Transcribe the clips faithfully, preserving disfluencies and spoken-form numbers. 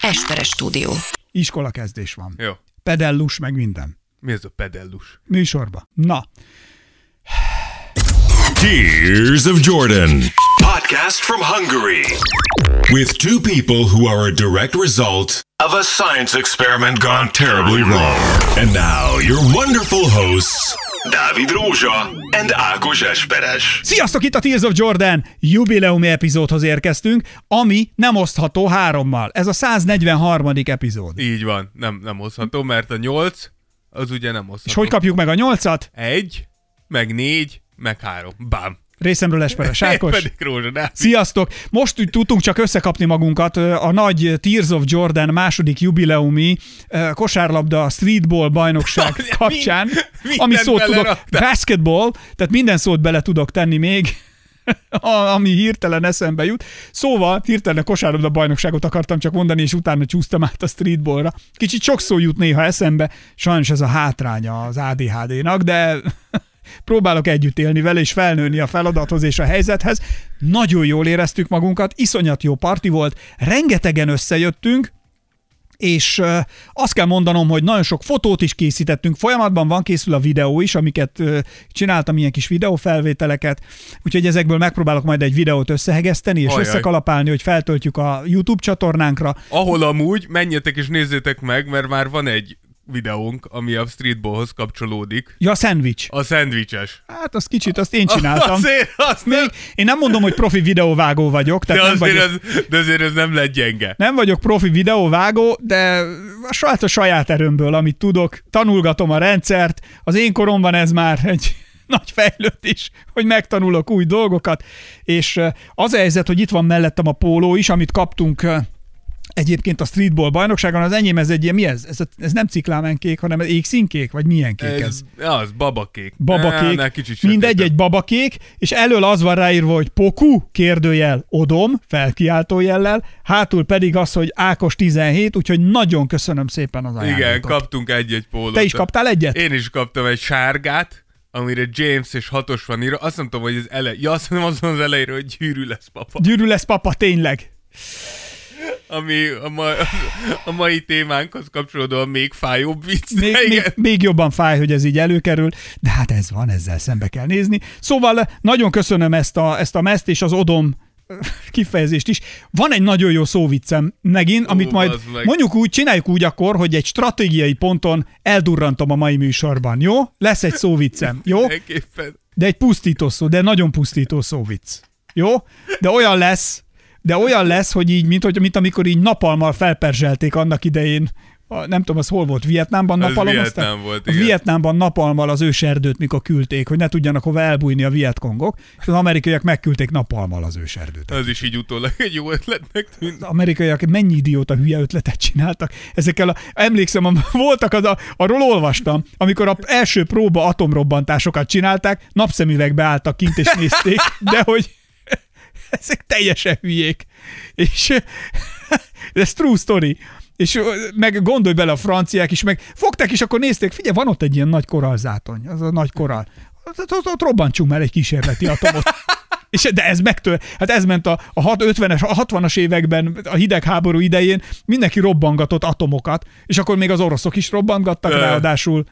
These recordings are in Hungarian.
Esperes stúdió. Iskolakezdés van. Jó. Pedellus, meg minden. Mi ez a pedellus? Műsorba. Na. Tears of Jordan. Podcast from Hungary. With two people who are a direct result of a science experiment gone terribly wrong. And now your wonderful hosts, Dávid Rózsa and Ákos Esperes. Sziasztok, itt a Tears of Jordan jubileumi epizódhoz érkeztünk, ami nem osztható hárommal. Ez a száznegyvenharmadik epizód. Így van, nem, nem osztható, mert a nyolc az ugye nem osztható. És hogy kapjuk meg a nyolcat? Egy, meg négy, meg három. Bám. Részemről Esperes Ákos. Én pedig Rózsa, Dávid. Sziasztok! Most úgy tudtunk csak összekapni magunkat a nagy Tears of Jordan második jubileumi kosárlabda streetball bajnokság kapcsán, Mind, ami szót tudok, belerakta. basketball, tehát minden szót bele tudok tenni még, ami hirtelen eszembe jut. Szóval hirtelen a kosárlabda bajnokságot akartam csak mondani, és utána csúsztam át a streetballra. Kicsit sok szó jut néha eszembe, sajnos ez a hátránya az á dé há dénak, de... próbálok együtt élni vele, és felnőni a feladathoz és a helyzethez. Nagyon jól éreztük magunkat, iszonyat jó parti volt, rengetegen összejöttünk, és uh, azt kell mondanom, hogy nagyon sok fotót is készítettünk, folyamatban van, készül a videó is, amiket uh, csináltam, ilyen kis videófelvételeket, úgyhogy ezekből megpróbálok majd egy videót összehegeszteni, és Ajaj. összekalapálni, hogy feltöltjük a YouTube csatornánkra. Ahol amúgy menjetek és nézzétek meg, mert már van egy videónk, ami a streetballhoz kapcsolódik. Ja, a szendvics. A szendvicses. Hát azt kicsit, azt én csináltam. Azért, azt Még, nem, én nem mondom, hogy profi videóvágó vagyok, de, tehát nem azért vagyok... ez, de azért ez nem lett gyenge. Nem vagyok profi videóvágó, de a saját, a saját erőmből, amit tudok, tanulgatom a rendszert. Az én koromban ez már egy nagy fejlődés, hogy megtanulok új dolgokat, és az a helyzet, hogy itt van mellettem a póló is, amit kaptunk egyébként a streetball bajnokságon. Az enyém ez egy ilyen, mi ez? Ez, ez nem ciklámenkék, hanem égszínkék, vagy milyen kék ez? Ez, az babakék. Babakék, Á, kicsit mindegy, sötétebb. egy babakék, és elől az van ráírva, hogy Poku, kérdőjel, Odom, felkiáltó jellel, hátul pedig az, hogy Ákos tizenhét, úgyhogy nagyon köszönöm szépen az ajándékot. Igen, kaptunk egy-egy pólót. Te is kaptál egyet? Én is kaptam egy sárgát, amire James és hatos van írva. Azt nem tudom, hogy az elej... Ja, azt mondom azon az elejére, hogy gyűrű lesz papa. Gyűrű lesz papa, tényleg. Ami a, ma, a mai témánkhoz kapcsolódóan még fájóbb vicc. Még, még, még jobban fáj, hogy ez így előkerül, de hát ez van, ezzel szembe kell nézni. Szóval nagyon köszönöm ezt a, ezt a meszt és az Odom kifejezést is. Van egy nagyon jó szóviccem megint, Ó, amit majd bazd meg. mondjuk úgy, csináljuk úgy akkor, hogy egy stratégiai ponton eldurrantom a mai műsorban, jó? Lesz egy szóviccem, jó? Mindenképpen. De egy pusztító szó, de nagyon pusztító szóvicc. Jó? De olyan lesz, de olyan lesz, hogy így, mint, hogy, mint amikor így napalmmal felperzselték annak idején, a, nem tudom, az hol volt, Vietnámban Az napalmazták? Vietnám volt, A igen. Vietnámban napalmmal az őserdőt, mikor küldték, hogy ne tudjanak hova elbújni a vietkongok, és az amerikaiak megküldték napalmmal az őserdőt. Az is így utólag egy jó ötletnek tűnt. Az amerikaiak mennyi idióta hülye ötletet csináltak. Ezekkel a, emlékszem, voltak az a, arról olvastam, amikor az első próba atomrobbantásokat csinálták, napszemüvegbe álltak kint és nézték, de hogy ezek teljesen hülyék. És ez true story. És meg gondolj bele, a franciák is, meg fogták, és akkor nézték, figyelj, van ott egy ilyen nagy korallzátony, az a nagy korall. Ott, ott, ott robbantsunk már egy kísérleti atomot. És de ez megtör, hát ez ment a, a ötvenes, a hatvanas években, a hidegháború idején, mindenki robbangatott atomokat, és akkor még az oroszok is robbangattak Ö. ráadásul.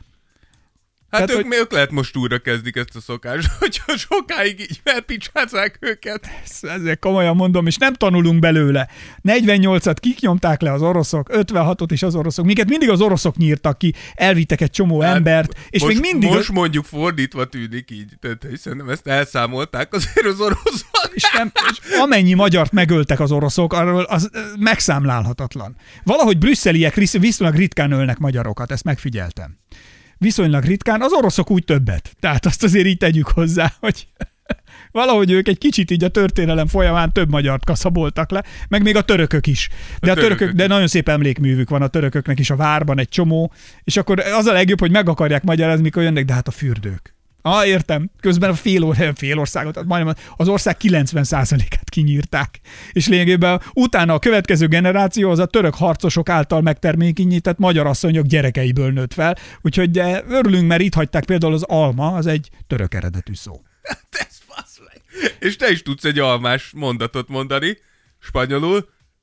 Hát Tehát, ők, hogy- ők lehet most újra kezdik ezt a szokást, hogyha sokáig így felpicsázzák őket. Ezzel komolyan mondom, és nem tanulunk belőle. negyvennyolcat kik nyomták le az oroszok, ötvenhatot is az oroszok. Minket mindig az oroszok nyírtak ki, elvittek egy csomó Hát embert, és most, még mindig... Most mondjuk fordítva tűnik így, tehát hiszen ezt elszámolták azért az oroszok. És, nem, és amennyi magyart megöltek az oroszok, arról az ö, megszámlálhatatlan. Valahogy brüsszeliek risz- viszonylag ritkán ölnek magyarokat, ezt megfigyeltem. Viszonylag ritkán, az oroszok úgy többet. Tehát azt azért így tegyük hozzá, hogy valahogy ők egy kicsit így a történelem folyamán több magyart kaszaboltak le, meg még a törökök is. De a, A törökök, törökök de is. nagyon szép emlékművük van a törököknek is a várban, egy csomó, és akkor az a legjobb, hogy meg akarják magyarázni, mikor jönnek, de hát a fürdők. Ah, értem. Közben a fél, or- fél országot, majdnem az ország kilencven százalékát kinyírták. És lényegében utána a következő generáció az a török harcosok által megtermékenyített magyar asszonyok gyerekeiből nőtt fel. Úgyhogy de örülünk, mert itt hagyták például az alma, az egy török eredetű szó. Ez fasz meg. És te is tudsz egy almás mondatot mondani, spanyolul.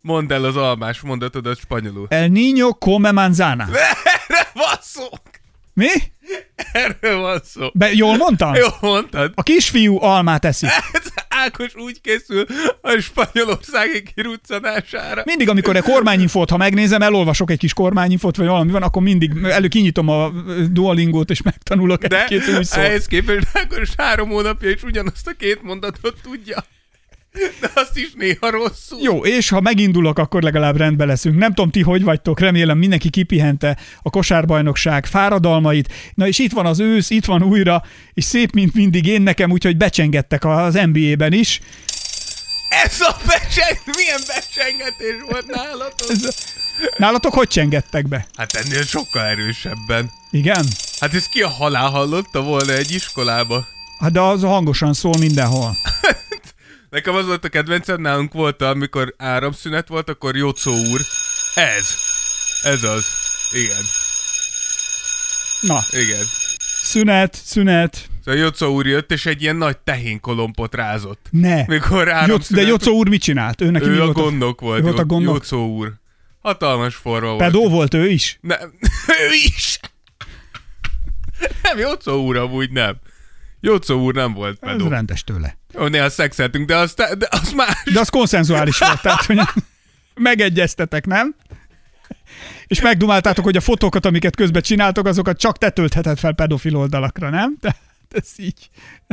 Mondd el az almás mondatodat spanyolul. El niño come manzana. Erre van szó! Mi? Erről van szó. Be, jól mondtam? Jó mondtad. A kisfiú almát eszik. Ez Ákos úgy készül a spanyolországi kiruccanására. Mindig, amikor a kormányinfót, ha megnézem, elolvasok egy kis kormányinfót, vagy valami van, akkor mindig elő kinyitom a Duolingót, és megtanulok egy-két új szót. De ehhez képest Ákos három hónapja is ugyanazt a két mondatot tudja. De azt is néha rosszul. Jó, és ha megindulok, akkor legalább rendben leszünk. Nem tudom, ti hogy vagytok, remélem mindenki kipihente a kosárbajnokság fáradalmait. Na és itt van az ősz, itt van újra, és szép, mint mindig én nekem, úgyhogy becsengettek az en bé á-ben is. Ez a becseng... Milyen becsengetés volt nálatok? Ez... Nálatok hogy csengettek be? Hát ennél sokkal erősebben. Igen? Hát ez ki a halál hallotta volna egy iskolába? Hát de az hangosan szól mindenhol. Nekem az volt a kedvencem, nálunk volt, amikor áramszünet volt, akkor Jocó úr. Ez. Ez az. Igen. Na. Igen. Szünet, szünet. Szóval Jocó úr jött, és egy ilyen nagy tehénkolompot rázott. Ne. Mikor áramszünet... De Jocó úr mit csinált? Ő, neki ő mi a volt gondnok volt. volt a gondnok? Jocó úr. Hatalmas forró volt. Pedó volt ő is? Nem. Ő is. Nem, Jocó úr amúgy nem. Jocó úr nem volt pedó. Ez rendes tőle. Ó, néha szexeltünk, de az, de az más. De az konszenzuális volt, tehát hogy megegyeztetek, nem? És megdumáltátok, hogy a fotókat, amiket közben csináltok, azokat csak te töltheted fel pedofil oldalakra, nem? De ez így.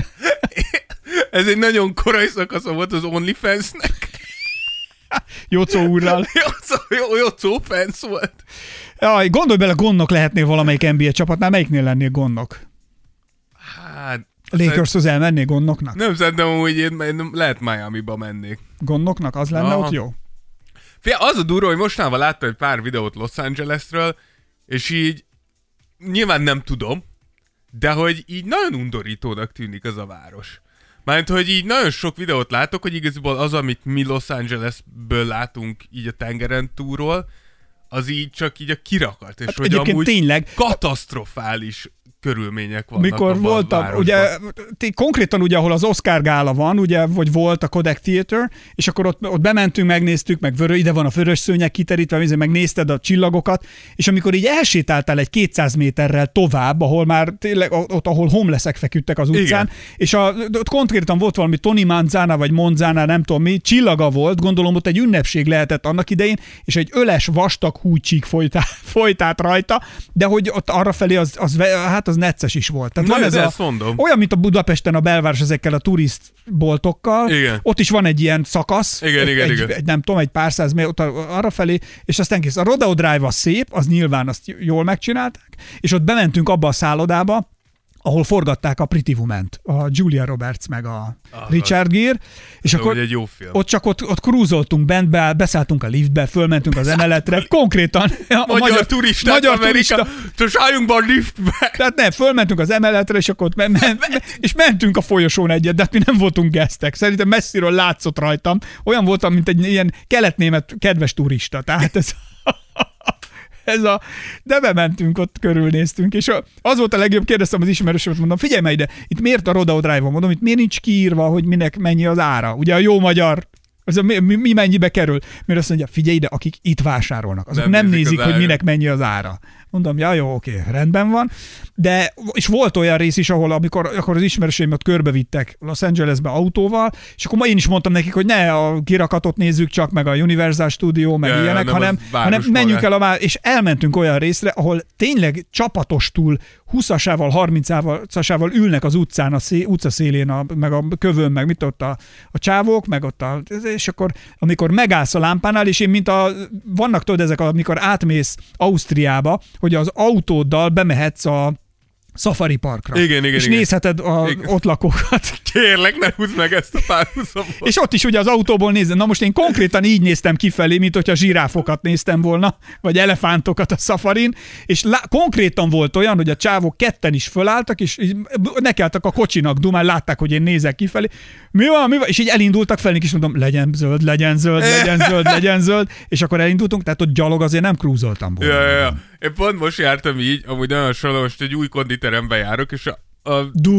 Ez egy nagyon korai szakasza volt az OnlyFans-nek. Jocó úrral. Jocó, jó, Jocó fans volt. Jaj, gondolj bele, gondnok lehetnél valamelyik en bé á csapatnál, melyiknél lennél gondnok? Hát... A Lakershoz elmennél gondnoknak? Nem szerintem, hogy én, én lehet Miami-ba mennék. Gondnoknak? Az lenne Aha. ott jó? Fia, az a durva, hogy mostanában láttam egy pár videót Los Angelesről, és így nyilván nem tudom, de hogy így nagyon undorítónak tűnik az a város. Mármint, hogy így nagyon sok videót látok, hogy igazából az, amit mi Los Angelesből látunk így a tengeren túlról, az így csak így a kirakat, és Hát hogy egyébként amúgy tényleg katasztrofális körülmények vannak. Mikor voltam, ugye, konkrétan ugye, ahol az Oscar gála van, ugye, vagy volt a Kodak Theater, és akkor ott, ott bementünk, megnéztük, meg vörö, ide van a vörös szőnyeg kiterítve, megnézted a csillagokat, és amikor így elsétáltál egy kétszáz méterrel tovább, ahol már tényleg, ott, ahol homelessek feküdtek az utcán, igen. És a, ott konkrétan volt valami Tony Manzana, vagy Monzana, nem tudom mi, csillaga volt, gondolom ott egy ünnepség lehetett annak idején, és egy öles, vastag húcsík folyt, folyt át rajta, de hogy ott arrafelé az, az, hát az necces is volt. Tehát na, van ez a, mondom. olyan, mint a Budapesten a belváros ezekkel a turistboltokkal, igen. Ott is van egy ilyen szakasz, igen, egy, igen, egy, igen. egy, nem tudom, egy pár száz méter arra felé, és aztán kész. A Rodeo Drive az szép, az nyilván azt jól megcsinálták, és ott bementünk abba a szállodába, ahol forgatták a Pretty Woman-t, a Julia Roberts meg a ah, Richard Gere, és de akkor egy jó film. ott csak ott, ott krúzoltunk bent be, beszálltunk a liftbe, fölmentünk az emeletre, konkrétan a magyar, magyar turisták, magyar Amerika, turista, álljunk be a liftbe. Tehát nem, fölmentünk az emeletre, és akkor me- me- me- és mentünk a folyosón egyet, de hát mi nem voltunk gesztek. Szerintem messziről látszott rajtam. Olyan voltam, mint egy ilyen keletnémet kedves turista. Tehát ez... Ez a, de bementünk, ott körülnéztünk, és az volt a legjobb, kérdeztem az ismerősömet, mondom, figyelj meg ide, itt miért a Rodeo Drive-on, mondom, itt miért nincs kiírva, hogy minek mennyi az ára? Ugye a jó magyar, az a, mi, mi mennyibe kerül? Mert azt mondja, figyelj ide, akik itt vásárolnak, azok nem, nem nézik, nézik hogy minek mennyi az ára. Mondom, ja jó, oké, rendben van. De, és volt olyan rész is, ahol amikor akkor az ismerőseimet körbevittek Los Angelesbe autóval, és akkor ma én is mondtam nekik, hogy ne a kirakatot nézzük csak, meg a Universal Studio, meg ja, ilyenek, hanem, hanem menjünk el a vár, és elmentünk olyan részre, ahol tényleg csapatostul huszasával, harmincasával ülnek az utcán, a szé, utca szélén, a, meg a kövön, meg mit ott a, a csávók, meg ott a, és akkor amikor megállsz a lámpánál, és én mint a, vannak tudod ezek, amikor átmész Ausztriába, hogy az autóddal bemehetsz a Safari Parkra. Igen, igen, és igen. nézheted a igen. ott lakókat. Kérlek, ne húzd meg ezt a párhuzamot. És ott is ugye az autóból nézem. Na most én konkrétan így néztem kifelé, mint hogyha zsiráfokat néztem volna, vagy elefántokat a Safarin, és lá- konkrétan volt olyan, hogy a csávok ketten is fölálltak, és nekiálltak a kocsinak dumál, látták, hogy én nézek kifelé. Mi van, mi van? És így elindultak fel, és mondom, legyen zöld, legyen zöld, legyen zöld, legyen zöld, és akkor elindultunk, tehát ott gyalog azért nem krúzoltam volna. Ja, ja, ja. Én pont most jártam így, amúgy nagyon hasonló, most egy új konditerembe járok, és a, a Dur.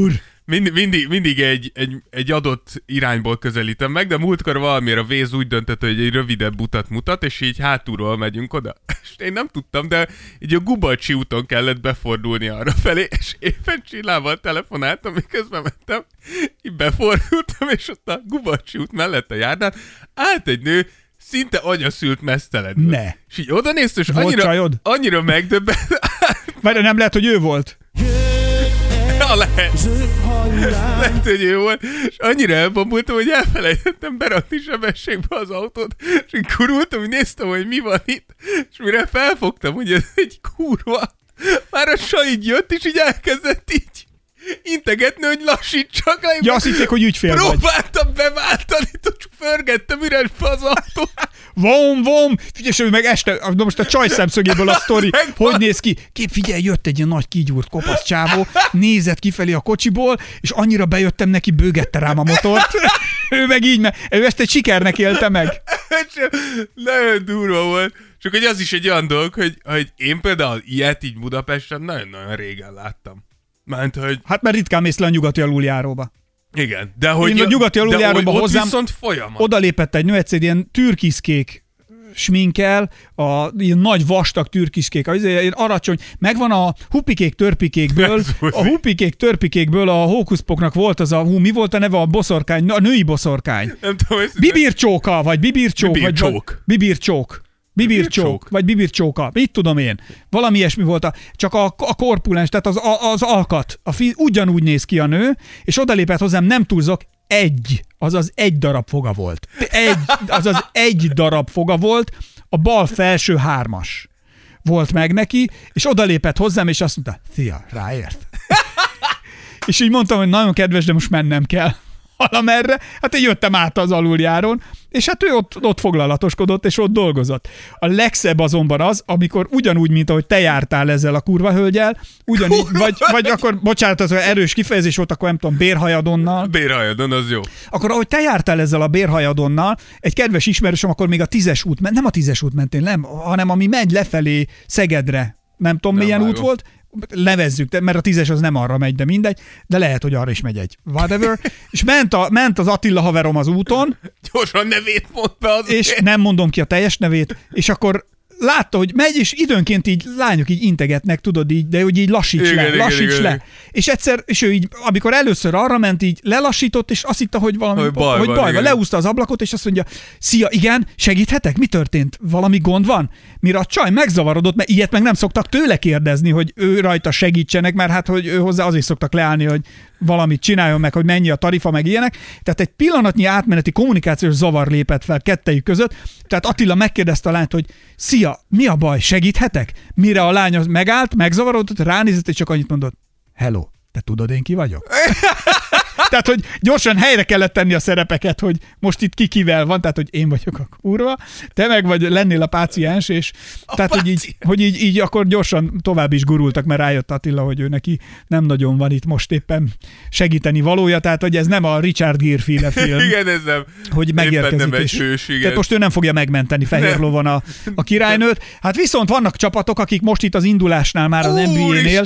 Mindig, mindig, mindig egy, egy, egy adott irányból közelítem meg, de múltkor valamiért a Waze úgy döntött, hogy egy rövidebb utat mutat, és így hátulról megyünk oda. És én nem tudtam, de így a Gubalcsi úton kellett befordulni arra felé, és éppen Csillával telefonáltam, miközben mentem, így befordultam, és ott a Gubalcsi út mellett a járdán állt egy nő, szinte anyaszült mesztelenül. Ne. És így oda néztem, és Volt annyira, csajod? annyira megdöbbent. Mert nem lehet, hogy ő volt. Ja, lehet. Lehet, hogy ő volt. És annyira elbambultam, hogy elfelejtettem berakni sebességbe az autót, és így kurultam, hogy néztem, hogy mi van itt, és mire felfogtam, hogy ez egy kurva, már a saj így jött, és így elkezdett így integetni, hogy lassítsak le. Ja, azt hitték, hogy ügyfél vagy. Próbáltam beváltani, csak förgettem üresbe az autót. Vom, vom! Figyelj, meg este, na most a csaj szemszögéből a sztori, hogy néz ki? Kép, figyelj, jött egy ilyen nagy kigyúrt kopasz csávó, nézett kifelé a kocsiból, és annyira bejöttem neki, bőgette rám a motort. Ő meg így, mert ő ezt egy sikernek élte meg. Nagyon durva volt. Csak hogy az is egy olyan dolog, hogy, hogy én például ilyet így Budapesten nagyon-nagyon régen láttam. Mert, hogy... Hát mert ritkán mész le a nyugati aluljáróba. Igen, de hogy... Én a nyugati aluljáróba de hozzám, viszont folyamat. oda lépett egy nő, egyszer ilyen türkiszkék sminkel, a ilyen nagy vastag türkiskék, az ilyen aracsony, megvan a hupikék törpikékből, a hupikék törpikékből a hókuszpoknak volt az a, hú, mi volt a neve, a boszorkány, a női boszorkány. Nem tudom, hogy... Bibircsóka, vagy bibircsók, Bibircsók. vagy bibircsók. Bibircsók, vagy bibircsóka, mit tudom én. Valami ilyesmi volt, a, csak a, a korpulens, tehát az, a, az alkat. A fi, ugyanúgy néz ki a nő, és odalépett hozzám, nem túlzok, egy, azaz egy darab foga volt. Egy, azaz egy darab foga volt, a bal felső hármas volt meg neki, és odalépett hozzám, és azt mondta, szia, ráért. És így mondtam, hogy nagyon kedves, de most mennem kell valamerre. Hát én jöttem át az aluljárón, és hát ő ott, ott foglalatoskodott, és ott dolgozott. A legszebb azonban az, amikor ugyanúgy, mint ahogy te jártál ezzel a kurva hölgyel, ugyanígy, vagy, vagy akkor, bocsánat, az erős kifejezés volt, akkor nem tudom, bérhajadonnal. Bérhajadon, az jó. Akkor ahogy te jártál ezzel a bérhajadonnal, egy kedves ismerősöm akkor még a tízes út, nem a tízes út mentén, nem, hanem ami megy lefelé Szegedre, nem tudom, nem milyen vágom. Út volt, nevezzük, mert a tízes az nem arra megy, de mindegy, de lehet, hogy arra is megy egy. Whatever. És ment, a, ment az Attila haverom az úton. Gyorsan nevét mondd be az. És én. Nem mondom ki a teljes nevét, és akkor látta, hogy megy, és időnként így lányok így integetnek, tudod így, de hogy így lassíts igen, le, igen, lassíts igen, le. Igen. És egyszer, és ő így, amikor először arra ment, így lelassított, és azt hitte, hogy valami, hogy baj hogy van, baj van. Leúszta az ablakot, és azt mondja, szia, igen, segíthetek? Mi történt? Valami gond van? Mire a csaj megzavarodott, mert ilyet meg nem szoktak tőle kérdezni, hogy ő rajta segítsenek, mert hát, hogy ő hozzá azért szoktak leállni, hogy valamit csináljon meg, hogy mennyi a tarifa, meg ilyenek. Tehát egy pillanatnyi átmeneti kommunikációs zavar lépett fel kettejük között. Tehát Attila megkérdezte a lányt, hogy szia, mi a baj, segíthetek? Mire a lány az megállt, megzavarodott, ránézett, és csak annyit mondott, hello, te tudod, én ki vagyok? Tehát, hogy gyorsan helyre kellett tenni a szerepeket, hogy most itt ki kivel van, tehát, hogy én vagyok a kurva, te meg vagy lennél a páciens, és a tehát, hogy, így, hogy így, így akkor gyorsan tovább is gurultak, mert rájött Attila, hogy ő neki nem nagyon van itt most éppen segíteni valója, tehát, hogy ez nem a Richard Gere-féle film. Igen, ez nem. Hogy megérkezik. Nem és, hős, tehát most ő nem fogja megmenteni Fehér lovon a, a királynőt. Hát viszont vannak csapatok, akik most itt az indulásnál már az en bé á-nél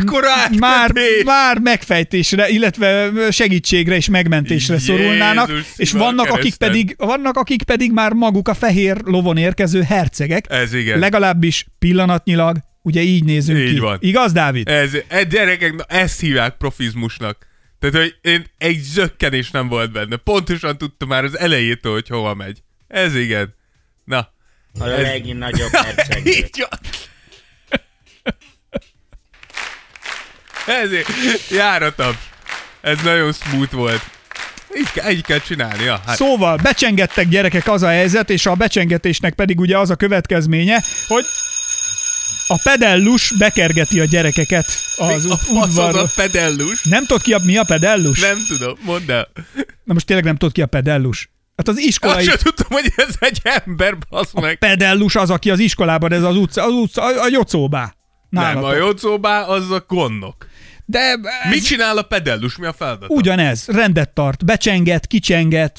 már, már megfejtésre, illetve segítségre és megmentésre szorulnának, Jézus, és vannak akik, pedig, vannak akik pedig már maguk a fehér lovon érkező hercegek. Ez igen. Legalábbis pillanatnyilag, ugye így nézünk így ki. Van. Igaz, Dávid? Ez, ez gyerekek, na, ezt hívják profizmusnak. Tehát, hogy én egy zökkenés nem volt benne. Pontosan tudtam már az elejétől, hogy hova megy. Ez igen. Na. A ez... legnagyobb herceg. Így van. Ezért járatom. Ez nagyon smooth volt. Így kell, így kell csinálni. Ja, hát. Szóval becsengettek gyerekek, az a helyzet, és a becsengetésnek pedig ugye az a következménye, hogy a pedellus bekergeti a gyerekeket az udvarról. A pedellus? Nem tudod ki a, mi a pedellus? Nem tudom, mondd el. Na most tényleg nem tudod ki a pedellus. Hát az iskolai... Azt sem tudtam, hogy ez egy ember, basz meg. A pedellus az, aki az iskolában, ez az utca, az utca, a, a jocóbá. Nem, a jocóbá az a gondnok. De ez... Mit csinál a pedellus? Mi a feladat? Ugyanez, rendet tart, becsenget, kicsenget,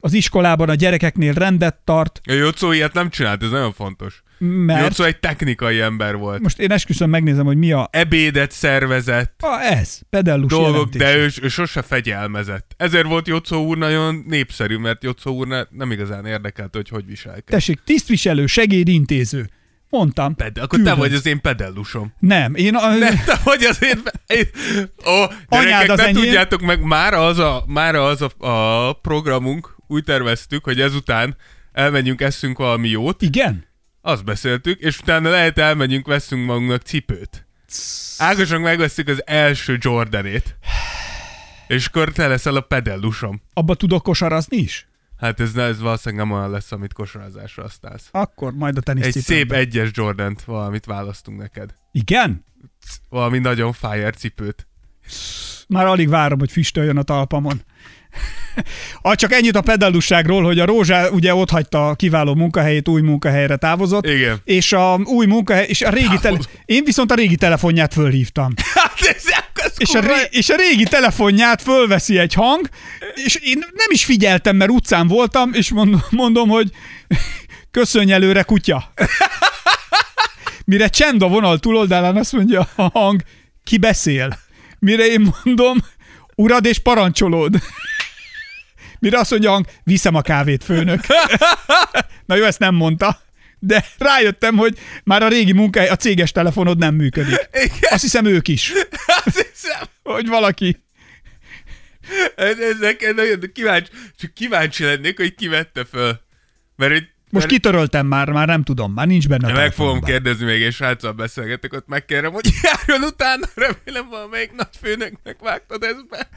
az iskolában a gyerekeknél rendet tart. A Jocó ilyet nem csinált, ez nagyon fontos. Mert... Jocó egy technikai ember volt. Most én esküszöm, megnézem, hogy mi a... Ebédet szervezett. A, ez, pedellus dolgok, jelentése. de ő, ő sose fegyelmezett. Ezért volt Jocó úr nagyon népszerű, mert Jocó úr ne, nem igazán érdekelte, hogy hogy viselkedik. Tessék, tisztviselő, segédintéző. Mondtam. Ped, akkor Küldöm. te vagy az én pedellusom. Nem, én... A... Nem, te vagy az én... én... Ó, gyerekek, az nem enyém. tudjátok meg, már az, a, már az a, a programunk, úgy terveztük, hogy ezután elmenjünk, eszünk valami jót. Igen? Azt beszéltük, és utána lehet elmegyünk, veszünk magunknak cipőt. Ágosnak megvesztük az első Jordanét. És akkor te leszel a pedellusom. Abba tudok kosarazni is? Hát ez, ez valószínűleg nem olyan lesz, amit kosarazásra használsz. Akkor majd a Egy teniszcipőmben. szép egyes Jordant valamit választunk neked. Igen? Valami nagyon fire cipőt. Már alig várom, hogy füstöljön a talpamon. Ah, csak ennyit a pedallusságról, hogy a Rózsa ugye ott hagyta a kiváló munkahelyét, új munkahelyre távozott. Igen. És a új munkahely, és a régi tele, én viszont a régi telefonját fölhívtam. Hát ez, ez És a, ré, és a régi telefonját fölveszi egy hang, és én nem is figyeltem, mert utcán voltam, és mondom, mondom hogy köszönj előre, kutya. Mire csend a vonal túloldalán, azt mondja a hang, ki beszél. Mire én mondom, urad és parancsolód. Mire azt mondja a hang, viszem a kávét, főnök. Na jó, ezt nem mondta. De rájöttem, hogy már a régi munkahely, a céges telefonod nem működik. Igen. Azt hiszem ők is. Azt hiszem. Hogy valaki. Ez, ez nekem nagyon kíváncsi, csak kíváncsi lennék, hogy ki vette föl. Mert, mert Most kitöröltem már, már nem tudom, már nincs benne a meg fogom telefonban. kérdezni még, és sráccal beszélgetek, ott megkérem, hogy járjon utána, remélem valamelyik nagyfőnöknek vágtad ezt be.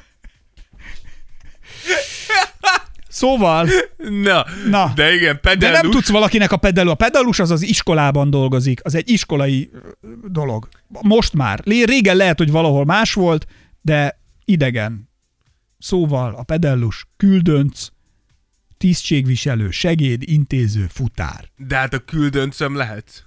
Szóval, Na, Na, de igen, de pedellus. nem tudsz valakinek a pedellus. A pedellus az az iskolában dolgozik, az egy iskolai ö, dolog. Most már. Lé- Régen lehet, hogy valahol más volt, de idegen. Szóval a pedellus, küldönc, tisztségviselő, segéd, intéző, futár. De hát a küldöncöm lehetsz.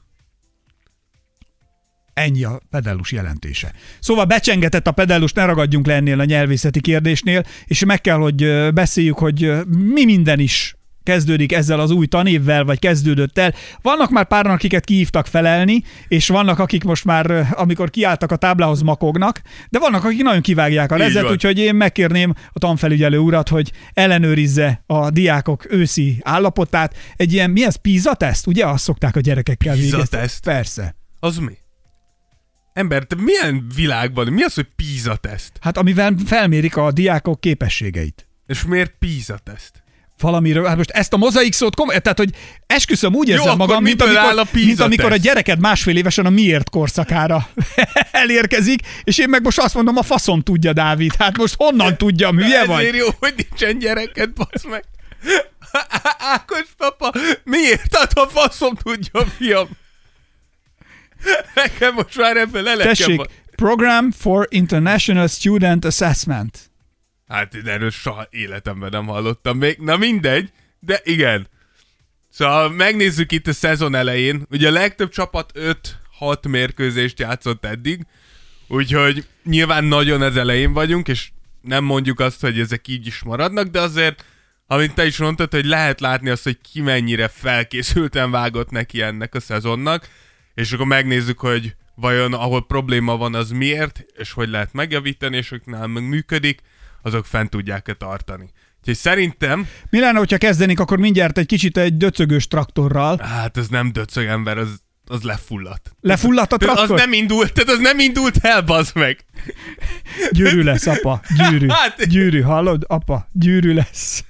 Ennyi a pedellus jelentése. Szóval becsengetett a pedellus, ne ragadjunk le ennél a nyelvészeti kérdésnél, és meg kell, hogy ö, beszéljük, hogy ö, mi minden is kezdődik ezzel az új tanévvel, vagy kezdődött el. Vannak már páran, akiket kihívtak felelni, és vannak, akik most már, ö, amikor kiálltak a táblához, makognak, de vannak, akik nagyon kivágják a Így rezet, van. úgyhogy én megkérném a tanfelügyelő urat, hogy ellenőrizze a diákok őszi állapotát. Egy ilyen, mi ez, PISA-teszt? Ugye azt szokták a gyerekekkel végezni? PISA-teszt? Persze. Az mi? Ember, te milyen világban? Mi az, hogy PISA-teszt? Hát amivel felmérik a diákok képességeit. És miért PISA-teszt? Valamiről, hát most ezt a mozaik szót, kom- tehát, hogy esküszöm, úgy érzem akkor magam, mint miből áll amikor, a PISA mint amikor a teszt? gyereked másfél évesen a miért korszakára elérkezik, és én meg most azt mondom, a faszom tudja, Dávid. Hát most honnan tudjam, hülye vagy? Ezért jó, hogy nincsen gyereket, basz meg. Ákos papa, miért? Hát a faszom tudja, fiam. Nekem most már ebből le Tessék, van. Program for International Student Assessment. Hát én erről soha életemben nem hallottam még. Na mindegy, de igen. Szóval megnézzük itt a szezon elején. Ugye a legtöbb csapat öt-hat mérkőzést játszott eddig, úgyhogy nyilván nagyon az elején vagyunk, és nem mondjuk azt, hogy ezek így is maradnak, de azért, amit te is mondtad, hogy lehet látni azt, hogy ki mennyire felkészülten vágott neki ennek a szezonnak, és akkor megnézzük, hogy vajon ahol probléma van, az miért, és hogy lehet megjavítani, és akiknál meg működik, azok fent tudják-e tartani. Úgyhogy szerintem... Mi lenne, hogyha kezdenénk akkor mindjárt egy kicsit egy döcögös traktorral? Hát ez nem döcög ember, az, az lefulladt. Lefulladt a Tehát traktor? az nem indult, tehát az nem indult el, bazd meg. Gyűrű lesz, apa. Gyűrű. Hát- Gyűrű, hallod? Apa, gyűrű lesz.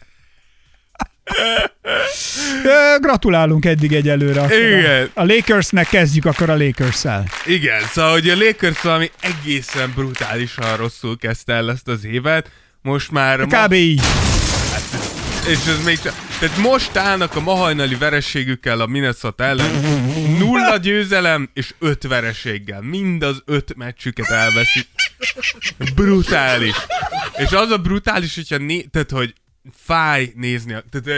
Ö, Gratulálunk eddig egyelőre. Akkor Igen. A, a Lakersnek kezdjük akkor a Lakers-szel. Igen, szóval hogy a Lakers valami egészen brutálisan rosszul kezdte el ezt az évet. Most már... Kb. így. És ez még csak... Tehát most állnak a ma hajnali vereségükkel a Minnesota ellen nulla győzelem és öt vereséggel. Mind az öt meccsüket elveszik. Brutális. És az a brutális, hogyha né... Tehát, hogy fáj nézni. Tehát, hogy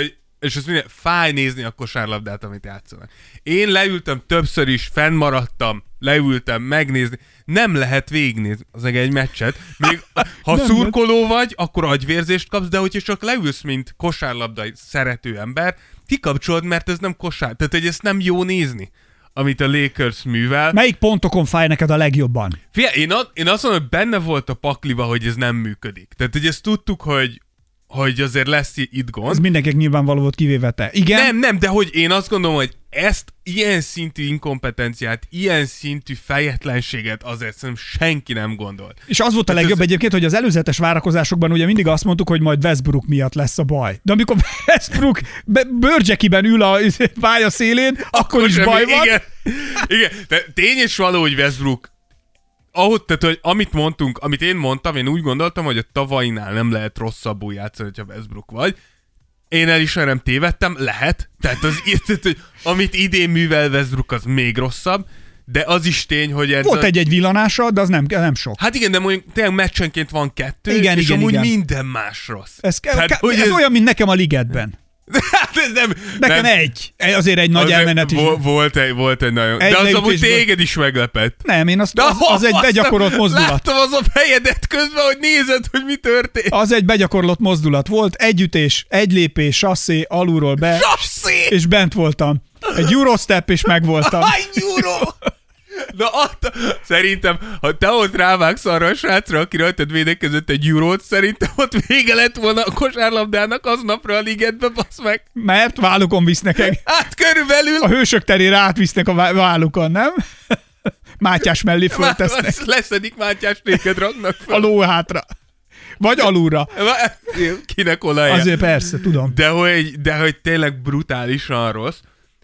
és ez minden, fáj nézni a kosárlabdát, amit játszanak. Én leültem többször is, fennmaradtam, leültem megnézni. Nem lehet végignézni az egy meccset. Még ha szurkoló vagy, akkor agyvérzést kapsz, de hogyha csak leülsz, mint kosárlabdai szerető ember, kikapcsolod, mert ez nem kosár. Tehát, hogy ezt nem jó nézni, amit a Lakers művel. Melyik pontokon fáj neked a legjobban? Figyelj, én, a, én azt mondom, hogy benne volt a pakliba, hogy ez nem működik. Tehát, hogy ezt tudtuk, hogy hogy azért lesz itt gond. Ez mindenkinek nyilvánvaló volt, kivéve te. Igen? Nem, nem, de hogy én azt gondolom, hogy ezt, ilyen szintű inkompetenciát, ilyen szintű fejetlenséget azért szerintem senki nem gondolt. És az volt a legjobb ez... egyébként, hogy az előzetes várakozásokban ugye mindig azt mondtuk, hogy majd Westbrook miatt lesz a baj. De amikor Westbrook bőrcsekiben ül a pálya szélén, akkor, akkor is baj van. Igen, igen. De tény és való, hogy Westbrook ahogy, tehát, hogy amit mondtunk, amit én mondtam, én úgy gondoltam, hogy a tavainál nem lehet rosszabbul játszani, hogyha Westbrook vagy. Én elismerem, tévedtem, lehet. Tehát, az, tehát hogy amit idén művel Westbrook, az még rosszabb, de az is tény, hogy ez volt a... egy-egy villanása, de az nem, nem sok. Hát igen, de mondjuk tényleg meccsenként van kettő, igen, és igen, amúgy igen. minden más rossz. Ez, tehát, ez, ez olyan, mint nekem a Ligetben. Hát ez nem, nekem nem. egy. Azért egy nagy azért elmenet is. Volt egy, volt egy nagyon... Egy de az amúgy téged volt. is meglepett. Nem, én azt, az, az egy begyakorolt mozdulat. Láttam az a fejedet közben, hogy nézed, hogy mi történt. Az egy begyakorolt mozdulat volt. Egy ütés, egy lépés, sasszé, alulról be. Sasszé! És bent voltam. Egy Eurostep, és megvoltam. Hány euró? Na, att, szerintem, ha te ott rávágsz arra a srácra, aki rajtad védekezett egy eurót, szerintem ott vége lett volna a kosárlabdának aznapra a ligetbe, basz meg. Mert vállukon visznek egy. Hát körülbelül. A hősök terére átvisznek a vállukon, nem? Mátyás mellé föltesznek. Leszedik Mátyás, néked raknak fel. A ló hátra. Vagy alulra. Kinek olaja. Azért persze, tudom. De hogy, de hogy tényleg brutálisan rossz.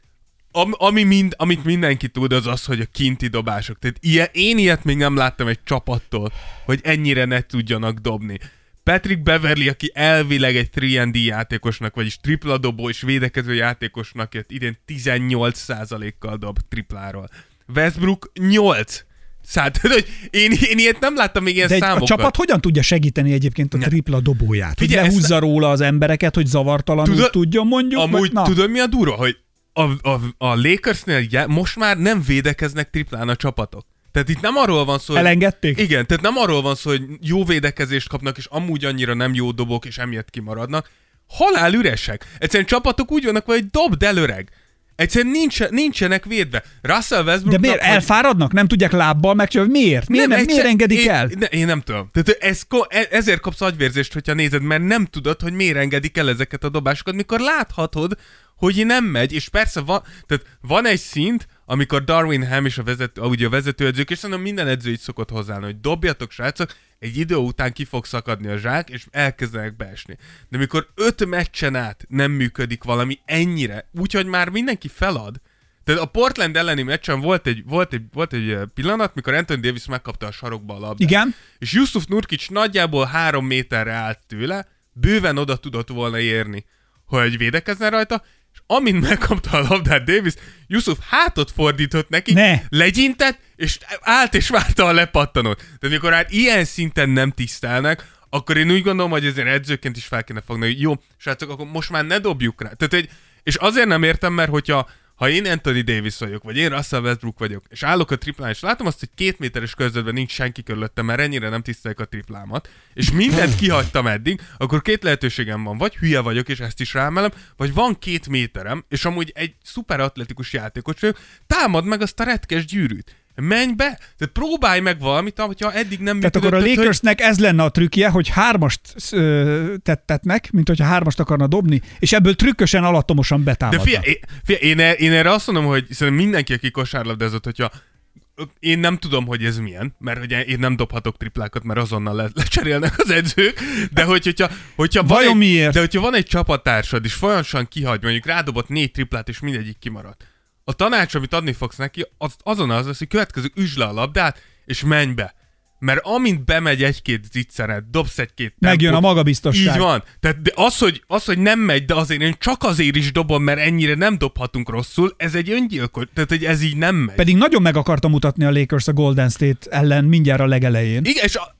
Am, ami mind, amit mindenki tud, az az, hogy a kinti dobások. Tehát ilyen, én ilyet még nem láttam egy csapattól, hogy ennyire ne tudjanak dobni. Patrick Beverley, aki elvileg egy három and D játékosnak, vagyis tripla dobó és védekező játékosnak jött, idén tizennyolc százalékkal dob tripláról. Westbrook nyolc. Szóval, hogy én, én ilyet nem láttam még ilyen de számokat. A csapat hogyan tudja segíteni egyébként a tripla dobóját? Hogy lehúzza róla az embereket, hogy zavartalanul tudod, tudjon mondjuk? Amúgy vagy, tudod mi a durva, hogy A, a, a Lakersnél most már nem védekeznek triplán a csapatok. Tehát itt nem arról van szó, hogy... Elengedték? Igen, tehát nem arról van szó, hogy jó védekezést kapnak, és amúgy annyira nem jó dobok, és emiatt kimaradnak. Halál üresek. Egyszerűen csapatok úgy vannak, hogy dobd el, öreg. Egyszerűen nincs, nincsenek védve. Russell Westbrooknak... De miért? Hogy... Elfáradnak? Nem tudják lábbal megcsinálni? Miért? Miért, nem, nem, egyszer... miért engedik én, el? Ne, én nem tudom. Tehát ez, ezért kapsz agyvérzést, hogyha nézed, mert nem tudod, hogy miért engedik el ezeket a dobásokat, mikor láthatod, hogy nem megy, és persze van, tehát van egy szint, amikor Darvin Ham és a, vezető, ugye a vezetőedzők, és szerintem minden edző így szokott hozzáállni, hogy dobjatok, srácok, egy idő után ki fog szakadni a zsák, és elkezdenek beesni. De mikor öt meccsen át nem működik valami ennyire, úgyhogy már mindenki felad, tehát a Portland elleni meccsen volt egy, volt egy, volt egy pillanat, mikor Anthony Davis megkapta a sarokba a labdát. Igen. És Jusuf Nurkic nagyjából három méterre állt tőle, bőven oda tudott volna érni, hogy védekezne rajta, és amint megkapta a labdát Davis, Jusuf hátot fordított neki, ne. legyintett, és állt és várta a lepattanót. De amikor hát ilyen szinten nem tisztelnek, akkor én úgy gondolom, hogy azért edzőként is fel kéne fogni, hogy jó, srácok, akkor most már ne dobjuk rá. Tehát, egy, és azért nem értem, mert hogyha ha én Anthony Davis vagyok, vagy én Russell Westbrook vagyok, és állok a triplán, és látom azt, hogy két méteres körzetben nincs senki körülöttem, mert ennyire nem tiszteljük a triplámat, és mindent kihagytam eddig, akkor két lehetőségem van. Vagy hülye vagyok, és ezt is rámelem, vagy van két méterem, és amúgy egy szuper atletikus játékos vagyok, támad meg azt a retkes gyűrűt. Menj be! Tehát próbálj meg valamit, hogyha eddig nem működött. Tehát akkor a Lakersnek hogy... ez lenne a trükkje, hogy hármast ö, tettetnek, mint hogyha hármast akarna dobni, és ebből trükkösen, alattomosan betámadnak. De figyelj, figyelj én, én erre azt mondom, hogy szerintem mindenki, aki kosárlabdázott, hogyha én nem tudom, hogy ez milyen, mert hogy én nem dobhatok triplákat, mert azonnal le, lecserélnek az edzők, de hogy, hogyha, hogyha van egy, miért? de hogyha van egy csapattársad, és folyamatosan kihagy, mondjuk rádobott négy triplát, és mindegyik kimaradt. A tanács, amit adni fogsz neki, az azonnal az lesz, hogy következő üsd le a labdát, és menj be. Mert amint bemegy egy-két zicseret, dobsz egy-két tempót, megjön a magabiztosság. Így van. Tehát de az, hogy, az, hogy nem megy, de azért én csak azért is dobom, mert ennyire nem dobhatunk rosszul, ez egy öngyilkos. Tehát, hogy ez így nem megy. Pedig nagyon meg akarta mutatni a Lakers a Golden State ellen mindjárt a legelején. Igen, és a,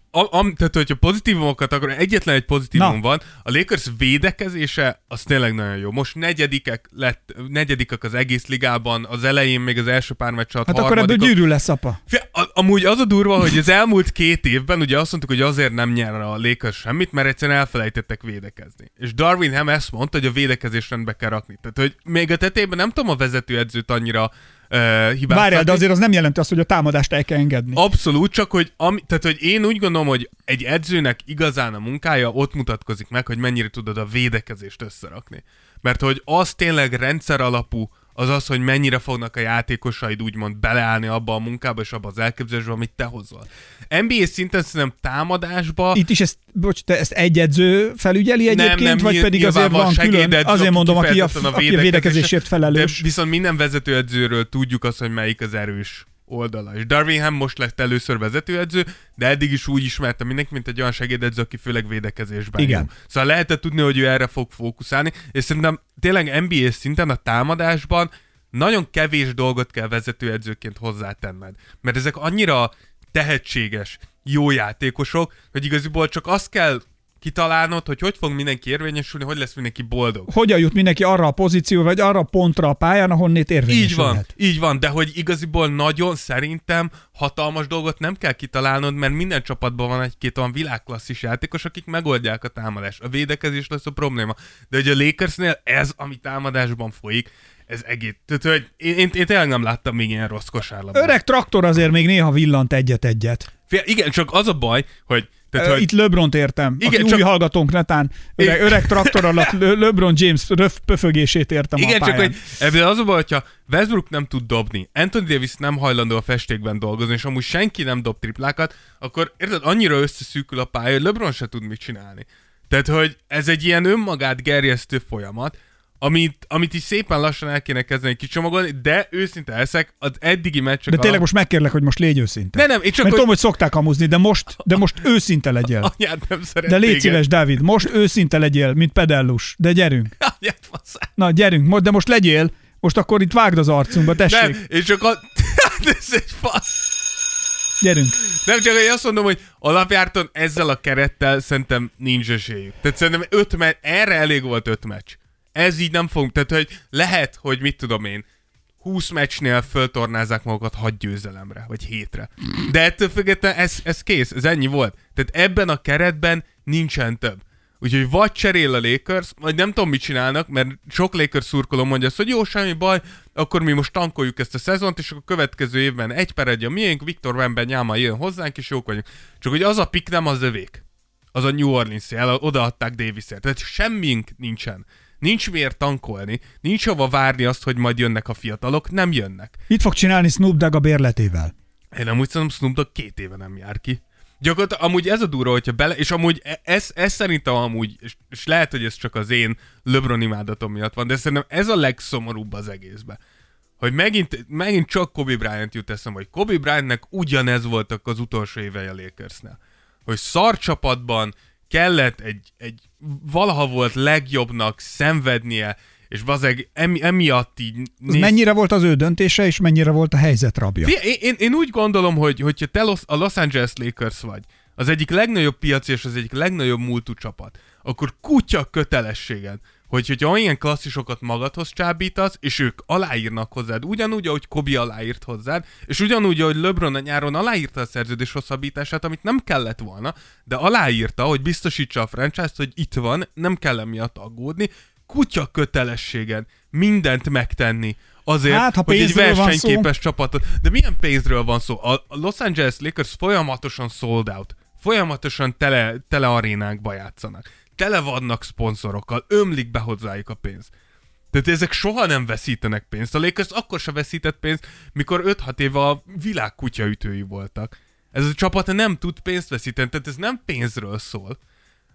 a, a, tehát, hogyha pozitívumokat akkor egyetlen egy pozitívum Na. van, a Lakers védekezése az tényleg nagyon jó. Most negyedikek lett, negyedikek az egész ligában, az elején még az első pár meccs alatt Hát akkor ebből gyűrű lesz, apa. Fia, a, amúgy az a durva, hogy az elmúlt két évben ugye azt mondtuk, hogy azért nem nyer a Lakers semmit, mert egyszerűen elfelejtettek védekezni. És Darvin Ham ezt mondta, hogy a védekezést rendbe kell rakni. Tehát, hogy még a tetejében nem tudom a vezetőedzőt annyira Uh, Várjál, de azért az nem jelenti azt, hogy a támadást el kell engedni. Abszolút, csak hogy, ami, tehát, hogy én úgy gondolom, hogy egy edzőnek igazán a munkája ott mutatkozik meg, hogy mennyire tudod a védekezést összerakni. Mert hogy az tényleg rendszer alapú, az az, hogy mennyire fognak a játékosaid úgymond beleállni abba a munkába és abba az elképzelésbe, amit te hozol. en bé á szinten szerintem támadásba... Itt is ezt, bocs, te ezt egy edző felügyeli egyébként, nem, nem, vagy nyilván pedig azért van külön? Azért mondom, aki a, aki a védekezésért felelős. De viszont minden vezetőedzőről tudjuk azt, hogy melyik az erős oldala. És Darvin Ham most lett először vezetőedző, de eddig is úgy ismerte mindenki, mint egy olyan segédedző, aki főleg védekezésben Igen. jó. Szóval lehetett tudni, hogy ő erre fog fókuszálni, és szerintem tényleg en bé á szinten a támadásban nagyon kevés dolgot kell vezetőedzőként hozzátenned. Mert ezek annyira tehetséges, jó játékosok, hogy igaziból csak azt kell kitalálnod, hogy hogy fog mindenki érvényesülni, hogy lesz mindenki boldog. Hogyan jut mindenki arra a pozícióra, vagy arra a pontra a pályán, ahonnét érvényesülhet. Így van, így van, de hogy igaziból nagyon szerintem hatalmas dolgot nem kell kitalálnod, mert minden csapatban van egy-két olyan világklasszis játékos, akik megoldják a támadást. A védekezés lesz a probléma. De hogy a Lakersnél ez, ami támadásban folyik, ez egész. Tehát, hogy én, én, én tényleg nem láttam még ilyen rossz kosárlabdát. Öreg traktor azért még néha villant egyet-egyet. Fél, igen, csak az a baj, hogy... Tehát, hogy... Itt LeBront értem. Igen, aki csak... új hallgatónk netán öreg, öreg traktor alatt LeBron James röf pöfögését értem igen, a pályán. Igen, csak hogy ebből az a baj, hogyha Westbrook nem tud dobni, Anthony Davis nem hajlandó a festékben dolgozni, és amúgy senki nem dob triplákat, akkor érted, annyira összeszűkül a pálya, hogy LeBron se tud mit csinálni. Tehát, hogy ez egy ilyen önmagát gerjesztő folyamat, Amit, amit is szépen lassan el kéne kezdeni kicsomagolni, de őszinte leszek, az eddigi meccsek... De tényleg alap... most megkérlek, hogy most légy őszinte. De nem, én csak... Mert hogy... tudom, hogy szokták hamuzni, de most, de most őszinte legyél. Anyád nem szeret De légy téged. szíves, Dávid, most őszinte legyél, mint pedellus. De gyerünk. Anyád faszát. Na, gyerünk, de most legyél, most akkor itt vágd az arcunkba, tessék. Nem, én csak a... ez egy fasz. Gyerünk. Nem csak, hogy azt mondom, hogy alapjárton ezzel a kerettel szerintem nincs esélyük. Tehát szerintem öt meccs, erre elég volt öt meccs. Ez így nem fog, tehát hogy lehet, hogy mit tudom én, húsz meccsnél föltornázzák magukat hat győzelemre, vagy hétre. De ettől függetlenül ez, ez kész, ez ennyi volt. Tehát ebben a keretben nincsen több. Úgyhogy vagy cserél a Lakers, vagy nem tudom mit csinálnak, mert sok Lakers szurkoló mondja azt, hogy jó, semmi baj, akkor mi most tankoljuk ezt a szezont, és akkor a következő évben egy per egy a miénk, Victor Wembanyama jön hozzánk, és jók vagyunk. Csak hogy az a pick nem az övék. Az a New Orleans-i, odaadták Davisért. Tehát semmink nincsen. Nincs miért tankolni, nincs hova várni azt, hogy majd jönnek a fiatalok, nem jönnek. Mit fog csinálni Snoop Dogg a bérletével? Én amúgy szerintem Snoop Dogg két éve nem jár ki. Gyakorlatilag amúgy ez a durva, hogyha bele, és amúgy ez, ez szerintem amúgy, és, és lehet, hogy ez csak az én LeBron imádatom miatt van, de szerintem ez a legszomorúbb az egészben. Hogy megint, megint csak Kobe Bryant jut eszem, hogy Kobe Bryantnek ugyanez voltak az utolsó évei a Lakersnél. Hogy szar csapatban kellett egy, egy valaha volt legjobbnak szenvednie, és bazeg emi, emiatt így... Néz... Mennyire volt az ő döntése, és mennyire volt a helyzet rabja? Én, én, én úgy gondolom, hogy hogyha te Los, a Los Angeles Lakers vagy, az egyik legnagyobb piaci és az egyik legnagyobb múltú csapat, akkor kutya kötelességed, hogy hogyha olyan klasszisokat magadhoz csábítasz, és ők aláírnak hozzád, ugyanúgy, ahogy Kobe aláírt hozzád, és ugyanúgy, ahogy LeBron a nyáron aláírta a szerződés hosszabbítását, amit nem kellett volna, de aláírta, hogy biztosítsa a franchise-t, hogy itt van, nem kell emiatt aggódni, kutya kötelességed mindent megtenni azért, hát, hogy egy versenyképes csapatot... De milyen pénzről van szó? A Los Angeles Lakers folyamatosan sold out, folyamatosan tele, tele arénákba játszanak. Tele vannak szponzorokkal, ömlik be hozzájuk a pénz. Tehát ezek soha nem veszítenek pénzt. A Lakers akkor se veszített pénzt, mikor öt-hat éve a világ kutyaütői voltak. Ez a csapat nem tud pénzt veszíteni, tehát ez nem pénzről szól.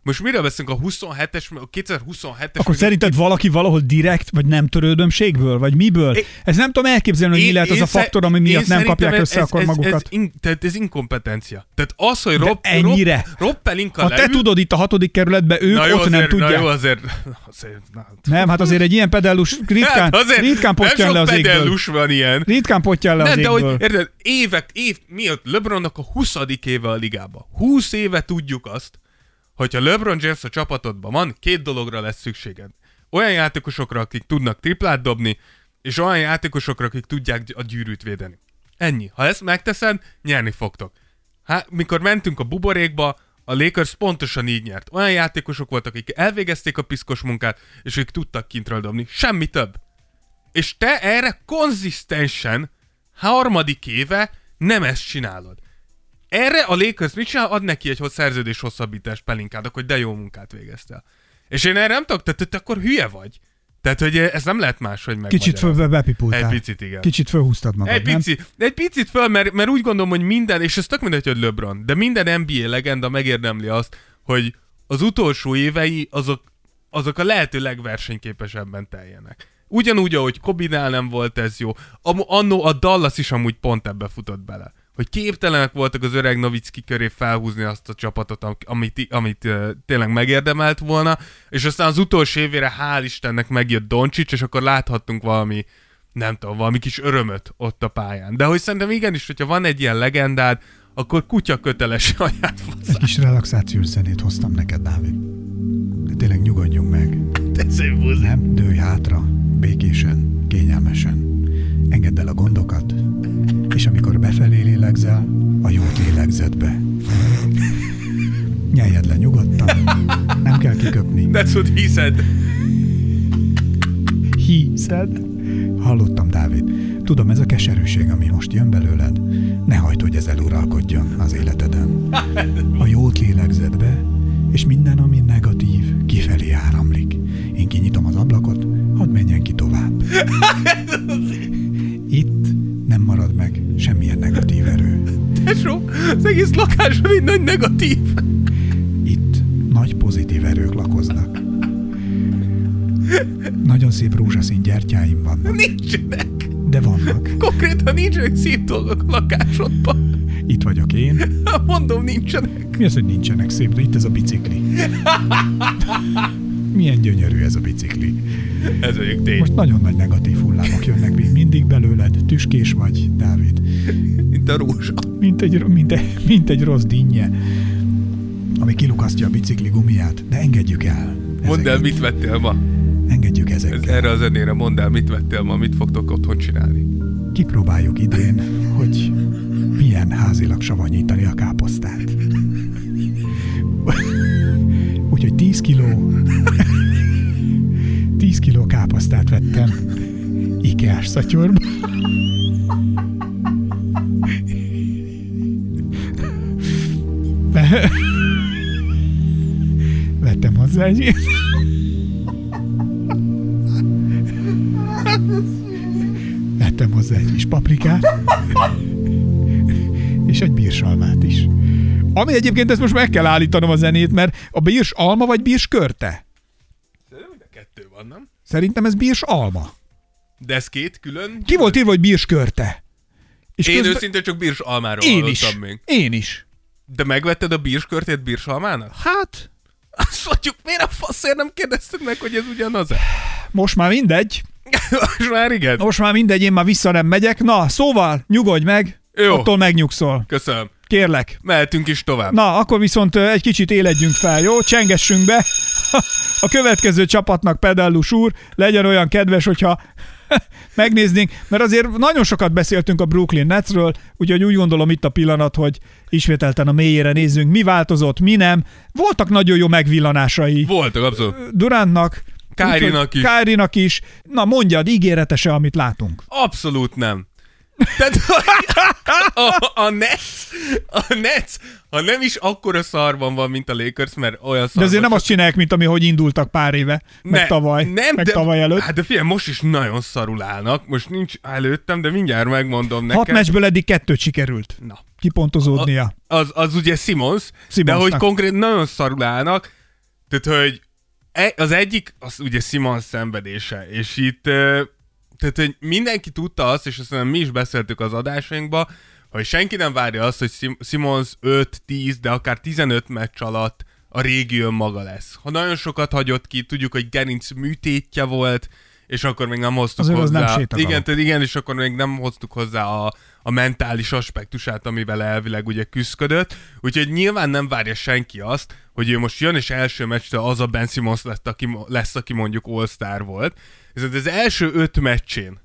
Most mire beszélünk a huszonhetes, a kétezer-huszonhetes... Akkor szerinted két... valaki valahol direkt, vagy nem törődömségből, vagy miből? É, ez nem tudom elképzelni, hogy én, mi lehet az a faktor, ami miatt nem kapják össze ez, akkor ez, magukat. Ez, in, tehát ez inkompetencia. Tehát az, hogy Rob, ennyire. Rob, Rob Pelinka ha leül... te tudod itt a hatodik kerületben, ők na jó, ott azért, nem tudják. Na jó, azért... azért na, nem, hát azért egy ilyen pedellus ritkán, hát azért ritkán pottyan le az égből. Nem sok pedellus van ilyen. Ritkán pottyan le az nem, égből. De hogy, érted, évek, év miatt LeBronnak a huszadik éve a ligában. húsz éve tudjuk azt, hogyha LeBron James a csapatodban van, két dologra lesz szükséged. Olyan játékosokra, akik tudnak triplát dobni, és olyan játékosokra, akik tudják a gyűrűt védeni. Ennyi. Ha ezt megteszed, nyerni fogtok. Hát, mikor mentünk a buborékba, a Lakers pontosan így nyert. Olyan játékosok voltak, akik elvégezték a piszkos munkát, és ők tudtak kintről dobni. Semmi több. És te erre konzisztensen harmadik éve nem ezt csinálod. Erre a Lakers mit csinál? Ad neki egy szerződés hosszabbítást Pelinkának, hogy de jó munkát végeztél. És én erre nem tudok, te, te akkor hülye vagy. Tehát, hogy ez nem lehet máshogy megmagyarázni. Kicsit föl bepipultál. Egy picit, igen. Kicsit fölhúztad magad, egy nem? Picit, egy picit föl, mert, mert úgy gondolom, hogy minden, és ez tök mindegy, hogy LeBron, de minden en bé á legenda megérdemli azt, hogy az utolsó évei azok, azok a lehető legversenyképesebben teljenek. Ugyanúgy, ahogy Kobe-nál nem volt ez jó. Annó a Dallas is amúgy pont ebbe futott bele. Hogy képtelenek voltak az öreg Nowitzki köré felhúzni azt a csapatot, amit, amit uh, tényleg megérdemelt volna, és aztán az utolsó évére hál' Istennek megjött Doncic, és akkor láthattunk valami, nem tudom, valami kis örömöt ott a pályán. De hogy szerintem igenis, hogyha van egy ilyen legendád, akkor kutya köteles saját faszát. Egy kis relaxációs zenét hoztam neked, Dávid. De tényleg nyugodjunk meg. Te szép buzi. Nem, dőlj hátra, békésen, kényelmesen. Engedd el a gondokat, és amikor befelé lélegzel, a jót lélegzed be. Nyeljed le nyugodtan, nem kell kiköpni. That's what he said. He said? Hallottam, Dávid. Tudom, ez a keserűség, ami most jön belőled, ne hagyd, hogy ez eluralkodjon az életeden. A jót lélegzed be, és minden, ami negatív, kifelé áramlik. Én kinyitom az ablakot, hadd menjen ki tovább. Itt nem marad meg semmilyen negatív erő. Tesó, az egész lakás minden negatív. Itt nagy pozitív erők lakoznak. Nagyon szép rózsaszín gyertyáim vannak. Nincsenek. De vannak. Konkrétan nincsenek szép dolgok a lakásodban. Itt vagyok én. Mondom, nincsenek. Mi az, hogy nincsenek szép? De itt ez a bicikli. Milyen gyönyörű ez a bicikli. Ez vagyok tény. Most nagyon nagy negatív hullámok jönnek még mindig belőled. Tüskés vagy, Dávid. Mint a rózsa. Mint egy, mint egy, mint egy rossz dinnye, ami kilukasztja a bicikli gumiját. De engedjük el. Mondd el, mit vettél ma. Engedjük ezekkel. Ez erre a zenére mondd el, mit vettél ma, mit fogtok otthon csinálni. Kipróbáljuk idén, hogy milyen házilag savanyítani a káposztát. Úgyhogy tíz kiló tíz kiló káposztát vettem Ikeás szatyorba. Vettem hozzá egy Vettem hozzá egy kis paprikát, és egy bírsalmát is. Ami egyébként, ezt most meg kell állítanom a zenét, mert a bírs alma vagy bírs körte? Szerintem mind a kettő van, nem? Szerintem ez bírs alma. De ez két külön? Ki volt írva, hogy bírs körte? És én közben... őszintén csak bírs almáról én hallottam is. még. Én is. De megvetted a bírs körtét bírs almának? Hát... Azt mondjuk, miért a faszért nem kérdezted meg, hogy ez ugyanaz-e? Most már mindegy. Most már igen. Most már mindegy, én már vissza nem megyek. Na, szóval, nyugodj meg, jó. Attól megnyugszol. Köszönöm. Kérlek. Mehetünk is tovább. Na, akkor viszont egy kicsit éledjünk fel, jó? Csengessünk be. A következő csapatnak, Pedellus úr, legyen olyan kedves, hogyha megnéznénk, mert azért nagyon sokat beszéltünk a Brooklyn Netsről, úgyhogy úgy gondolom itt a pillanat, hogy ismételten a mélyére nézzünk, mi változott, mi nem. Voltak nagyon jó megvillanásai. Voltak, abszolút. Durantnak, Kyrie-nak is. Kyrie-nak is. Na mondjad, ígéretese, amit látunk. Abszolút nem. Tehát a, a Nets, a Nets, ha nem is akkora szarban van, mint a Lakers, mert olyan szarban. De azért nem azt csinálják, mint ami, hogy indultak pár éve, meg ne, tavaly, nem, meg de, tavaly előtt. Hát de figyelj, most is nagyon szarul állnak, most nincs előttem, de mindjárt megmondom neked. Hat meccsből eddig kettőt sikerült Na. kipontozódnia. A, az, az ugye Simmons, Simmonsnak. de hogy konkrét nagyon szarul állnak, Tehát, hogy az egyik, az ugye Simmons szenvedése, és itt tehát, hogy mindenki tudta azt, és azt mi is beszéltük az adásainkban, hogy senki nem várja azt, hogy Simmons öt tíz, de akár tizenöt meccs alatt a régi önmaga lesz. Ha nagyon sokat hagyott ki, tudjuk, hogy gerinc műtétje volt, és akkor még nem hoztuk azért hozzá. Nem igen, tehát igen, és akkor még nem hoztuk hozzá a, a mentális aspektusát, amivel elvileg ugye küzdködött. Úgyhogy nyilván nem várja senki azt, hogy ő most jön, és első meccstől az a Ben Simmons lesz, aki, lesz, aki mondjuk All-Star volt. Viszont az első öt meccsén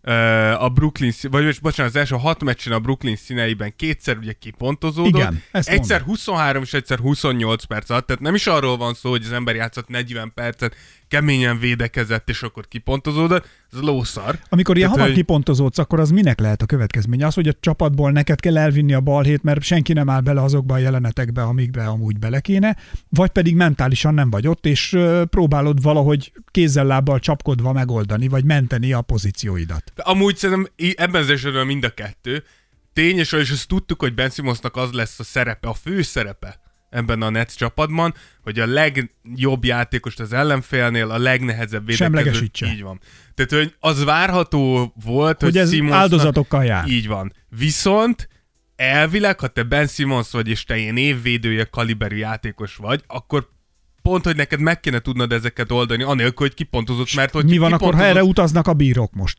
a Brooklyn, vagy bocsánat, az első hat meccsen a Brooklyn színeiben kétszer ugye kipontozódott. Igen, egyszer mondom. huszonhárom és egyszer huszonnyolc perc alatt, tehát nem is arról van szó, hogy az ember játszott negyven percet, keményen védekezett, és akkor kipontozódott. Ez lószar. Amikor ilyen tehát, hamar hogy... kipontozódsz, akkor az minek lehet a következménye? Az, hogy a csapatból neked kell elvinni a balhét, mert senki nem áll bele azokba a jelenetekbe, amikbe amúgy bele kéne, vagy pedig mentálisan nem vagy ott, és próbálod valahogy kézzel-lábbal csapkodva megoldani, vagy menteni a pozícióidat. Amúgy szerintem ebben az esetben mind a kettő. Tény, és ezt tudtuk, hogy Ben Simmonsnak az lesz a szerepe, a fő szerepe ebben a Nets csapatban, hogy a legjobb játékost az ellenfélnél, a legnehezebb védekező. Semlegesítse. Így van. Tehát, hogy az várható volt, hogy, hogy ez Simmonsnak... áldozatokkal jár. Így van. Viszont elvileg, ha te Ben Simmons vagy, és te ilyen évvédője kaliberű játékos vagy, akkor pont, hogy neked meg kéne tudnod ezeket oldani, anélkül, hogy kipontozott, mert hogy mi van kipontozott... akkor, ha erre utaznak a bírók most?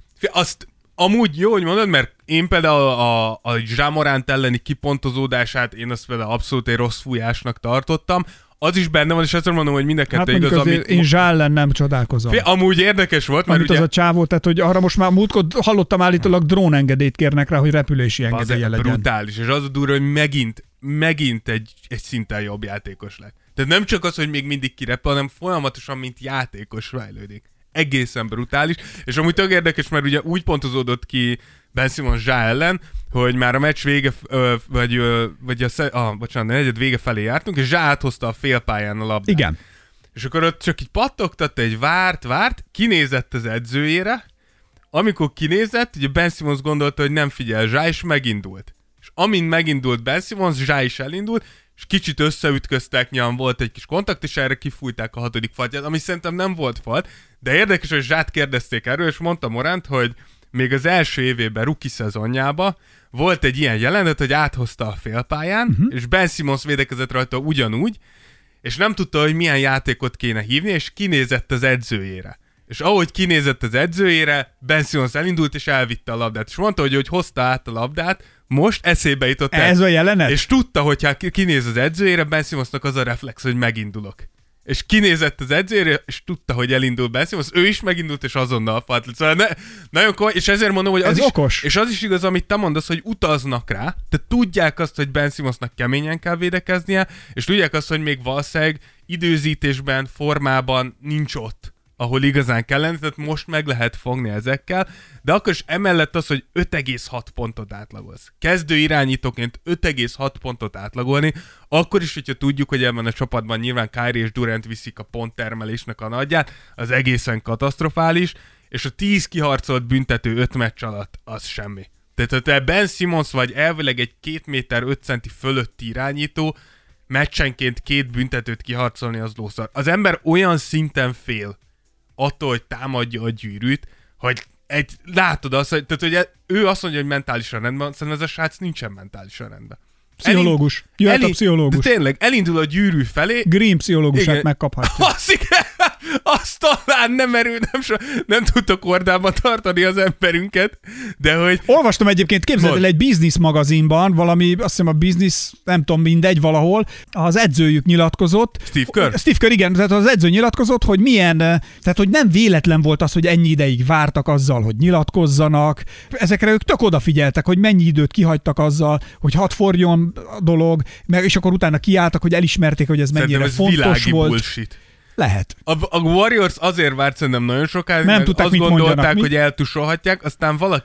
Azt amúgy jó, hogy mondod, mert én például a, a, a Ja Morant elleni kipontozódását, én azt például abszolút egy rossz fújásnak tartottam. Az is benne van, és ezt mondom, hogy mind a kettő hát igaz, amit... én Ja ellen nem csodálkozom. Fé, amúgy érdekes volt, mert amit ugye... az a csávó, tehát hogy arra most már múltkor hallottam állítólag drónengedélyt kérnek rá, hogy repülési engedélye legyen. Brutális, és az a durva, hogy megint, megint egy, egy szinten jobb játékos lett. Tehát nem csak az, hogy még mindig kirepül, hanem folyamatosan, mint játékos fejlődik. Egészen brutális, és amúgy tök érdekes, mert ugye úgy pontozódott ki Ben Simmons Ja ellen, hogy már a meccs vége, ö, vagy, ö, vagy a, sze, ah, bocsánat, a negyed vége felé jártunk, és Ja áthozta a félpályán a labdát. Igen. És akkor ott csak így pattogtatta, egy várt, várt, kinézett az edzőjére, amikor kinézett, ugye Ben Simmons gondolta, hogy nem figyel Ja, és megindult. És amint megindult Ben Simmons, Ja is elindult, és kicsit összeütköztek, nyilván volt egy kis kontakt, és erre kifújták a hatodik faltját, ami szerintem nem volt falt, de érdekes, hogy Zsát kérdezték erről, és mondta Morant, hogy még az első évében, rookie szezonjában volt egy ilyen jelenet, hogy áthozta a félpályán, uh-huh. és Ben Simmons védekezett rajta ugyanúgy, és nem tudta, hogy milyen játékot kéne hívni, és kinézett az edzőjére. És ahogy kinézett az edzőjére, Ben Simmons elindult, és elvitte a labdát. És mondta, hogy, hogy hozta át a labdát, most eszébe jutott el. Ez a jelenet? És tudta, hogy ha kinéz az edzőjére, Ben Simmonsnak az a reflex, hogy megindulok. És kinézett az edzőjére, és tudta, hogy elindul Ben Simmons, ő is megindult, és azonnal falt. Szóval ne, nagyon komoly, és ezért mondom, hogy az Ez is, okos. és az is igaz, amit te mondasz, hogy utaznak rá, tehát tudják azt, hogy Ben Simmonsnak keményen kell védekeznie, és tudják azt, hogy még valószínűleg időzítésben, formában nincs ott, ahol igazán kellene, tehát most meg lehet fogni ezekkel, de akkor is emellett az, hogy öt egész hat pontot átlagolsz. Kezdő irányítóként öt egész hat pontot átlagolni, akkor is, hogyha tudjuk, hogy ebben a csapatban nyilván Kyrie és Durant viszik a ponttermelésnek a nagyját, az egészen katasztrofális, és a tíz kiharcolt büntető öt meccs alatt az semmi. Tehát ha te Ben Simmons vagy elvileg egy két méter öt centi fölötti irányító, meccsenként két büntetőt kiharcolni az lószar. Az ember olyan szinten fél attól, hogy támadja a gyűrűt, hogy egy, látod azt, hogy, tehát, hogy ő azt mondja, hogy mentálisan rendben, szerintem ez a srác nincsen mentálisan rendben. Pszichológus. Jöhet a pszichológus. De tényleg, elindul a gyűrű felé. Green pszichológusát megkaphatja. Azt, igen, azt talán nem erő, nem, so, nem tudta kordában tartani az emberünket, de hogy... Olvastam egyébként, képzeld el, egy business magazinban, valami, azt hiszem a business, nem tudom, mindegy valahol, az edzőjük nyilatkozott. Steve Kerr? Steve Kerr, igen, tehát az edző nyilatkozott, hogy milyen, tehát hogy nem véletlen volt az, hogy ennyi ideig vártak azzal, hogy nyilatkozzanak. Ezekre ők tök odafigyeltek, hogy mennyi időt kihagytak azzal, hogy hadd forjon a dolog, meg, és akkor utána kiálltak, hogy elismerték, hogy ez mennyire ez fontos volt. Bullshit. Lehet. A, a Warriors azért várt szerintem nagyon sokáig, nem meg tudták, azt mit gondolták, mondjanak, hogy eltusolhatják, aztán valaki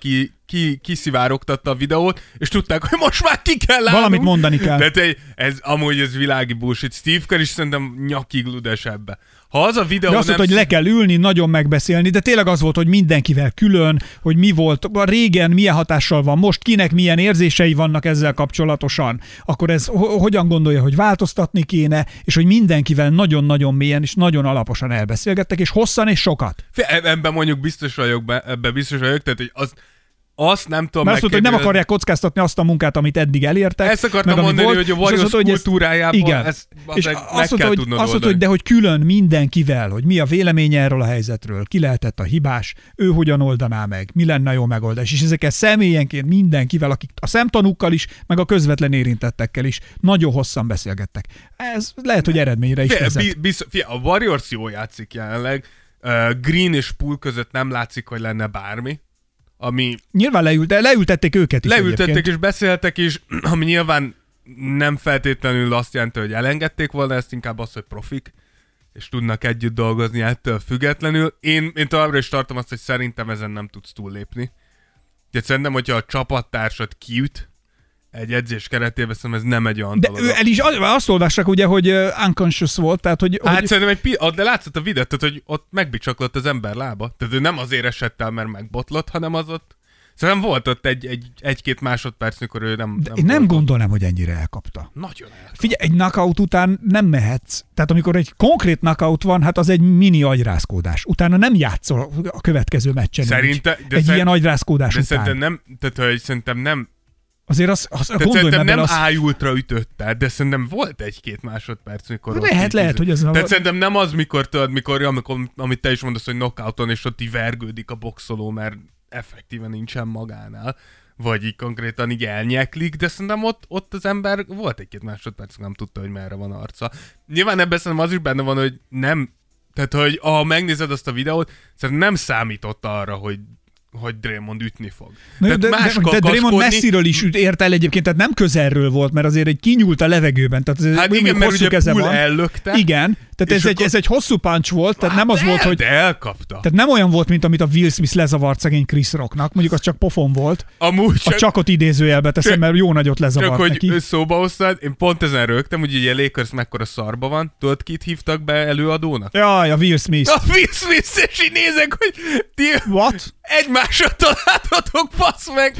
ki, kiszivárogtatta a videót, és tudták, hogy most már ki kell állnunk. Valamit mondani kell. De ez, amúgy ez világi bullshit. Steve Kerr is szerintem nyakig ludes ebbe. Ha az a videó de azt nem... mondta, hogy le kell ülni, nagyon megbeszélni, de tényleg az volt, hogy mindenkivel külön, hogy mi volt, régen milyen hatással van, most kinek milyen érzései vannak ezzel kapcsolatosan, akkor ez ho- hogyan gondolja, hogy változtatni kéne, és hogy mindenkivel nagyon-nagyon mélyen és nagyon alaposan elbeszélgettek, és hosszan és sokat. Ebben mondjuk biztos vagyok, ebben biztos vagyok, tehát hogy az, azt nem tudom. Mert azt mondta, hogy nem akarják kockáztatni azt a munkát, amit eddig elértek. Ezt akartam meg, mondani, volt, hogy a Warriors kultúrájában igen. ezt és meg, azt meg mondta, kell hogy, tudnod azt mondta, hogy de hogy külön mindenkivel, hogy mi a véleménye erről a helyzetről, ki lehetett a hibás, ő hogyan oldaná meg, mi lenne a jó megoldás. És ezeket személyenként mindenkivel, akik a szemtanúkkal is, meg a közvetlen érintettekkel is nagyon hosszan beszélgettek. Ez lehet, hogy eredményre is vezet. Biz, fia, a Warriors jól játszik jelenleg. Uh, Green és Poole között nem látszik, hogy lenne bármi. Ami nyilván leült, leültették őket is. Leültették egyébként. és beszéltek is, ami nyilván nem feltétlenül azt jelenti, hogy elengedték volna, ezt inkább az, hogy profik, és tudnak együtt dolgozni ettől függetlenül. Én, én továbbra is tartom azt, hogy szerintem ezen nem tudsz túllépni. Tehát szerintem, hogyha a csapattársad kiüt egy edzés keretében, szerintem ez nem egy olyan de dolog. ő el is azt olvassák ugye, hogy unconscious volt, tehát hogy... Hát hogy... szerintem egy pi- de látszott a videót, tehát, hogy ott megbicsaklott az ember lába. Tehát ő nem azért esett el, mert megbotlott, hanem az ott... Szerintem volt ott egy, egy, egy-két másodperc, mikor ő nem... De nem én nem gondolnám, hogy ennyire elkapta. Nagyon elkapta. Figyelj, egy knockout után nem mehetsz. Tehát amikor egy konkrét knockout van, hát az egy mini agyrázkódás. Utána nem játszol a következő meccsen. Szerinte, de egy szerint, ilyen agyrázkódás de után. Szerintem nem, tehát hogy szerintem nem... Azért az, az tehát gondolj szerintem nem az... ájultra ütötte, de szerintem volt egy-két másodperc, mikor... Lehet, lehet, hogy ez... Tehát a... szerintem nem az, mikor tudod, mikor, amikor, amit te is mondasz, hogy knockouton, és ott így vergődik a boxoló, mert effektíven nincsen magánál, vagy így konkrétan így elnyeklik, de szerintem ott, ott az ember volt egy-két másodperc, nem tudta, hogy merre van arca. Nyilván ebben szerintem az is benne van, hogy nem, tehát hogy ha megnézed azt a videót, szerintem nem számított arra, hogy hogy Draymond ütni fog. Na, de, de, de Draymond messziről is ért el egyébként, tehát nem közelről volt, mert azért egy kinyúlt a levegőben. Tehát hát igen, mert ugye Poole ellökte. Igen, tehát ez, akkor... egy, ez egy hosszú punch volt, tehát hát nem az de, volt, hogy... De elkapta. Tehát nem olyan volt, mint amit a Will Smith lezavart szegény Chris Rocknak, mondjuk az csak pofon volt. Amúgy csak... A csakot idézőjelbe teszem, mert jó nagyot lezavart csak, neki. Csak hogy szóba hoztad, én pont ezen rögtem, hogy ugye Lakers mekkora szarba van. Tudod, kit hívtak be előadónak? Jaj, a Will Smith. A Will Smith, és így nézek, hogy ti... What? Egymásra találtatok, passz meg!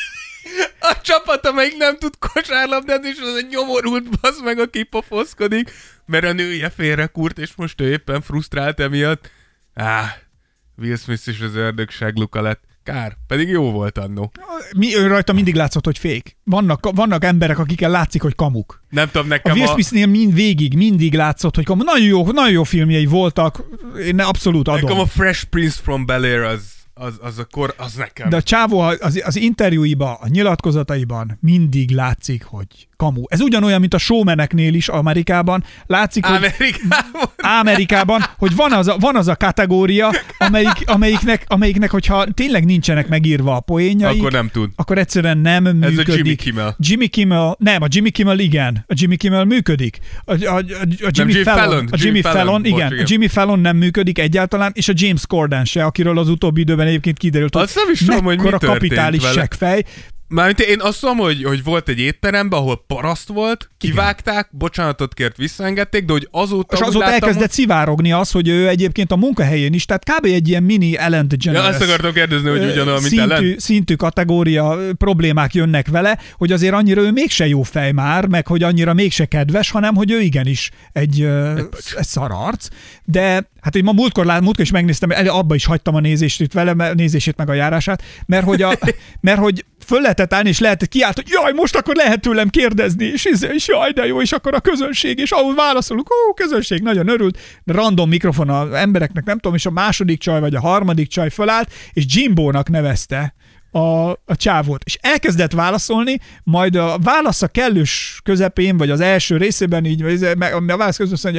A csapat, amelyik nem tud kosárlabdázni, és az egy nyomorult bassz meg, aki pofoszkodik, mert a nője félrekúrt, és most ő éppen frusztrált emiatt. Áh, Will Smith is az ördög segluka lett. Kár, pedig jó volt annó. Mi, ő rajta mindig látszott, hogy fék. Vannak, vannak emberek, akikkel látszik, hogy kamuk. Nem tudom, nekem a... Will Smithnél mind végig, mindig látszott, hogy kamuk. Nagyon jó, nagyon jó filmjei voltak, én abszolút adom. Nekem a Fresh Prince from Bel-Air az... Az, az akkor, az nekem. De a csávó az, az interjúiban, a nyilatkozataiban mindig látszik, hogy kamu. Ez ugyanolyan, mint a showmaneknél is Amerikában. Látszik, hogy Amerikában, Amerikában hogy van az a, van az a kategória, amelyik, amelyiknek, amelyiknek, hogyha tényleg nincsenek megírva a poénjai, akkor nem tud. Akkor egyszerűen nem Ez működik. Ez a Jimmy Kimmel. Jimmy Kimmel, nem, a Jimmy Kimmel igen. A Jimmy Kimmel működik. A, a, a, a Jimmy nem, Fallon, Fallon. A Jimmy, Jimmy Fallon, Fallon igen. Bocs, A Jimmy Fallon nem működik egyáltalán, és a James Corden se, akiről az utóbbi időben egyébként kiderült, azt nem is tudom, hogy mi történt kapitális vele. seggfej. Mármint én azt tudom, hogy, hogy volt egy étteremben, ahol paraszt volt, kivágták, igen. bocsánatot kért, visszaengedték, de hogy azóta... És azóta láttam, elkezdett hogy... szivárogni az, hogy ő egyébként a munkahelyén is, tehát kb. Egy ilyen mini Ellen DeGeneres. Ja, azt akartam kérdezni, hogy ugyanolyan, mint szintű, Ellen. Szintű kategória problémák jönnek vele, hogy azért annyira ő mégse jó fej már, meg hogy annyira mégse kedves, hanem hogy ő igenis egy, egy, egy szararc. De hát én ma múltkor, lát, múltkor is megnéztem, abba is hagytam a nézését vele, nézését meg a járását, mert hogy, a, mert hogy föl lehetett állni, és lehetett kiállt, hogy jaj, most akkor lehet tőlem kérdezni, és, és jaj, de jó, és akkor a közönség, és ahol válaszolunk, ó, közönség, nagyon örült, random mikrofon az embereknek, nem tudom, és a második csaj, vagy a harmadik csaj fölállt, és Jimbónak nevezte a, a csávót, és elkezdett válaszolni, majd a válasz a kellős közepén, vagy az első részében így, a válasz közben azt mondja,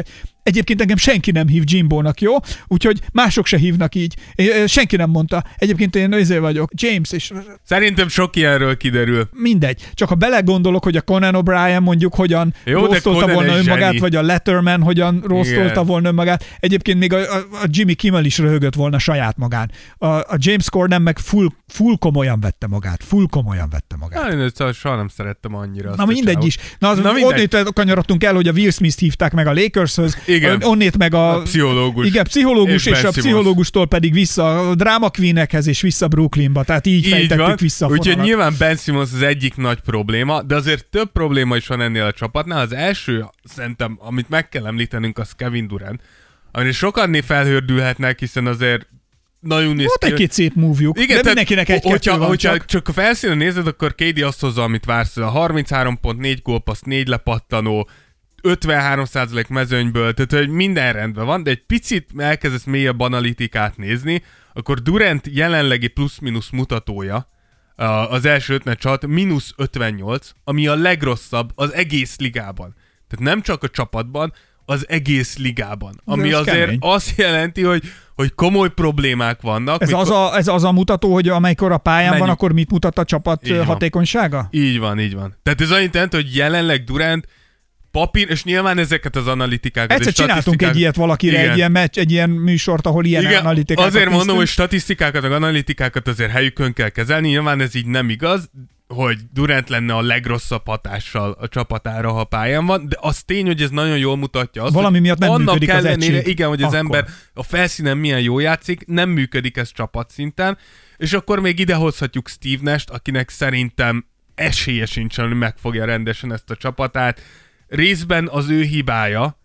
Egyébként engem senki nem hív Jimbónak, jó? Úgyhogy mások se hívnak így. Senki nem mondta. Egyébként én ezért vagyok. James és... Szerintem sok ilyenről kiderül. Mindegy. Csak ha belegondolok, hogy a Conan O'Brien mondjuk hogyan jó, rosztolta volna önmagát, zseni. Vagy a Letterman hogyan rosztolta Igen. volna önmagát. Egyébként még a, a, a Jimmy Kimmel is röhögött volna saját magán. A, a James Corden meg full, full komolyan vette magát. Full komolyan vette magát. Na, én soha nem szerettem annyira. Na mindegy is. Na, az, Na mindegy. Onnét kanyarodtunk el, hogy a Will Smith-t hívták meg a Lakershöz. Igen. Onnét meg a, a pszichológus. Igen, pszichológus, és, és a Simmons. Pszichológustól pedig vissza a Drama Queenekhez és vissza Brooklynba. Tehát így, így fejtettük van. Vissza a Úgyhogy fonalat. nyilván Ben Simmons az egyik nagy probléma, de azért több probléma is van ennél a csapatnál. Az első, szerintem, amit meg kell említenünk, az Kevin Durant, amire sokan felhördülhetnek, hiszen azért nagyon néz ki. Volt egy-két szép move-juk, igen, de mindenkinek egy-kettő van hogyha csak. csak a felszínen nézed, akkor ká dé azt hozza, amit vársz. A harminchárom pont négy gólpassz, négy lepattanó, ötvenhárom százalék mezőnyből, tehát hogy minden rendben van, de egy picit elkezdesz mélyebb analitikát nézni, akkor Durant jelenlegi plusz-minusz mutatója az első öt meccs alatt mínusz ötvennyolc, ami a legrosszabb az egész ligában. Tehát nem csak a csapatban, az egész ligában. Ami azért kemény. Azt jelenti, hogy, hogy komoly problémák vannak. Ez, mikor... az a, ez az a mutató, hogy amikor a pályán Menjük. Van, akkor mit mutat a csapat így hatékonysága? Van. Így van, így van. Tehát ez annyit jelent, hogy jelenleg Durant papír, és nyilván ezeket az analitikákat egyszer és csináltunk egy ilyet valakire, igen. egy ilyen meccs, egy ilyen műsort, ahol ilyen igen, analitikákat azért néztünk. mondom, hogy statisztikákat, meg analitikákat azért helyükön kell kezelni, nyilván ez így nem igaz, hogy Durant lenne a legrosszabb hatással a csapatára, ha pályán van, de az tény, hogy ez nagyon jól mutatja azt, valami miatt nem annak működik az ellenére, egység. igen, hogy az akkor. ember a felszínen milyen jól játszik, nem működik ez csapatszinten, és akkor még idehozhatjuk Steve Nash-t, akinek szerintem esélye sincsen, hogy megfogja rendesen ezt a csapatát. Részben az ő hibája,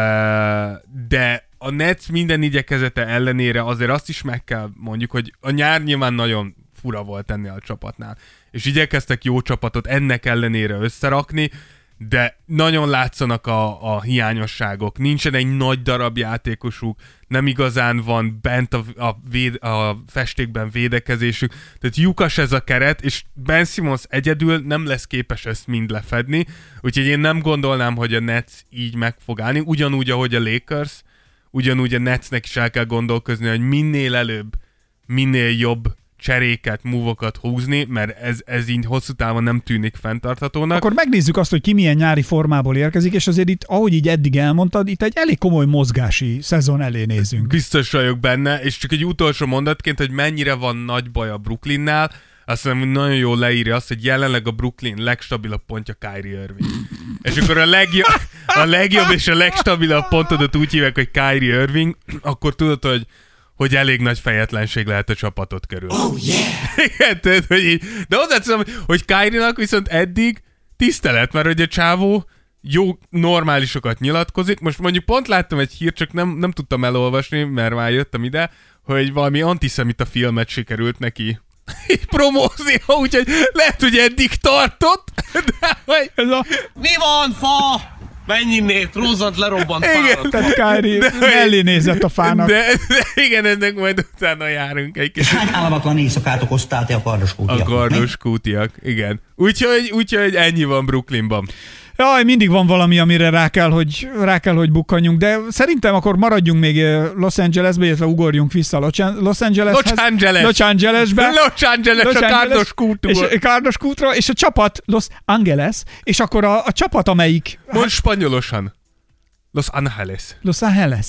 de a Nets minden igyekezete ellenére azért azt is meg kell mondjuk, hogy a nyár nyilván nagyon fura volt ennél a csapatnál. És igyekeztek jó csapatot ennek ellenére összerakni, de nagyon látszanak a, a hiányosságok. Nincsen egy nagy darab játékosuk, nem igazán van bent a, a, véd, a festékben védekezésük. Tehát lyukas ez a keret, és Ben Simmons egyedül nem lesz képes ezt mind lefedni, úgyhogy én nem gondolnám, hogy a Nets így meg fog állni. Ugyanúgy, ahogy a Lakers, ugyanúgy a Netsnek is el kell gondolkozni, hogy minél előbb, minél jobb cseréket, múvokat húzni, mert ez, ez így hosszú távon nem tűnik fenntarthatónak. Akkor megnézzük azt, hogy ki milyen nyári formából érkezik, és azért itt, ahogy így eddig elmondtad, itt egy elég komoly mozgási szezon elé nézünk. Biztos vagyok benne, és csak egy utolsó mondatként, hogy mennyire van nagy baj a Brooklynnál, azt hiszem, hogy nagyon jól leírja azt, hogy jelenleg a Brooklyn legstabilabb pontja Kyrie Irving. És akkor a legjobb, a legjobb és a legstabilabb pontodat úgy hívják, hogy Kyrie Irving, akkor tudod, hogy hogy elég nagy fejetlenség lehet a csapatot körül. Oh yeah! Igen, tehát, hogy így. De hozzáteszem, hogy Kyrie-nak viszont eddig tisztelet, mert hogy a csávó jó, normálisokat nyilatkozik. Most mondjuk pont láttam egy hírt, csak nem, nem tudtam elolvasni, mert már jöttem ide, hogy valami antiszemita filmet sikerült neki így promózni, úgyhogy lehet, hogy eddig tartott, de hogy... Ez a... Mi van, fa? Menj innét, Rózant lerobbant fárat. Tehát Kyrie mellé nézett a fának. De, de igen, ennek majd utána járunk egy kicsit. Hány álmatlan éjszakát okoztál te a kardoskútiak? A kardoskútiak, igen. Úgyhogy, úgyhogy ennyi van Brooklynban. Jaj, mindig van valami, amire rá kell, hogy, rá kell, hogy bukkanjunk, de szerintem akkor maradjunk még Los Angelesbe, illetve ugorjunk vissza Los Angeleshez. Los Angeles. Los Angelesbe. Los Angeles, Los a Kárdos kútról. És Kárdos kútról, és a csapat Los Angeles, és akkor a, a csapat, amelyik... Mondd spanyolosan. Los Angeles. Los Angeles.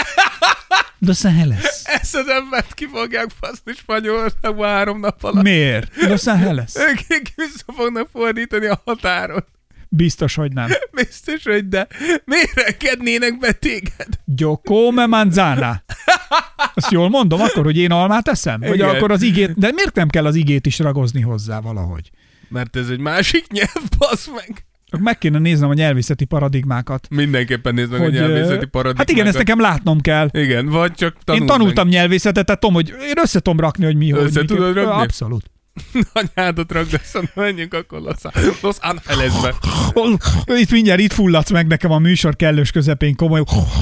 Los Angeles. Ezt az embert ki fogják faszni Spanyolországban három nap alatt. Miért? Los Angeles. Ők vissza fognak fordítani a határon. Biztos, hogy nem. Biztos, hogy de. Miért engednének be téged? Yo come manzana. Azt jól mondom akkor, hogy én almát eszem? Vagy igen. akkor az igét... De miért nem kell az igét is ragozni hozzá valahogy? Mert ez egy másik nyelv, basz meg. Meg kéne néznem a nyelvészeti paradigmákat. Mindenképpen nézd meg hogy, a nyelvészeti paradigmákat. Hát igen, ezt nekem látnom kell. Igen, vagy csak tanuld Én tanultam meg. Nyelvészetet, tehát tudom, hogy én össze tudom rakni, hogy mi, hogy össze mi. tudod rakni? Abszolút. Anyádat rakd, azt menjünk akkor Los Angelesbe. Itt mindjárt itt fulladsz meg nekem a műsor kellős közepén komoly.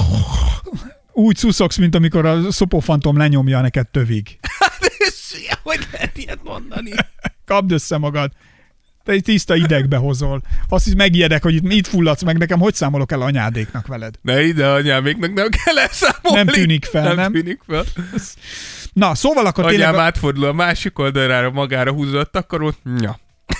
Úgy szuszogsz, mint amikor a szopofantom lenyomja neked tövig. Hát ez hogy lehet ilyet mondani? Kapd össze magad. Te tiszta idegbe hozol. Azt hisz megijedek, hogy itt, itt fulladsz meg, nekem hogy számolok el anyádéknak veled? Ne ide, anyáméknak nem kell elszámolni. Nem tűnik fel, nem? Nem tűnik fel. Na, szóval akkor Anyám tényleg... átfordul a másik oldalára, magára húzza a takarót. Ja.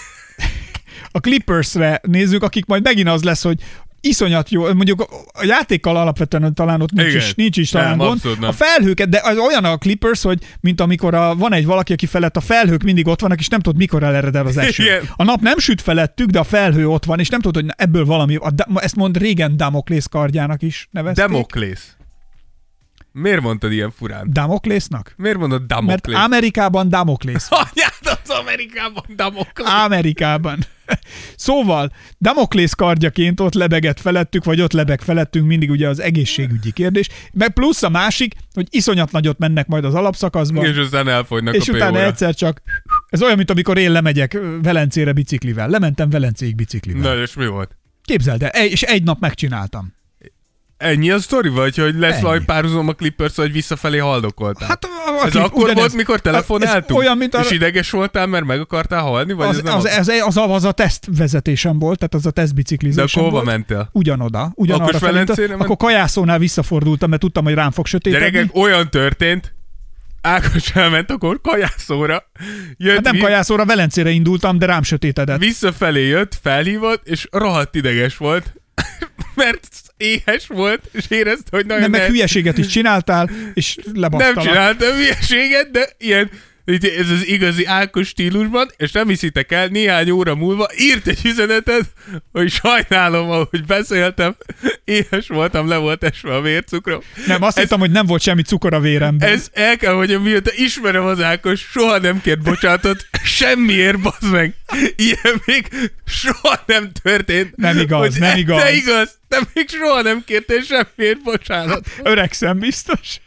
A Clippersre nézzük, akik majd megint az lesz, hogy iszonyat jó, mondjuk a játékkal alapvetően talán ott nincs is, nincs is talán nem, gond. nem. A felhőket, de az olyan a Clippers, hogy mint amikor a, van egy valaki, aki felett a felhők mindig ott vannak, és nem tudod, mikor elered el az eső. Igen. A nap nem süt felettük, de a felhő ott van, és nem tudod, hogy ebből valami, a, ezt mond régen Damoklész kardjának is nevezték. Demoklész. Miért mondtad ilyen furán? Damoklésznak? Miért mondod Mert Damoklész? Amerikában Damoklész. Anyád az Amerikában Damoklész. Amerikában. Szóval Damoklész kardjaként ott lebegett felettük, vagy ott lebeg felettünk mindig ugye az egészségügyi kérdés, meg plusz a másik, hogy iszonyat nagyot mennek majd az alapszakaszban. És aztán elfogynak és a utána pé óra. egyszer csak, ez olyan, mint amikor én lemegyek Velencére biciklivel. Lementem Velencéig biciklivel. Na, és mi volt? Képzeld el, és egy nap megcsináltam. Ennyi a sztori, vagy hogy lesz Ennyi. valami párhuzam a Clippers, hogy visszafelé haldokoltál? Hát, ez akkor volt, mikor telefonáltunk? Ez olyan, mint a... És ideges voltál, mert meg akartál halni? Vagy Az, ez nem az, az, az, az, az a tesztvezetésem volt, tehát az a tesztbiciklizésem De akkor hova volt. mentél? Ugyanoda. Ugyanarra Akkor Velencére ment? Akkor Kajászónál visszafordultam, mert tudtam, hogy rám fog sötétedni. Gyerekek, olyan történt, Ákos elment akkor Kajászóra. Jött Hát nem vi- Kajászóra, Velencére indultam, de rám sötétedett. Visszafelé jött, felhívott, és rohadt ideges volt, mert éhes volt, és érezte, hogy nagyon Nem, meg ne- hülyeséget is csináltál, és lebasztalak. Nem csináltam hülyeséget, de ilyen, ez az igazi Ákos stílusban, és nem hiszitek el, néhány óra múlva írt egy üzenetet, hogy sajnálom, ahogy beszéltem, éhes voltam, le volt esve a vércukrom. Nem, azt ez, hittem, hogy nem volt semmi cukor a véremben. Ez el kell, hogy mióta ismerem az Ákos, soha nem kért bocsánatot, semmiért, bazd meg. Ilyen még soha nem történt. Nem igaz, hogy nem igaz. De igaz, de még soha nem kértél semmiért bocsánat. Öregszem biztos.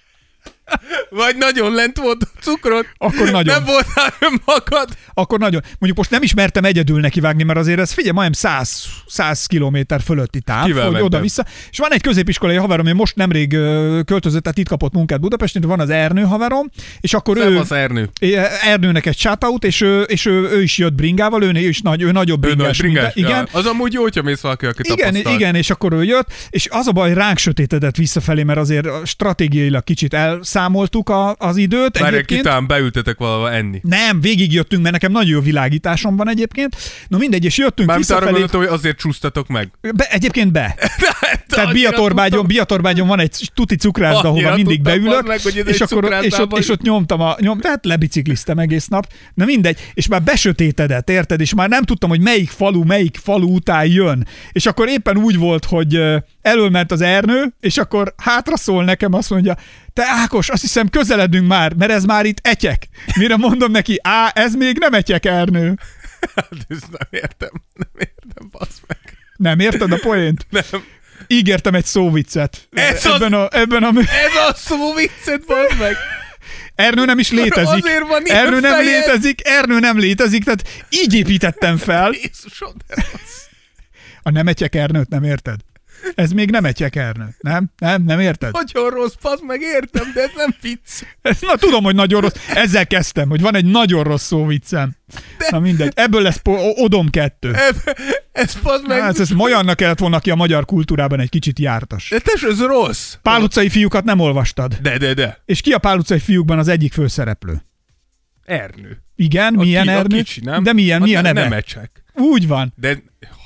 Vagy nagyon lent volt a cukrod. Akkor nagyon. Nem voltál önmagad. Akkor nagyon. Mondjuk most nem ismertem egyedül nekivágni, mert azért ez figyelj, majdnem száz, száz kilométer fölötti táv, Kivel hogy mentem? oda-vissza. És van egy középiskolai haverom, ami most nemrég ö, költözött, tehát itt kapott munkát Budapesten, van az Ernő haverom, és akkor ő... Szevasz, Ernő. Ernőnek egy shoutout, és, ő, és ő, ő is jött bringával, ő, ő is nagy, ő nagyobb Ő bringás. nagy bringás. mint- Igen, Ja. Az amúgy jó, hogyha mész valaki, aki igen, tapasztalt. igen, és akkor ő jött, és az a baj, ránk sötétedett visszafelé, mert azért stratégiailag kicsit elszámoltuk a, az időt. Várj, Egyébként kitán beültetek valahol enni. nem, végigjöttünk, mert nekem nagyon jó világításom van egyébként. No mindegy, és jöttünk Mármint arra visszafelé. gondoltam, hogy azért csúsztatok meg. Be, egyébként be. Tehát Annyira Biatorbágyon, tudtam. Biatorbágyon van egy tuti cukrászda, Annyira ahova mindig tudtam, beülök, bazd meg, hogy ez és, egy akkor, és, ott, cukrászda és ott nyomtam a... Nyom, tehát lebicikliztem egész nap. Na mindegy, és már besötétedett, érted? És már nem tudtam, hogy melyik falu, melyik falu után jön. És akkor éppen úgy volt, hogy ö, elől ment az Ernő, és akkor hátra szól nekem, azt mondja, te Ákos, azt hiszem közeledünk már, mert ez már itt etyek. Mire mondom neki, á, ez még nem etyek, Ernő. Hát ezt nem értem. Nem értem, bassz meg. Nem érted a poént? Nem. Ígértem egy szóviccet. Ez ebben, az- a, ebben a... Ez a szó viccet, bassz meg. Ernő nem is létezik. Azért van ilyen Ernő nem fejed. létezik, Ernő nem létezik, tehát így építettem fel. Jézusom, de rossz. A nem etyek Ernőt nem érted? Ez még nem etyek Ernő. Nem? Nem? Nem érted? Nagyon rossz, bassz meg, értem, de ez nem vicc. Na tudom, hogy nagyon rossz. Ezzel kezdtem, hogy van egy nagyon rossz szóviccem. Na mindegy. Ebből lesz po- Odom kettő. Ez, ez bassz meg. Hát ez olyannak kellett volna, aki a magyar kultúrában egy kicsit jártas. De tes, ez rossz. Pál utcai fiúkat nem olvastad. De, de, de. És ki a Pál utcai fiúkban az egyik főszereplő? Ernő. Igen, A milyen ki- a Ernő? kicsi, nem? De milyen, A mi a ne- neve? Nemecsek. Úgy van. De...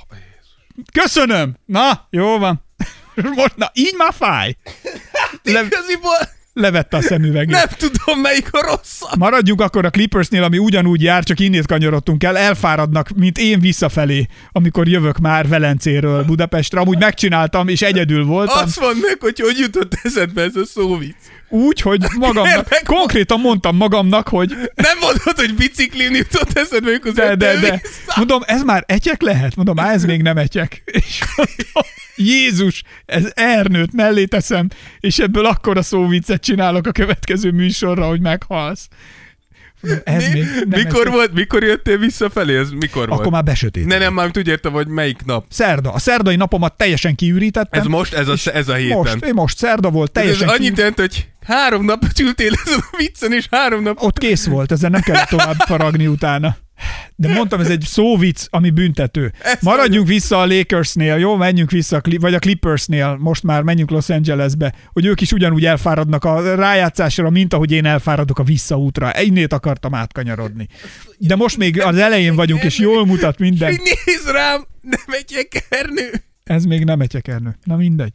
Köszönöm! Na, jó van. Most, na, így már fáj. Le, Igaziból levette a szemüvegét. nem tudom, melyik a rosszabb. Maradjunk akkor a Clippersnél, ami ugyanúgy jár, csak innét kanyarodtunk el, elfáradnak, mint én visszafelé, amikor jövök már Velencéről Budapestre. Amúgy megcsináltam, és egyedül voltam. Azt mondd meg, hogy hogy jutott eszedbe ez a szóvic. Úgy, hogy magamnak, Kérlek, konkrétan mondtam magamnak, hogy Nem mondod, hogy biciklin jutott eszedbe, amikor de, de, de. vissza. Mondom, ez már etyek lehet? Mondom, á, ez még nem etyek. És mondom, Jézus, ez Ernőt mellé teszem, és ebből akkora szóviccet csinálok a következő műsorra, hogy meghalsz. Mondom, ez Mi? még nem Mikor etyek. volt, mikor jöttél visszafelé? Ez mikor Akkor volt? már besötét. Ne, nem, már úgy értem, hogy melyik nap. Szerda. A szerdai napomat teljesen kiürítettem. Ez most, ez a, ez a héten. Most, én most szerda volt, ez teljesen annyit kiürítettem. jelent, hogy három napot ültél ezen a viccen, és három nap... Ott kész volt, ezzel nem kellett tovább faragni utána. De mondtam, ez egy szóvic, ami büntető. Ezt Maradjunk mondjuk. vissza a Lakersnél, jó? Menjünk vissza, a Cli- vagy a Clippersnél, most már menjünk Los Angelesbe, hogy ők is ugyanúgy elfáradnak a rájátszásra, mint ahogy én elfáradok a visszaútra. Innét akartam átkanyarodni. De most még az elején vagyunk, és jól mutat minden. Hogy nézd rám, nem egy ekernő. Ez még nem egyekernő. Na mindegy.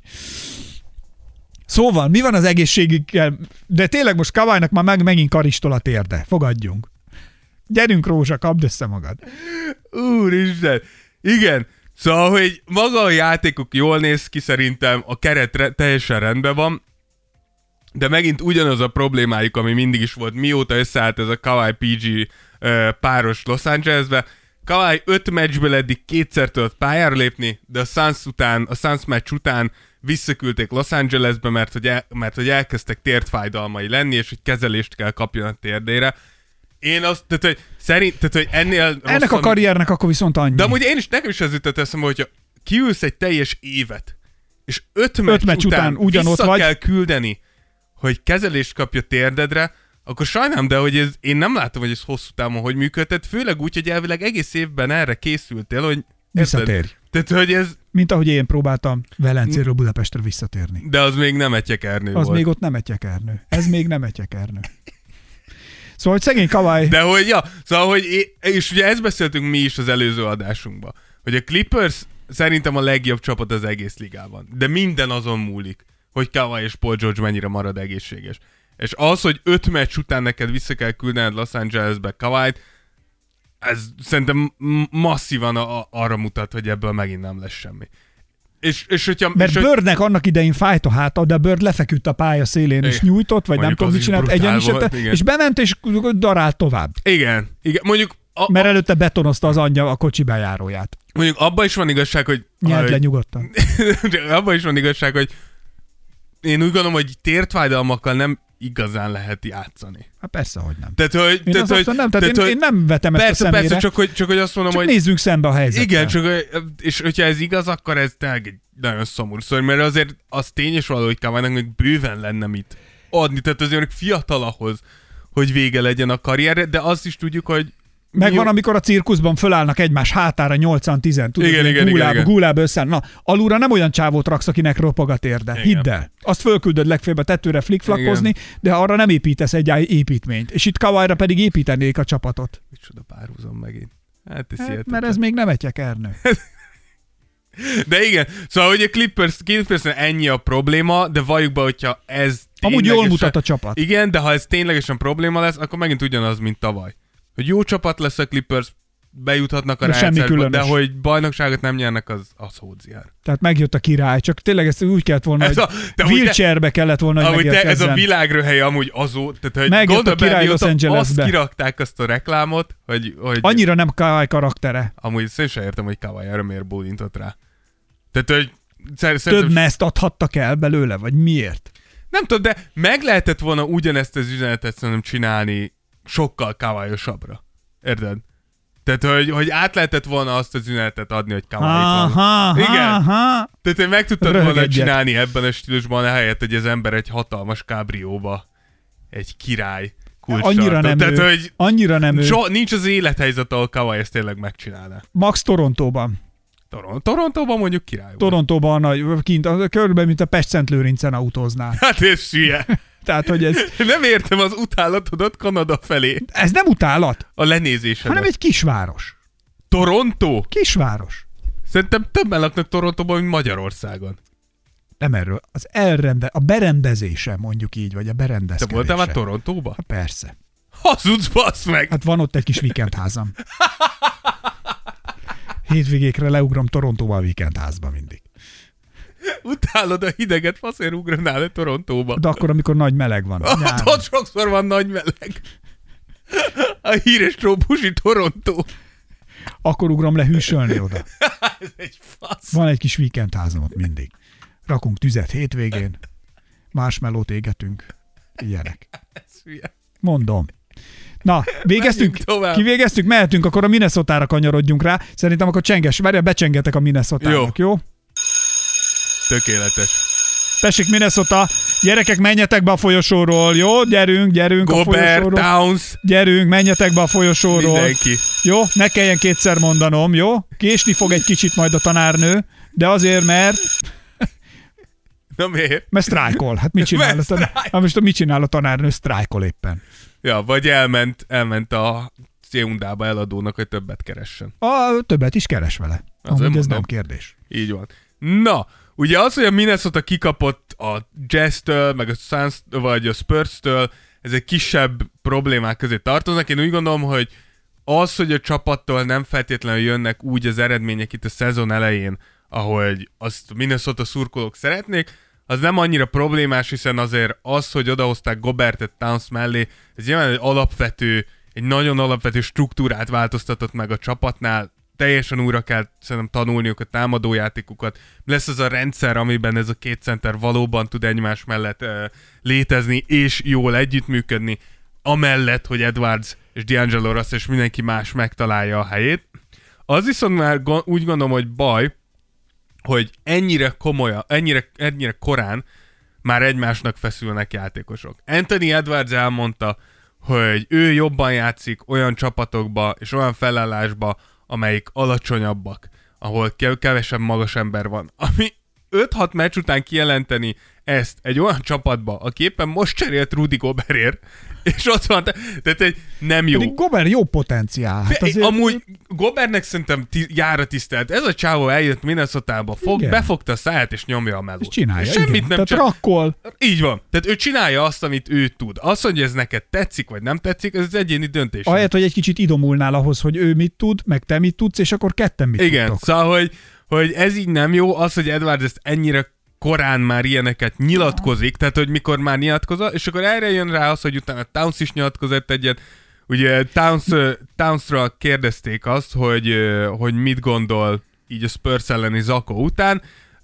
Szóval, mi van az egészségükkel? De tényleg most Kawhinak már meg, megint karistol a térde. Fogadjunk. Gyerünk, Rózsa, kapd össze magad. Úristen. Igen. Szóval, hogy maga a játékuk jól néz ki, szerintem a keret re- teljesen rendben van, de megint ugyanaz a problémájuk, ami mindig is volt, mióta összeállt ez a Kawhi pé gé uh, páros Los Angelesbe. Kawhi öt meccsből eddig kétszer tudott pályára lépni, de a Suns után, a Suns meccs után visszaküldték Los Angelesbe, mert hogy, el, mert hogy elkezdtek térdfájdalmai lenni, és hogy kezelést kell kapjon a térdére. Én azt, tehát, hogy szerint, tehát, hogy ennél Ennek rosszan... a karriernek akkor viszont annyi. De amúgy én is, nekem is ez jutott eszembe, hogyha kiülsz egy teljes évet, és öt meccs, meccs után után ugyanott vissza vagy. kell küldeni, hogy kezelést kapja térdedre, akkor sajnálom, de hogy ez, én nem látom, hogy ez hosszú távon hogy működtet, főleg úgy, hogy elvileg egész évben erre készültél, hogy... Visszatérj. Tehát, hogy ez... Mint ahogy én próbáltam Velencéről Budapestre visszatérni. De az még nem egyekernő Az volt. még ott nem egyekernő. Ez még nem egyekernő. Szóval, hogy szegény Kawhi... De hogy, ja, szóval, hogy, é- és ugye ezt beszéltünk mi is az előző adásunkban, hogy a Clippers szerintem a legjobb csapat az egész ligában. De minden azon múlik, hogy Kawhi és Paul George mennyire marad egészséges. És az, hogy öt meccs után neked vissza kell küldened Los Angelesbe Kawhit, ez szerintem masszívan a- a- arra mutat, hogy ebből megint nem lesz semmi. És, és hogyha... Mert és, hogy- Birdnek annak idején fájt a háta, de Bird lefeküdt a pálya szélén, és Igen. nyújtott, vagy nem Mondjuk tudom, az mit is csinált, brutál egyenisette, volt, igen. és bement, és darált tovább. Igen, igen. Mondjuk, a, Mert a, előtte betonozta az anyja a kocsi bejáróját. mondjuk abban is van igazság, hogy... Nyeld hogy- le nyugodtan. abban is van igazság, hogy én úgy gondolom, hogy térdfájdalmakkal nem igazán lehet játszani. Hát persze, hogy nem. Tehát, hogy... Én tehát, azt hogy, nem, tehát, tehát, én, hogy én nem vetem ezt persze, a szemére. persze, csak hogy, csak hogy azt mondom, csak hogy... nézzünk szembe a helyzettel. Igen, csak, hogy- és hogyha ez igaz, akkor ez tényleg egy nagyon szomorú szó, mert azért az tény és való, hogy Kawhinak még bőven lenne mit adni, tehát azért még fiatal ahhoz, hogy vége legyen a karrierre, de azt is tudjuk, hogy Megvan, mi- amikor a cirkuszban fölállnak egymás hátára nyolcan-tízen, tudod, Igen, ilyen igen, igen, gúlába, igen. gúlába összeáll. Na, alulra nem olyan csávót raksz, akinek ropog a térde. Igen. Hidd el. Azt fölküldöd legfeljebb a tetőre flikflakozni, de arra nem építesz egy építményt. És itt Kawhira pedig építenék a csapatot. Micsoda párhuzam megint. Hát, ez Hát, hihetetlen. mert ez még nem egyekernő. De igen, szóval hogy a Clippers, Clippersnél ennyi a probléma, de valljuk be, hogyha ez Amúgy jól ténylegesen- mutat a csapat. Igen, de ha ez ténylegesen probléma lesz, akkor megint ugyanaz, mint tavaly. Hogy jó csapat lesz a Clippers, bejuthatnak a De semmi rájátszásba, de különös. hogy bajnokságot nem nyernek, az, az hódziár. Tehát megjött a király, csak tényleg ezt úgy kellett volna, Ez hogy a- de amúgy te- wheelchairbe kellett volna, hogy Ahogy te, ez a megérkezzen. világröhely amúgy azó, tehát hogy Megjött gondolj a király bele, Los mióta Angelesbe. azt kirakták azt a reklámot, hogy, hogy Annyira nem Kawhi karaktere. amúgy én sem értem, hogy Kawhi erre miért bólintott rá. Tehát, hogy szer- Több szerintem mezt adhattak el belőle, vagy miért? nem tudom, de meg lehetett volna ugyanezt az üzenetet szerintem csinálni sokkal Kawhi-osabbra. Érted? Tehát, hogy, hogy át lehetett volna azt az üzenetet adni, hogy Kawhi itt van. Aha, Igen. aha. Tehát, hogy meg tudtad Röhög volna egyet. csinálni ebben a stílusban, ahelyett, hogy az ember egy hatalmas kábrióba egy király kulcs Annyira nem Tehát, ő. hogy Annyira nem ő. so, nincs az élethelyzet, ahol Kawhi ezt tényleg megcsinálná. Max Torontóban. Toron- Torontóban mondjuk király volt. Torontóban nagy, kint, a- körülbelül, mint a Pest-Szentlőrincen autóznál. Hát ez hülye. Tehát, hogy ez, Nem értem az utálatodat Kanada felé. ez nem utálat, A lenézésedet. hanem egy kisváros. Toronto? Kisváros. Szerintem többen laknak Torontóban, mint Magyarországon. Nem erről. Az elrende, a berendezése, mondjuk így, vagy a Te berendezkedése. voltál már Torontóba? Hát persze. Hazudsz, basz meg! Hát van ott egy kis vikendházam. Hétvégékre leugrom Torontóba a vikendházba mindig. Utálod a hideget, faszért ugranál le Torontóba. De akkor, amikor nagy meleg van. Ott, nyáron. ott sokszor van nagy meleg. A híres trópusi Torontó. Akkor ugrom le hűsölni oda. Ez egy fasz. Van egy kis vikendházam ott mindig. Rakunk tüzet hétvégén, marshmallow-t égetünk. Ilyenek. Ez hülye. Mondom. Na, végeztünk? Menjünk tovább. Kivégeztük? Mehetünk, akkor a Minnesotára kanyarodjunk rá. Szerintem akkor csenges, várjál, becsengetek a Minnesotának, jó? Tökéletes. Tessék, Minnesota, gyerekek, menjetek be a folyosóról, jó? Gyerünk, gyerünk Gobert, a folyosóról. Towns. Gyerünk, menjetek be a folyosóról. Mindenki. Jó? Ne kelljen kétszer mondanom, jó? Késni fog egy kicsit majd a tanárnő, de azért, mert... Na miért? Mert sztrájkol. Hát mit csinál, Mert a, tanár... hát most mit csinál a tanárnő? Sztrájkol éppen. Ja, vagy elment, elment a Hyundaiba eladónak, hogy többet keressen. A többet is keres vele. Amúgy ez mondom. nem kérdés. Így van. Na, ugye az, hogy a Minnesota kikapott a Jazz-től, meg a Suns, vagy a Spurs-től, ezek kisebb problémák közé tartoznak. Én úgy gondolom, hogy az, hogy a csapattól nem feltétlenül jönnek úgy az eredmények itt a szezon elején, ahogy azt Minnesota szurkolók szeretnék, az nem annyira problémás, hiszen azért az, hogy odahozták Gobertet Towns mellé, ez nyilván egy alapvető, egy nagyon alapvető struktúrát változtatott meg a csapatnál, teljesen újra kell szerintem tanulniuk a támadójátékukat. Lesz az a rendszer, amiben ez a két center valóban tud egymás mellett uh, létezni, és jól együttműködni, amellett, hogy Edwards és D'Angelo Russell és mindenki más megtalálja a helyét. Az viszont már go- úgy gondolom, hogy baj, hogy ennyire komolyan, ennyire, ennyire korán már egymásnak feszülnek játékosok. Anthony Edwards elmondta, hogy ő jobban játszik olyan csapatokba és olyan felállásba, amelyik alacsonyabbak, ahol kevesebb magas ember van. Ami öt-hat meccs után kijelenteni ezt egy olyan csapatba, aki éppen most cserélt Rudy Gobertért, és ott van, tehát egy nem jó. Pedig Gobert jó potenciál. Hát azért... Amúgy Gobertnek szerintem ti- jár a tisztelt. Ez a csávó eljött Minnesotába, fog, befogta a száját és nyomja a melót. És csinálja, és semmit igen. nem Tehát rakkol. Így van. Tehát ő csinálja azt, amit ő tud. Az, hogy ez neked tetszik, vagy nem tetszik, ez az egyéni döntés. Ahelyett, hogy egy kicsit idomulnál ahhoz, hogy ő mit tud, meg te mit tudsz, és akkor ketten mit Igen, tudtok. szóval, hogy, hogy ez így nem jó. Az, hogy Edwards ezt ennyire korán már ilyeneket nyilatkozik, tehát hogy mikor már nyilatkozol, és akkor erre jön rá az, hogy utána Towns is nyilatkozott egyet. Ugye Towns, Townsra kérdezték azt, hogy, hogy mit gondol így a Spurs elleni zakó után,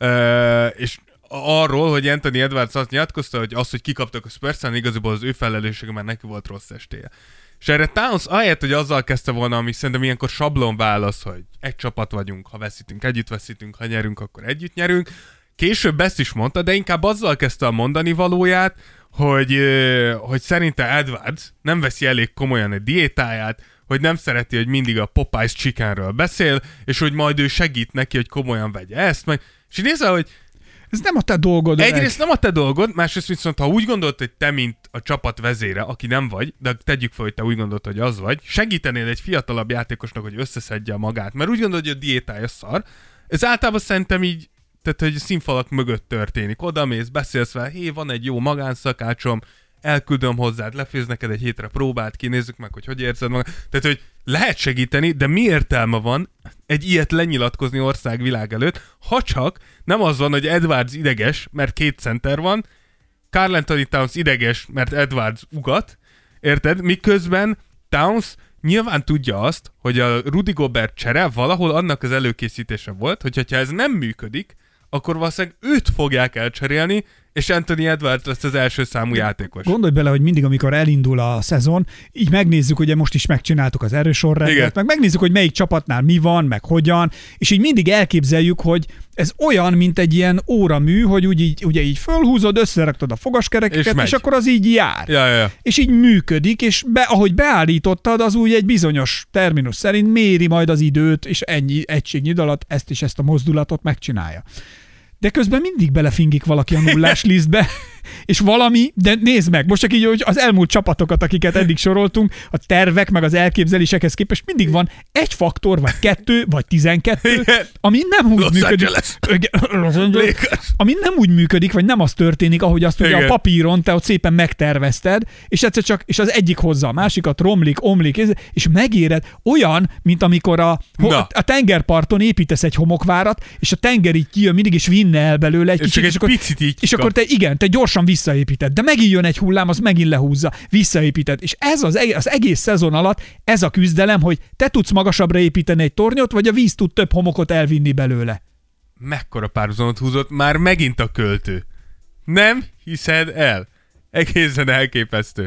és arról, hogy Anthony Edwards azt nyilatkozta, hogy az, hogy kikaptak a Spurs-en, igazából az ő felelőssége, mert neki volt rossz estéje. És erre Towns ahelyett, hogy azzal kezdte volna, ami szerintem ilyenkor sablon válasz, hogy egy csapat vagyunk, ha veszítünk, együtt veszítünk, ha nyerünk, akkor együtt nyerünk. Később ezt is mondta, de inkább azzal kezdte a mondani valóját, hogy, hogy szerinte Edwards nem veszi elég komolyan a diétáját, hogy nem szereti, hogy mindig a Popeyes chickenről beszél, és hogy majd ő segít neki, hogy komolyan vegye ezt, meg. És így nézzel, hogy ez nem a te dolgod. Egyrészt nem a te dolgod, másrészt viszont, ha úgy gondolt, hogy te, mint a csapat vezére, aki nem vagy, de tegyük fel, hogy te úgy gondolt, hogy az vagy, segítenél egy fiatalabb játékosnak, hogy összeszedje magát, mert úgy gondolod, hogy a diétája szar. Ez általában szerintem így, tehát, hogy színfalak mögött történik. Oda mész, beszélsz vele, hé, van egy jó magánszakácsom, elküldöm hozzád, lefőz neked egy hétre próbát ki, nézzük meg, hogy hogy érzed magad. Tehát, hogy lehet segíteni, de mi értelme van egy ilyet lenyilatkozni országvilág előtt, ha csak nem az van, hogy Edwards ideges, mert két center van, Karl Anthony Towns ideges, mert Edwards ugat, érted? Miközben Towns nyilván tudja azt, hogy a Rudy Gobert csere valahol annak az előkészítése volt, hogy ha ez nem működik, akkor valószínűleg őt fogják elcserélni, és Anthony Edwards lesz az első számú játékos. Gondolj bele, hogy mindig, amikor elindul a szezon, így megnézzük, ugye most is megcsináltuk az erősorrendet, meg megnézzük, hogy melyik csapatnál mi van, meg hogyan, és így mindig elképzeljük, hogy ez olyan, mint egy ilyen óramű, hogy úgy így, ugye így fölhúzod, összeraktad a fogaskerekeket, és, és akkor az így jár. Ja, ja, ja. És így működik, és be, ahogy beállítottad, az úgy egy bizonyos terminus szerint méri majd az időt, és ennyi egységnyi idő alatt ezt és ezt a mozdulatot megcsinálja. De közben mindig belefingik valaki a nullás lisztbe, és valami, de nézd meg, most csak így, hogy az elmúlt csapatokat, akiket eddig soroltunk, a tervek meg az elképzelésekhez képest mindig van egy faktor, vagy kettő, vagy tizenkettő, ami nem úgy Los működik. Angeles. Ami nem úgy működik, vagy nem az történik, ahogy azt ugye a papíron te ott szépen megtervezted, és egyszer csak, és az egyik hozza a másikat, romlik, omlik, és megéred olyan, mint amikor a, a tengerparton építesz egy homokvárat, és a tenger így kijön mindig, és vinne el belőle egy és kicsit, és, akkor, így és akkor te igen, te gyorsan visszaépíted, de megint jön egy hullám, az megint lehúzza, visszaépíted. És ez az, az egész szezon alatt ez a küzdelem, hogy te tudsz magasabbra építeni egy tornyot, vagy a víz tud több homokot elvinni belőle. Mekkora párhuzamot húzott már megint a költő. Nem hiszed el. Egészen elképesztő.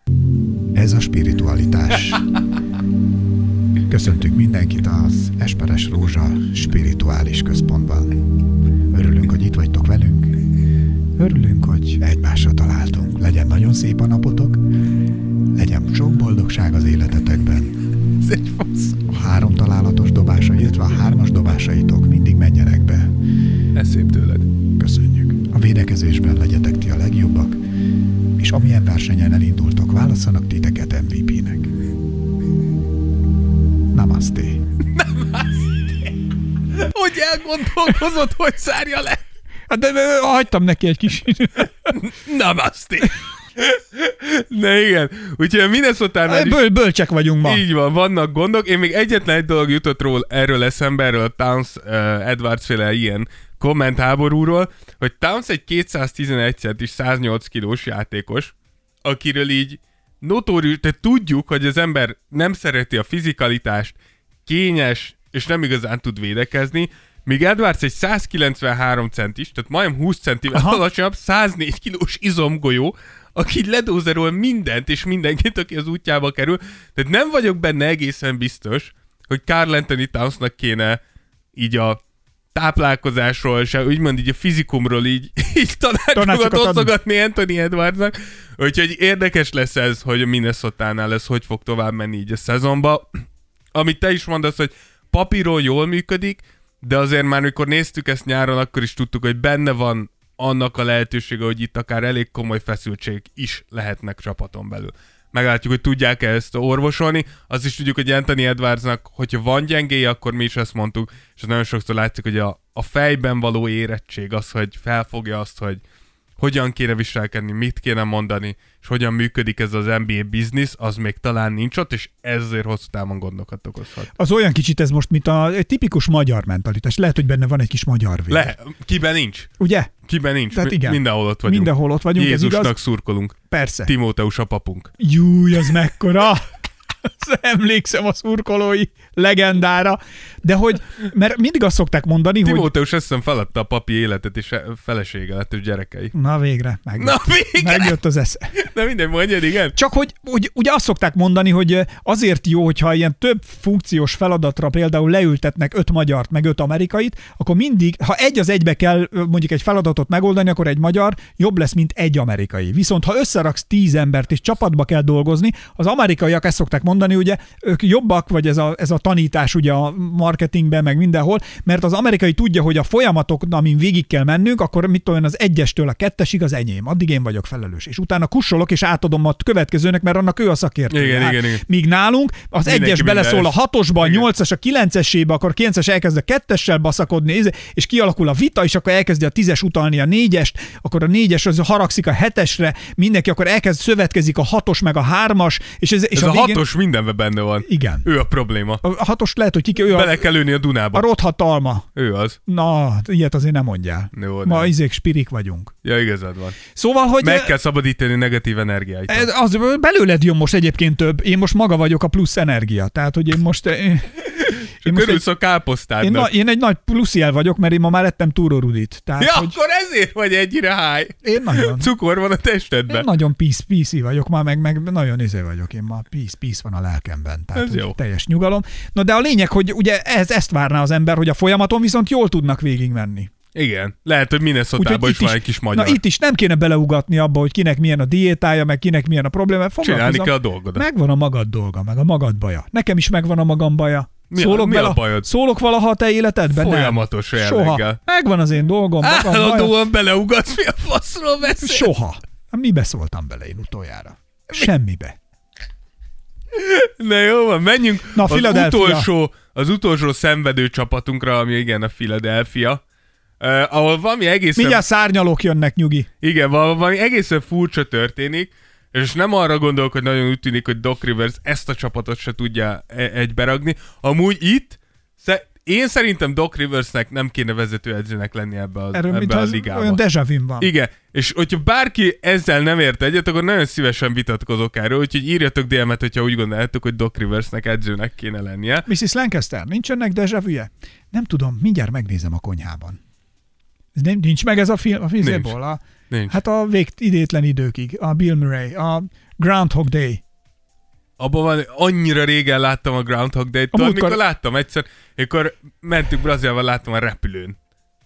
Ez a spiritualitás. Köszöntük mindenkit az Esperes Rózsa spirituális központban. Örülünk, hogy itt vagytok velünk. hogy egymásra találtunk. Legyen nagyon szép a napotok, legyen sok boldogság az életetekben. Ez egy fasz. A három találatos dobása, illetve a hármas dobásaitok mindig menjenek be. Ez szép tőled. Köszönjük. A védekezésben legyetek ti a legjobbak, és amilyen versenyen elindultok, válasszanak titeket em vé pé-nek. Namaste. Hogy elgondolkozott, hogy zárja le? Hát de, de hagytam neki egy kis... Namaste. Na igen, úgyhogy a Minnesotánál is... Böl, bölcsek vagyunk ma. Így van, vannak gondok. Én még egyetlen egy dolog jutott ról, erről eszembe, erről a Towns uh, Edwards féle ilyen kommentháborúról, hogy Towns egy kétszáztizenegy centis, száznyolc kilós játékos, akiről így notórius, tehát tudjuk, hogy az ember nem szereti a fizikalitást, kényes, és nem igazán tud védekezni, míg Edwards egy százkilencvenhárom centis, tehát majdnem húsz centivel alacsonyabb, száznégy kilós izomgolyó, aki ledózerol mindent és mindenkit, aki az útjába kerül. Tehát nem vagyok benne egészen biztos, hogy Karl Anthony Townsnak kéne így a táplálkozásról, se úgymond így a fizikumról így, így tanácsokat osztogatni Anthony Edwardsnak. Úgyhogy érdekes lesz ez, hogy a Minnesotánál ez hogy fog tovább menni így a szezonba. Amit te is mondasz, hogy papíron jól működik, de azért már mikor néztük ezt nyáron, akkor is tudtuk, hogy benne van annak a lehetősége, hogy itt akár elég komoly feszültség is lehetnek csapaton belül. Meglátjuk, hogy tudják-e ezt orvosolni. Azt is tudjuk, hogy Anthony Edwardsnak, hogyha van gyengéje, akkor mi is ezt mondtuk, és nagyon sokszor látszik, hogy a, a fejben való érettség az, hogy felfogja azt, hogy hogyan kéne viselkedni, mit kéne mondani, és hogyan működik ez az en bé á biznisz, az még talán nincs ott, és ezért hosszú távon gondokat okozhat. Az olyan kicsit ez most, mint a egy tipikus magyar mentalitás. Lehet, hogy benne van egy kis magyar vég. Le, kiben nincs. Ugye? Kiben nincs. Tehát igen. Mindenhol ott vagyunk. Mindenhol ott vagyunk, Jézusnak ez igaz? szurkolunk. Persze. Timóteus a papunk. Júj, az mekkora! Emlékszem a szurkolói legendára, de hogy, mert mindig azt szokták mondani, hogy... Timóteus azt hiszem feladta a papi életet, és felesége lett, és gyerekei. Na végre, megjött, Na végre! megjött az esze. De minden mondjad, igen. Csak hogy, hogy ugye azt szokták mondani, hogy azért jó, hogyha ilyen több funkciós feladatra például leültetnek öt magyart, meg öt amerikait, akkor mindig, ha egy az egybe kell mondjuk egy feladatot megoldani, akkor egy magyar jobb lesz, mint egy amerikai. Viszont ha összeraksz tíz embert, és csapatba kell dolgozni, az amerikaiak ezt szokták mondani, ugye ők jobbak, vagy ez a, ez a tanítás ugye a marketingben, meg mindenhol, mert az amerikai tudja, hogy a folyamatok, amin végig kell mennünk, akkor mit tudom, az egyestől a kettesig az enyém. Addig én vagyok felelős. És utána kussolok, és átadom a következőnek, mert annak ő a szakértő. Igen, igen, igen. Míg nálunk az Mindenki egyes beleszól mindenes. a hatosba, a nyolcas, a kilencesébe, akkor kilences elkezd a kettessel baszakodni, és kialakul a vita, és akkor elkezdi a tízes utalni a négyest, akkor a négyes az haragszik a hetesre, mindenki akkor elkezd szövetkezik a hatos meg a hármas, és ez, és Ez a, a, végén... hatos mindenben benne van. Igen. Ő a probléma. A hatos lehet, hogy ki ő Bele a, kell lőni a Dunába. a rothatalma. Ő az. Na, ilyet azért nem mondjál. Jó, Ma nem. izék spirik vagyunk. Ja, igazad van. Szóval, hogy... Meg kell szabadítani negatív energiáit. Ez, az belőled jön most egyébként több. Én most maga vagyok a plusz energia. Tehát, hogy én most... Én, Én most körülsz egy, a káposztádnak. én, na, én egy nagy pluszjel vagyok, mert én ma már ettem túrórudit. Tehát, Ja, hogy akkor ezért vagy ennyire háj. én nagyon... Cukor van a testedben. Én nagyon peace, peace vagyok ma, meg, meg nagyon izé vagyok. Én ma peace, peace van a lelkemben. Tehát Ez jó. teljes nyugalom. Na de a lényeg, hogy ugye ez, ezt várná az ember, hogy a folyamaton viszont jól tudnak végigmenni. Igen. Lehet, hogy Minnesotában is van egy kis magyar. Na itt is nem kéne beleugatni abba, hogy kinek milyen a diétája, meg kinek milyen a probléma. Csinálni kell a dolgodat. Megvan a magad dolga, meg a magad baja. Nekem is megvan a magam baja. Mi a- Szólok, mi a bele, bajod? szólok valaha a te életedben? Folyamatos nem. jelleggel. Soha. Megvan az én dolgom. magam baja. Állandóan beleugatsz, mi a faszról beszél? Soha. Hát mibe szóltam bele én utoljára? Semmibe. Na jó van, menjünk Na, az, Philadelphia. utolsó, az utolsó szenvedő csapatunkra, ami igen a Philadelphia. Uh, ahol valami egészen... Mindjárt szárnyalók jönnek, nyugi. Igen, valami egészen furcsa történik, és nem arra gondolok, hogy nagyon úgy tűnik, hogy Doc Rivers ezt a csapatot se tudja e- egyberagni. Amúgy itt, sze- én szerintem Doc Riversnek nem kéne vezetőedzőnek lenni ebbe, az, Erről, ebbe mint a az ligába. olyan déjà vu van. Igen, és hogyha bárki ezzel nem ért egyet, akkor nagyon szívesen vitatkozok erről, úgyhogy írjatok dé em-et, hogyha úgy gondoljátok, hogy Doc Riversnek edzőnek kéne lennie. missus Lancaster, nincs ennek déjà vu-je? Nem tudom, mindjárt megnézem a konyhában. Ez nem, nincs meg ez a film a fizéból? A, Nincs. hát a vég idétlen időkig, a Bill Murray, a Groundhog Day. Abban van, annyira régen láttam a Groundhog Day-t, tudod, múltkor- mikor láttam egyszer, amikor mentünk Brazíliában, láttam a repülőn.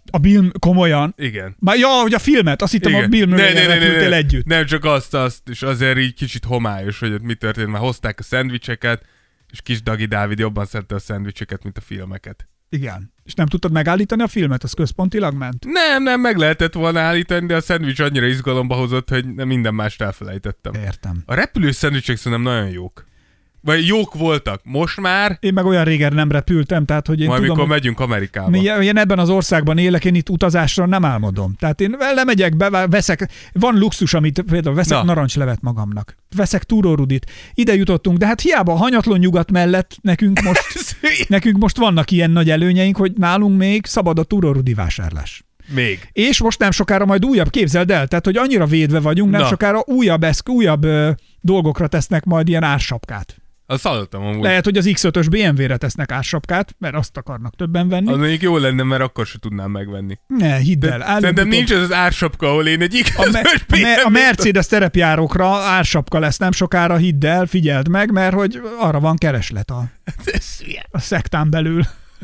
A Bill, komolyan? Igen. Már, ja, hogy a filmet, azt hittem Igen. a Bill Murray-nel ne, ne, ne, ne, repültél ne. együtt. Nem, csak azt, azt, és azért így kicsit homályos, hogy ott mi történt, mert hozták a szendvicseket, és kis Dagi Dávid jobban szedte a szendvicseket, mint a filmeket. Igen. És nem tudtad megállítani a filmet? Az központilag ment? Nem, nem, meg lehetett volna állítani, de a szendvics annyira izgalomba hozott, hogy minden mást elfelejtettem. Értem. A repülős szendvicsek szerintem nagyon jók. Vagy jók voltak. Most már, Én meg olyan régen nem repültem, tehát hogy én majd tudom, mikor hogy megyünk Amerikába. mi, én ebben az országban élek, én itt utazásra nem álmodom. Tehát én lemegyek, be, veszek, van luxus, amit például veszek Na. narancslevet magamnak. Veszek túrórudit. Ide jutottunk, de hát hiába a hanyatlon nyugat mellett nekünk most, nekünk most vannak ilyen nagy előnyeink, hogy nálunk még szabad a túrórudi vásárlás. Még. És most nem sokára majd újabb, képzeld el, tehát hogy annyira védve vagyunk, nem Na. sokára újabb, eszk, újabb ö, dolgokra tesznek majd ilyen ársapkát. Azt hallottam amúgy. Lehet, hogy az iksz ötös bé em vé-re tesznek ársapkát, mert azt akarnak többen venni. Az mondjuk jó lenne, mert akkor se tudnám megvenni. Ne, hidd el. Szerintem előbb-utóbb- nincs az az ársapka, ahol én egy A, me- igazos a, me- a Mercedes terepjárókra ársapka lesz nem sokára, hidd el, figyeld meg, mert hogy arra van kereslet a, a szektán belül.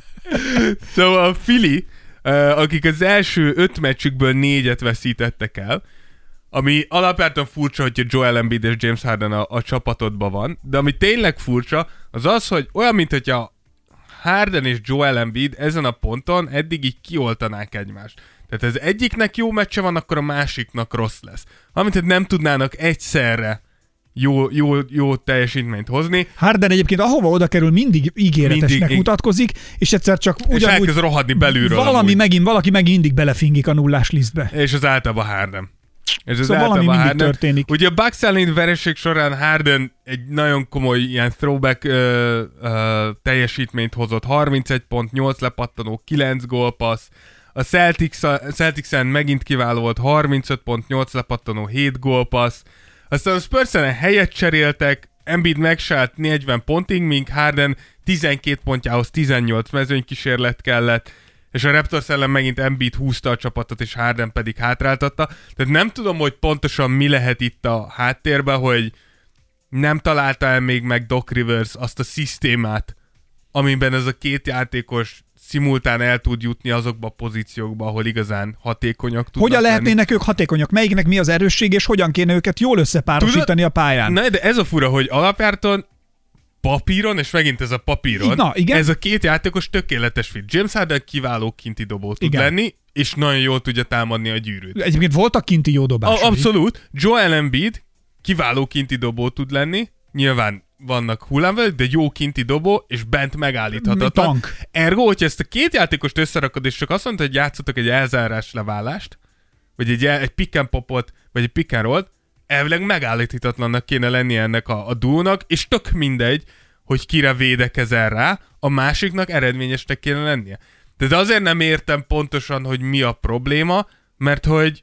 Szóval a Philly, uh, akik az első öt meccsükből négyet veszítettek el, ami alapjártan furcsa, hogyha Joel Embiid és James Harden a, a csapatodban van, de ami tényleg furcsa, az az, hogy olyan, mint hogyha Harden és Joel Embiid ezen a ponton eddig így kioltanák egymást. Tehát ez egyiknek jó meccse van, akkor a másiknak rossz lesz. Amint hogy nem tudnának egyszerre jó, jó, jó teljesítményt hozni, Harden egyébként ahova oda kerül, mindig ígéretesnek Mindig, mutatkozik, és egyszer csak és ugyanúgy elkezd rohadni belülről. valami amúgy. megint, valaki megint mindig belefingik a nullás lisztbe. És az általában Harden. És az Szóval valami általában mindig történik. Ugye a Bucks elleni vereség során Harden egy nagyon komoly ilyen throwback ö, ö, teljesítményt hozott. harmincegy pont, nyolc lepattanó, kilenc gólpassz. A Celtics, a Celtics-en megint kiváló volt, harmincöt pont, nyolc lepattanó, hét gólpassz. Aztán a Spurs-en helyet cseréltek, Embiid megsállt negyven pontig, míg Harden tizenkét pontjához tizennyolc mezőnykísérlet kellett, és a Raptors ellen megint Embiid húzta a csapatot, és Harden pedig hátráltatta. Tehát nem tudom, hogy pontosan mi lehet itt a háttérben, hogy nem találta el még meg Doc Rivers azt a szisztémát, amiben ez a két játékos szimultán el tud jutni azokba a pozíciókba, ahol igazán hatékonyak tudnak Hogyan lenni. lehetnének ők hatékonyak? Melyiknek mi az erősség, és hogyan kéne őket jól összepárosítani a pályán? Na, de ez a fura, hogy alapjárton papíron, és megint ez a papíron, Na, igen. ez a két játékos tökéletes fit. James Harden kiváló kinti dobó tud Igen. lenni, és nagyon jól tudja támadni a gyűrűt. Egyébként voltak kinti jó dobásai. A, abszolút. Joel Embiid kiváló kinti dobó tud lenni, nyilván vannak hullámvölgyek, de jó kinti dobó, és bent megállíthatatlan. Tank. Ergo, hogyha ezt a két játékost összerakod, és csak azt mondta, hogy játszotok egy elzárás leválást, vagy egy, egy pick and popot, vagy egy pick and rollt, elvileg megállíthatatlannak kéne lenni ennek a, a duónak, és tök mindegy, hogy kire védekezel rá, a másiknak eredményesnek kéne lennie. De azért nem értem pontosan, hogy mi a probléma, mert hogy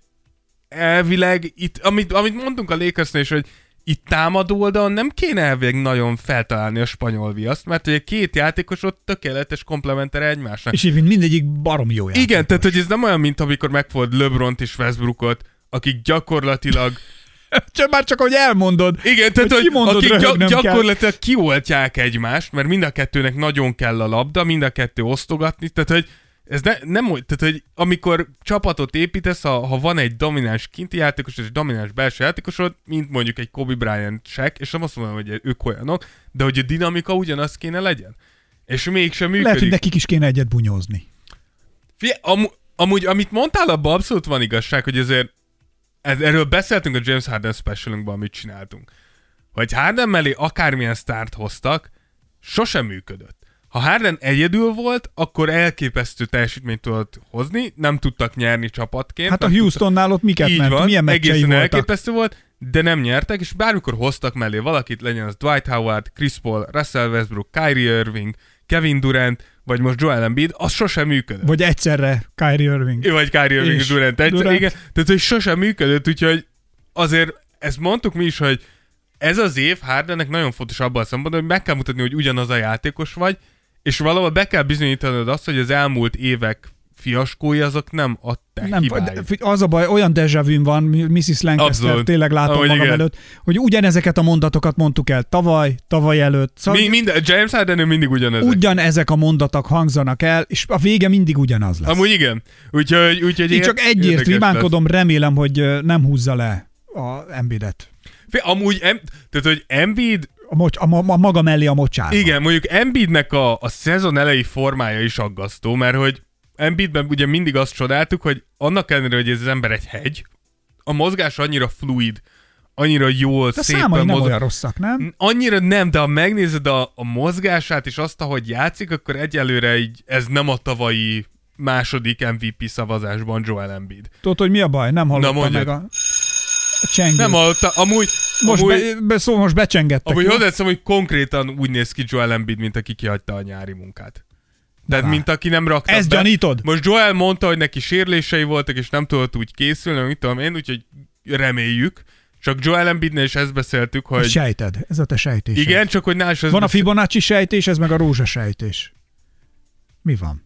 elvileg itt, amit, amit mondtunk a Lakersnél is, hogy itt támadó oldalon nem kéne elvileg nagyon feltalálni a spanyol viaszt, mert hogy a két játékos ott tökéletes komplementer egymásnak. És így mindegyik barom jó játékos. Igen, tehát hogy ez nem olyan, mint amikor megfogod LeBront és Westbrookot, akik gyakorlatilag Csak már csak, ahogy elmondod. igen, tehát, Hogy hogy kimondod, akik röhögnöm gyak- kell. gyakorlatilag kioltják egymást, mert mind a kettőnek nagyon kell a labda, mind a kettő osztogatni, tehát hogy ez ne, nem úgy, tehát hogy amikor csapatot építesz, ha, ha van egy domináns kinti játékos és egy domináns belső játékosod, mint mondjuk egy Kobe Bryant, Shaq, és nem azt mondom, hogy ők olyanok, de hogy a dinamika ugyanaz kéne legyen. És mégsem működik. Lehet, hogy nekik is kéne egyet bunyózni. Figyelj, amú, amúgy, amit mondtál, abban abszolút van igazság, hogy azért ez, erről beszéltünk a James Harden specialunkban, amit csináltunk. Hogy Harden mellé akármilyen sztárt hoztak, sosem működött. Ha Harden egyedül volt, akkor elképesztő teljesítményt tudott hozni, nem tudtak nyerni csapatként. Hát a nem Houstonnál ott miket Így ment, van, milyen meccsei egészen voltak. elképesztő volt, de nem nyertek, és bármikor hoztak mellé valakit, legyen az Dwight Howard, Chris Paul, Russell Westbrook, Kyrie Irving, Kevin Durant, vagy most Joel Embiid, az sosem működött. Vagy egyszerre Kyrie Irving. Vagy Kyrie Irving és Durant. Egyszer, Durant. igen, tehát, hogy sosem működött, úgyhogy azért ezt mondtuk mi is, hogy ez az év Hardennek nagyon fontos abban a szempontból, hogy meg kell mutatni, hogy ugyanaz a játékos vagy, és valahol be kell bizonyítanod azt, hogy az elmúlt évek fiaskói azok nem a te Nem, hibáid. de az a baj, olyan déjà vu van, missus Lancaster, Abszolút. tényleg látom Ahogy magam igen. előtt, hogy ugyanezeket a mondatokat mondtuk el tavaly, tavaly előtt. Szóval Mi, minden, James Harden mindig ugyanezek. ugyanezek a mondatok hangzanak el, és a vége mindig ugyanaz lesz. Amúgy igen. Úgyhogy, úgyhogy Én ér- csak egyért érdekes rimánkodom, remélem, hogy ö, nem húzza le a Embiidet. lesz. Amúgy, em, tehát, hogy Embiid, A, mocs, a, ma- a maga mellé a mocsárba. igen, mondjuk Embiidnek a, a szezon elejé formája is aggasztó, mert hogy Embiidben ugye mindig azt csodáltuk, hogy annak ellenére, hogy ez az ember egy hegy, a mozgás annyira fluid, annyira jól, De a szépen számai nem mozog. olyan rosszak, nem? Annyira nem, de ha megnézed a, a mozgását és azt, ahogy játszik, akkor egyelőre így ez nem a tavalyi második em vé pé szavazásban Joel Embiid. Tudod, hogy mi a baj? Nem hallottam mondjad. meg a, a csengőt. Nem hallottam, amúgy, most, amúgy, be, be, szóval most becsengettek. amúgy jó? hozzáteszem, hogy konkrétan úgy néz ki Joel Embiid, mint aki kihagyta a nyári munkát. Tehát várj. mint aki nem rakta Ezt be. gyanítod? Most Joel mondta, hogy neki sérülései voltak, és nem tudott úgy készülni, mit tudom én, úgyhogy reméljük. Csak Joel Embiidnél is ezt beszéltük, Hogy... hogy Sejted, ez a te sejtésed. igen, csak hogy nála is ez Van a beszél- Fibonacci sejtés, ez meg a rózsasejtés. Mi van?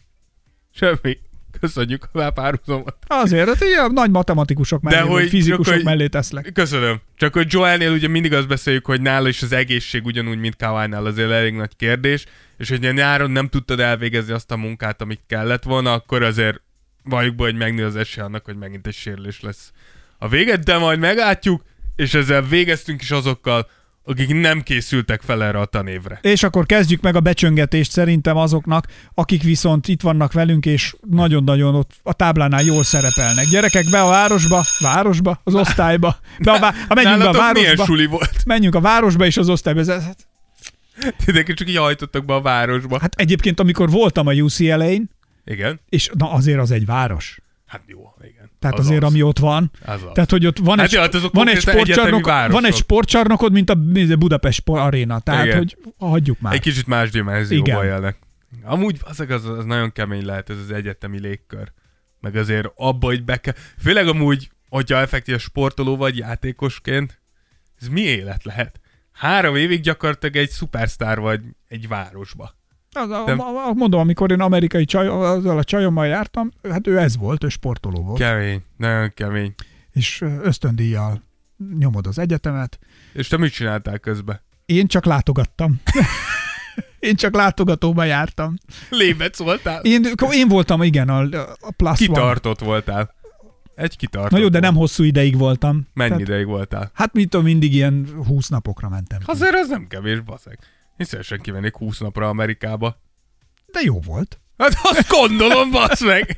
Semmi. Köszönjük a párhuzamot. Azért, hát ilyen nagy matematikusok mellé, De vagy hogy- fizikusok csak hogy- mellé teszlek. Köszönöm. Csak hogy Joelnél ugye mindig azt beszéljük, hogy nála is az egészség ugyanúgy, mint Kawhi-nál azért elég nagy kérdés, és hogy nyáron nem tudtad elvégezni azt a munkát, amit kellett volna, akkor azért valljuk be, hogy megnő az esély annak, hogy megint egy sérülés lesz a véget, de majd meglátjuk, és ezzel végeztünk is azokkal, akik nem készültek fel erre a tanévre. És akkor kezdjük meg a becsöngetést szerintem azoknak, akik viszont itt vannak velünk, és nagyon-nagyon ott a táblánál jól szerepelnek. Gyerekek, be a városba, városba, az osztályba. Be a vá- ha menjünk be a Nálatok milyen városba, suli volt? menjünk a városba és az osztályba. Ez- Hát, Tényleg csak így hajtottak be a városba. hát egyébként, amikor voltam a u cé el á-n, Igen? és na azért az egy város. Hát jó, igen. Tehát Az azért, az. ami ott van. Az az. Tehát, hogy ott van, Hát egy, jó, hát azok van, egy konkrétan egyetemi sportcsarnok, városok. van egy sportcsarnokod, mint a Budapest Aréna. Tehát, Igen. hogy hagyjuk már. Egy kicsit más dimenzióban Igen. élnek. Amúgy az, az, az nagyon kemény lehet ez az egyetemi légkör. Meg azért abba, hogy be kell... Főleg amúgy, hogyha effektív sportoló vagy játékosként, ez mi élet lehet? Három évig gyakorlatilag egy szupersztár vagy egy városba. Az, a, Nem. a, a, mondom, amikor én amerikai csaj, azzal a csajommal jártam, hát ő ez volt, ő sportoló volt. Kemény, nagyon kemény. És ö, ösztöndíjjal nyomod az egyetemet. És te mit csináltál közben? Én csak látogattam. Én csak látogatóba jártam. Lébec voltál? Én, én voltam, igen, a, a plusz one. Kitartott voltál. Egy kitartott. Na jó, de nem volt. hosszú ideig voltam. Mennyi Tehát, ideig voltál? hát mit tudom, mindig ilyen húsz napokra mentem. ki. Azért az nem kevés, baszeg. Én szívesen kivennék húsz napra Amerikába. De jó volt. Hát azt gondolom, bassz meg!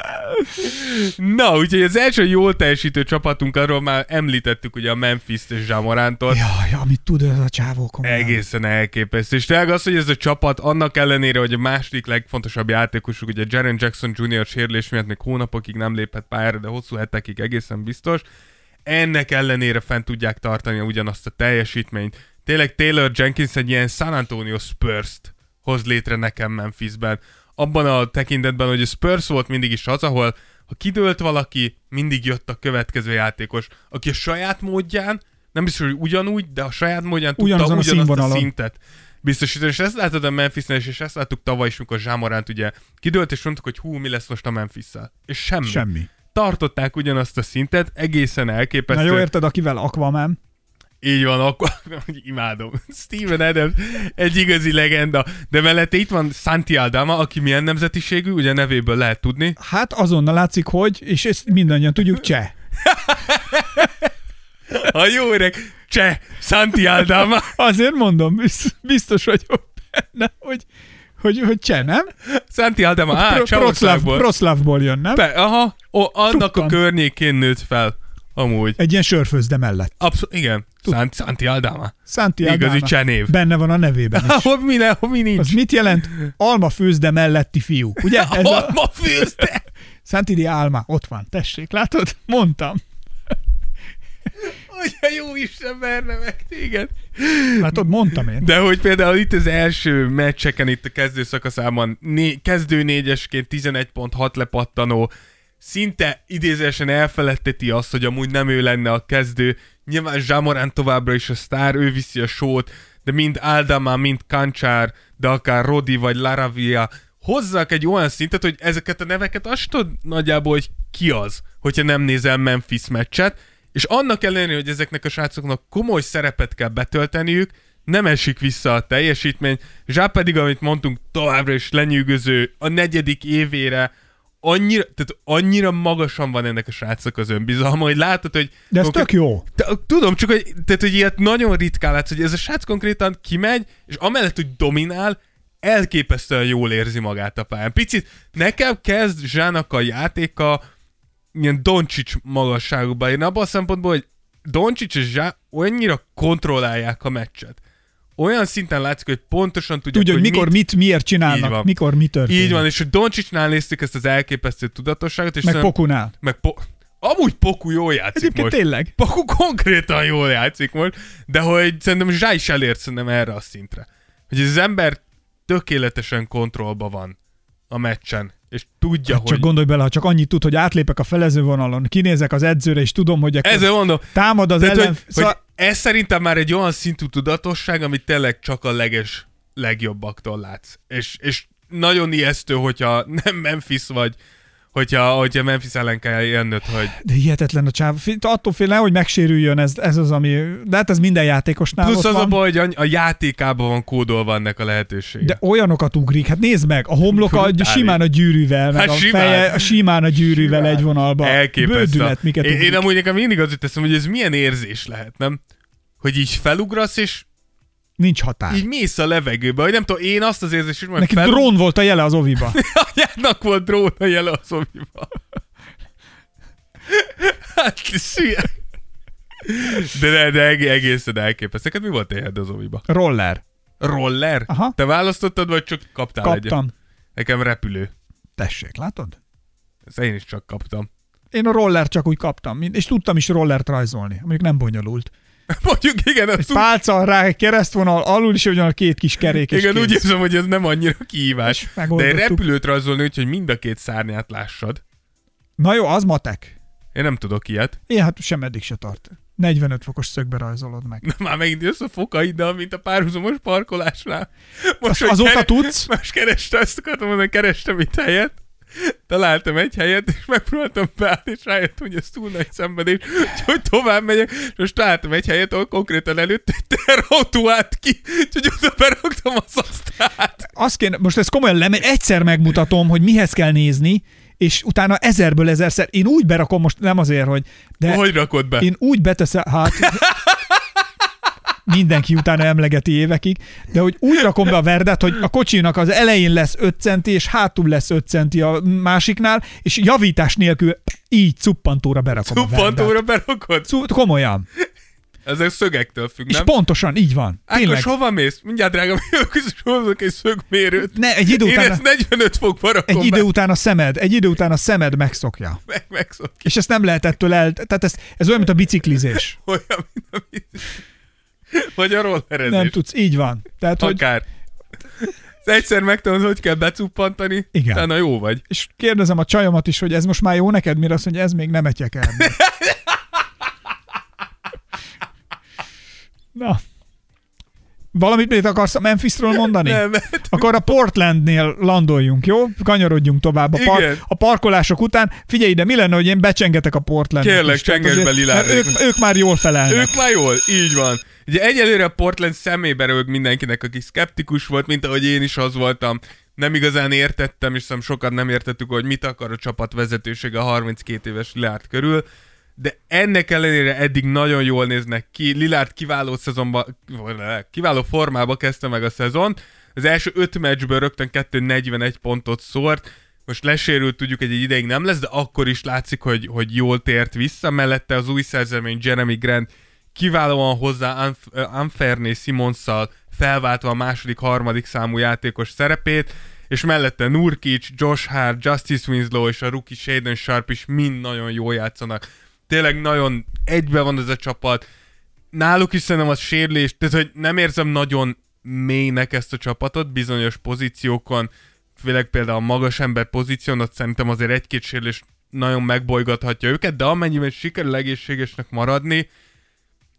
Na, úgyhogy az első jól teljesítő csapatunk, arról már említettük ugye a Memphis-t és Ja Morantot. Jaj, amit tud ez a csávó komolyan. Egészen elképesztő. És tényleg az, hogy ez a csapat annak ellenére, hogy a második legfontosabb játékosuk, ugye Jaren Jackson junior sérülés miatt még hónapokig nem lépett pályára, de hosszú hetekig egészen biztos. Ennek ellenére fent tudják tartani ugyanazt a teljesítményt. Tényleg Taylor Jenkins egy ilyen San Antonio Spurs-t hoz létre nekem Memphisben. Abban a tekintetben, hogy a Spurs volt mindig is az, ahol ha kidőlt valaki, mindig jött a következő játékos, aki a saját módján, nem biztos, hogy ugyanúgy, de a saját módján tudta Ugyanazon a ugyanazt a színvonalon. szintet biztosítani. És ezt látod a Memphisnél, és ezt láttuk tavaly is, amikor Ja Morant ugye kidőlt, és mondtuk, hogy hú, mi lesz most a Memphisszel. És semmi. Semmi. Tartották ugyanazt a szintet, egészen elképesztő. Na jó, érted, akivel Aquaman. Így van, akkor hogy imádom. Steven Adams egy igazi legenda. De mellette itt van Santi Aldama, aki milyen nemzetiségű, ugye nevéből lehet tudni. Hát azonnal látszik, hogy, és ezt mindannyian tudjuk, cseh. A jó öreg cseh Santi Aldama. Azért mondom, biz- biztos vagyok benne, hogy, hogy, hogy cseh, nem? Santi Aldama, á, Pro- Csehországból. Wroclawból jön, nem? Be, aha, o, annak Tudtam. a környékén nőtt fel. Amúgy. Egy ilyen sörfőzde mellett. Abszolút, igen. Santi, Santi Aldama. Santi Igazi Aldama. cseh név. Benne van a nevében is. Hogy mi, le, mi nincs? Az mit jelent? Alma főzde melletti fiú. Ugye? Ez a Alma főzte! Santi di Alma. Ott van. Tessék, látod? Mondtam. Hogy a jó Isten verne meg téged. Látod, mondtam én. De hogy például itt az első meccseken, itt a kezdő szakaszában né- kezdő négyesként tizenegy pont hat lepattanó, szinte idézésen elfeledteti azt, hogy amúgy nem ő lenne a kezdő. Nyilván Ja Morant továbbra is a sztár, ő viszi a sót, de mind Aldama, mind Kancsár, de akár Rodi vagy Laravia, hozzak egy olyan szintet, hogy ezeket a neveket azt tudod nagyjából, hogy ki az, hogyha nem nézel Memphis meccset, és annak ellenére, hogy ezeknek a srácoknak komoly szerepet kell betölteniük, nem esik vissza a teljesítmény, Zsá pedig, amit mondtunk, továbbra is lenyűgöző, a negyedik évére annyira, tehát annyira magasan van ennek a srácnak az önbizalma, hogy látod, hogy... De ez tök jó. Tudom, csak hogy, tehát, hogy ilyet nagyon ritkán látsz, hogy ez a srác konkrétan kimegy, és amellett, hogy dominál, elképesztően jól érzi magát a pályán. Picit nekem kezd Zsának a játéka ilyen Doncsics magasságúba. Én abban a szempontból, hogy Doncsics és Zsá annyira kontrollálják a meccset. Olyan szinten látszik, hogy pontosan tudják, Tudja, hogy, hogy mikor, mit, mit miért csinálnak, mikor mi történik. Így van, és hogy Doncsicsnál néztük ezt az elképesztő tudatosságot. És meg Pokunál. Meg po- Amúgy Poku jól játszik Egyébként most. tényleg. Poku konkrétan jól játszik most, de hogy szerintem Zsá is elért szerintem erre a szintre. Hogy az ember tökéletesen kontrollban van a meccsen, és tudja, hát hogy... Csak gondolj bele, ha csak annyit tud, hogy átlépek a felezővonalon, kinézek az edzőre, és tudom, hogy Ezzel mondom, támad az tehát, ellen... hogy, szóval... hogy ez szerintem már egy olyan szintű tudatosság, amit tényleg csak a leges legjobbaktól látsz. És, és nagyon ijesztő, hogyha nem Memphis vagy, hogyha, hogyha Memphis ellen kell jönnöd, hogy... De hihetetlen a csáv. Attól fél, hogy megsérüljön, ez, ez az, ami... De hát ez minden játékosnál Plusz ott az van. a baj, hogy a, a játékában van kódolva ennek a lehetősége. De olyanokat ugrik, hát nézd meg, a homloka Brutális. simán a gyűrűvel, meg Hát a simán. feje a simán a gyűrűvel Simán. egy vonalba. Elképesztő. Bődület, miket én, ugrik. én amúgy nekem mindig azt teszem, hogy ez milyen érzés lehet, nem? Hogy így felugrasz, és Nincs határ. így mész a levegőbe, hogy nem tudom, én azt az érzést is majd Neki fel... drón volt a jele az oviba. Anyának volt drón a jele a szobiba. Hát, szia. De, de, de egészen elképesztő. Neked mi volt tényleg az oviba? Roller. Roller? Aha. Te választottad, vagy csak kaptál egyet? Kaptam. Nekem repülő. Tessék, látod? Ezt én is csak kaptam. Én a roller csak úgy kaptam, és tudtam is rollert rajzolni. Mondjuk nem bonyolult. Mondjuk igen, az Egy pálca rá, egy keresztvonal, alul is ugyanaz két kis kerék és igen, kész. úgy érzem, hogy ez nem annyira kihívás. És De egy megoldottuk. repülőt rajzolni úgy, hogy mind a két szárnyát lássad. Na jó, az matek. Én nem tudok ilyet. Én hát sem eddig se tart. negyvenöt fokos szögbe rajzolod meg. Na, már megint jössz a fokaiddal, mint a párhuzamos parkolásnál. Azt hogy azóta kere- tudsz? Most kerestem, ezt akartam mondani, kerestem itt helyet. Találtam egy helyet, és megpróbáltam beállni, és rájöttem, hogy ez túl nagy szenvedés, úgyhogy tovább megyek, és most találtam egy helyet, ahol konkrétan előtt egy terrautó állt ki, úgyhogy oda beraktam az asztát. Azt kéne, most ezt komolyan lemegy, egyszer megmutatom, hogy mihez kell nézni, és utána ezerből ezerszer. Én úgy berakom most, nem azért, hogy... De Hogy rakod be? én úgy beteszem, hát... Mindenki utána emlegeti évekig, de hogy úgy rakom be a verdát, hogy a kocsinak az elején lesz öt centi, és hátul lesz öt centi a másiknál, és javítás nélkül így cuppantóra berakom a Cuppantóra verdát. berakod? Cu- komolyan. Ezek szögektől függ, És nem? pontosan, így van. Tényleg. Ákos, hova mész? Mindjárt drágám, jövök, és hozok egy szögmérőt. Ne, egy idő Én után, ezt negyvenöt fokba rakom egy idő be. után a szemed, egy idő után a szemed megszokja. Meg, megszok. És ezt nem lehet ettől el... Tehát ez, ez olyan, mint a biciklizés. Olyan, mint a víz. Vagy a rollerezés. Nem tudsz, így van. Tehát, hogy, Akár. Egyszer megtanulod, hogy kell becuppantani, Igen. utána jó vagy. és kérdezem a csajomat is, hogy ez most már jó neked, mire azt mondja, ez még nem etyek el. Na. Valamit még akarsz a Memphisről mondani? Nem, mert Akkor a Portlandnél landoljunk, jó? Kanyarodjunk tovább a, par- Igen. a parkolások után. Figyelj ide, mi lenne, hogy én becsengetek a Portlandnek Kérlek, is. Tehát csengesd azért- be Lillardéknak. mert ők, ők már jól felelnek. ők már jól, így van. Ugye egyelőre a Portland szemébe rög mindenkinek, aki szkeptikus volt, mint ahogy én is az voltam. Nem igazán értettem, és szerintem sokat nem értettük, hogy mit akar a csapat vezetősége a harminckét éves Lillard körül. De ennek ellenére eddig nagyon jól néznek ki. Lillard kiváló szezonban, kiváló formába kezdte meg a szezont. Az első öt meccsből rögtön kettő negyvenegy pontot szórt. Most lesérült, tudjuk, hogy egy ideig nem lesz, de akkor is látszik, hogy, hogy jól tért vissza. Mellette az új szerzemény Jeremy Grant kiválóan hozzá Unf- Unfairney Simonsszal felváltva a második, harmadik számú játékos szerepét, és mellette Nurkic, Josh Hart, Justice Winslow és a rookie Shaedon Sharp is mind nagyon jól játszanak. Tényleg nagyon egybe van ez a csapat. Náluk is szerintem az sérülés, tehát hogy nem érzem nagyon mélynek ezt a csapatot bizonyos pozíciókon, főleg például a magas ember pozíciónat szerintem azért egy-két sérülés nagyon megbolygathatja őket, de amennyiben sikerül egészségesnek maradni,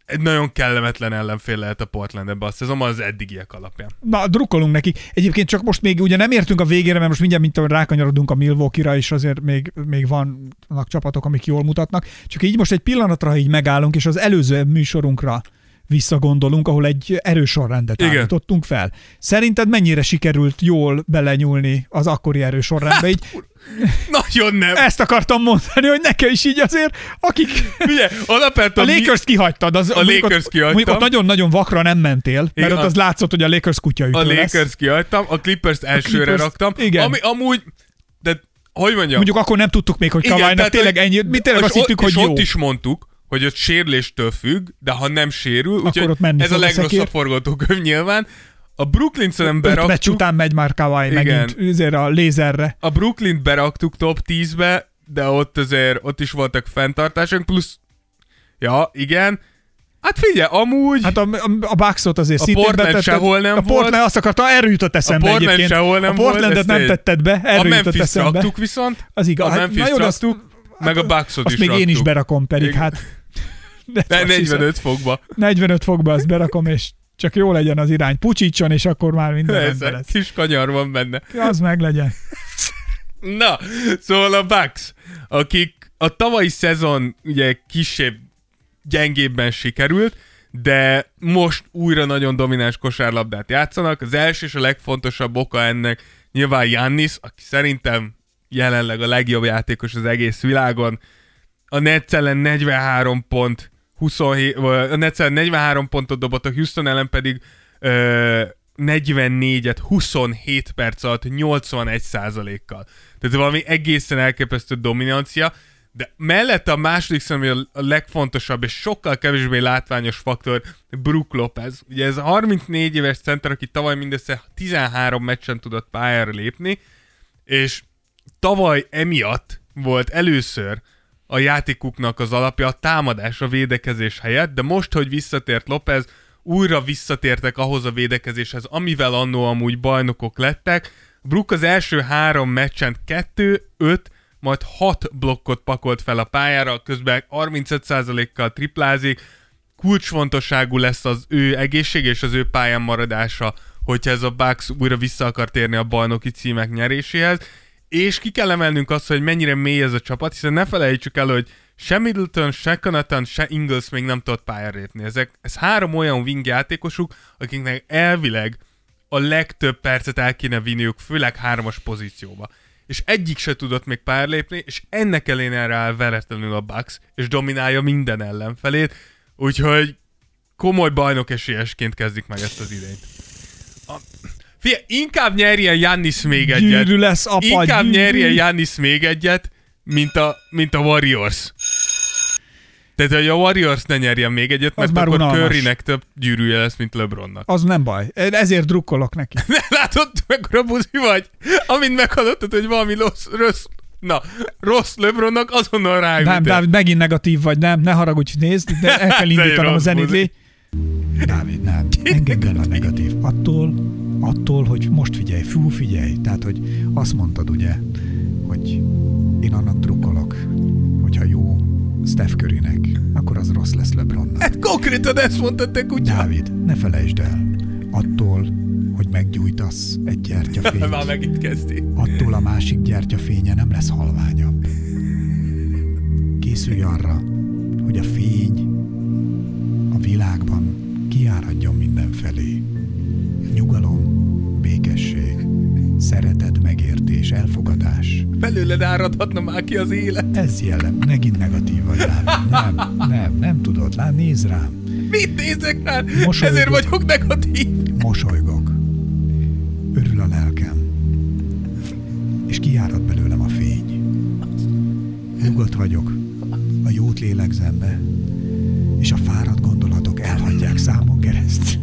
egy nagyon kellemetlen ellenfél lehet a Portland ebbe a szezonban az eddigiek alapján. Na, drukkolunk neki. Egyébként csak most még ugye nem értünk a végére, mert most mindjárt mint rákanyarodunk a Milwaukee-ra, és azért még, még vannak csapatok, amik jól mutatnak. Csak így most egy pillanatra így megállunk, és az előző műsorunkra visszagondolunk, ahol egy erős sorrendet állítottunk fel. Szerinted mennyire sikerült jól belenyúlni az akkori erős sorrendbe? Így... Nagyon nem. Ezt akartam mondani, hogy nekem is így azért, akik... Ugye, alapvetően... A Lakers-t kihagytad. Az, a Lakers-t kihagytam. Mondjuk ott nagyon-nagyon vakra nem mentél, mert igen, ott az látszott, hogy a Lakers kutyaütő lesz. A Lakers kihagytam, a Clippers-t elsőre Clippers, raktam. Igen. Ami amúgy... De hogy mondjam? Mondjuk akkor nem tudtuk még, hogy Kawhi-nak tényleg ennyi... Mi tényleg azt hittük, hogy jó. És ott is mondtuk, hogy ott sérüléstől függ, de ha nem sérül, úgyhogy ez a legrosszabb forgatókönyv nyilván. A Brooklyn szerintem beraktuk. Öt meccs után megy már Kawhi megint azért a lézerre. A Brooklyn beraktuk top tízbe, de ott azért ott is voltak fenntartások, plusz ja, igen. Hát figyelj, amúgy... Hát a, a, a Bucksot azért a Portland sehol nem a volt. A Portland azt akarta, erről jutott eszembe egyébként. egyébként. A Portland sehol nem a Portlandet volt. nem tetted be, erről a jutott eszembe. A Memphis raktuk viszont. Az igaz. A Memphis hát, raktuk, meg a Bucksot is is még raktuk. én is berakom pedig, igen. Hát... De negyvenöt fokba. negyvenöt fokba azt berakom, és csak jó legyen az irány. Pucsítson, és akkor már minden rendben lesz. Kis kanyar van benne. Ja, az meg legyen. Na, szóval a Bucks, akik a tavalyi szezon ugye kisebb, gyengébben sikerült, de most újra nagyon domináns kosárlabdát játszanak. Az első és a legfontosabb oka ennek nyilván Giannis, aki szerintem jelenleg a legjobb játékos az egész világon. A Nets ellen negyvenhárom pont, huszonhét, a Nets ellen negyvenhárom pontot dobott, a Houston ellen pedig ö, negyvennégyet huszonhét perc alatt nyolcvanegy százalékkal. Tehát valami egészen elképesztő dominancia, de mellette a második szerintem a legfontosabb és sokkal kevésbé látványos faktor Brook Lopez. Ugye ez a harmincnégy éves center, aki tavaly mindössze tizenhárom meccsen tudott pályára lépni, és tavaly emiatt volt először a játékuknak az alapja a támadás, a védekezés helyett, de most, hogy visszatért Lopez, újra visszatértek ahhoz a védekezéshez, amivel annó amúgy bajnokok lettek. Brook az első három meccsen kettő, öt, majd hat blokkot pakolt fel a pályára, közben harmincöt százalékkal triplázik. Kulcsfontosságú lesz az ő egészség és az ő pályán maradása, hogyha ez a Bucks újra vissza akar térni a bajnoki címek nyeréséhez. És ki kell emelnünk azt, hogy mennyire mély ez a csapat, hiszen ne felejtsük el, hogy se Middleton, se Connaughton, se Ingles még nem tudott pályára lépni. Ezek, ez három olyan wing játékosuk, akiknek elvileg a legtöbb percet el kéne vinniük, főleg hármas pozícióba. És egyik se tudott még pályára lépni, és ennek ellenére áll veretlenül a Bucks, és dominálja minden ellenfelét, úgyhogy komoly bajnok esélyesként kezdik meg ezt az idényt. A... Figyelj, inkább nyerjen Giannis még egyet. Gyűrű lesz, apa, inkább gyűrű. nyerjen Giannis még egyet, mint a, mint a Warriors. Tehát, hogy a Warriors ne nyerjen még egyet, mert akkor Currynek több gyűrűje lesz, mint LeBronnak. Az nem baj. Ezért drukkolok neki. Látod, mekkora buzi vagy? Amint meghallottad, hogy valami rossz, rossz, na, rossz LeBronnak, azonnal ráütél. Nem, Dávid, megint negatív vagy, nem, ne haragudj, nézd, de el kell indítanom a zenét. Dávid, nem, engedd el a negatív. Attól, attól, hogy most figyelj, fú, figyelj. Tehát, hogy azt mondtad ugye, hogy én annak drukkolok, hogyha jó Steph Currynek, akkor az rossz lesz LeBronnak. Hát konkrétan ezt mondtad te, kutya. Dávid, ne felejtsd el, attól, hogy meggyújtasz egy gyertyafényt, már megint kezdi. attól a másik gyertyafénye nem lesz halványabb. Készülj arra, hogy a fény a világban kiáradjon mindenfelé. Nyugalom, békesség, szeretet, megértés, elfogadás. Belőled áradhatna már ki az élet. Ez jellem, megint negatív vagy rám. Nem, nem, nem tudod, lát, nézd rám. Mit nézek rád? Mosolygok. Ezért vagyok negatív. Mosolygok. Örül a lelkem. És kiárad belőlem a fény. Nyugodt vagyok. A jót lélegzem be. És a fáradt gondolatok elhagyják számon keresztül.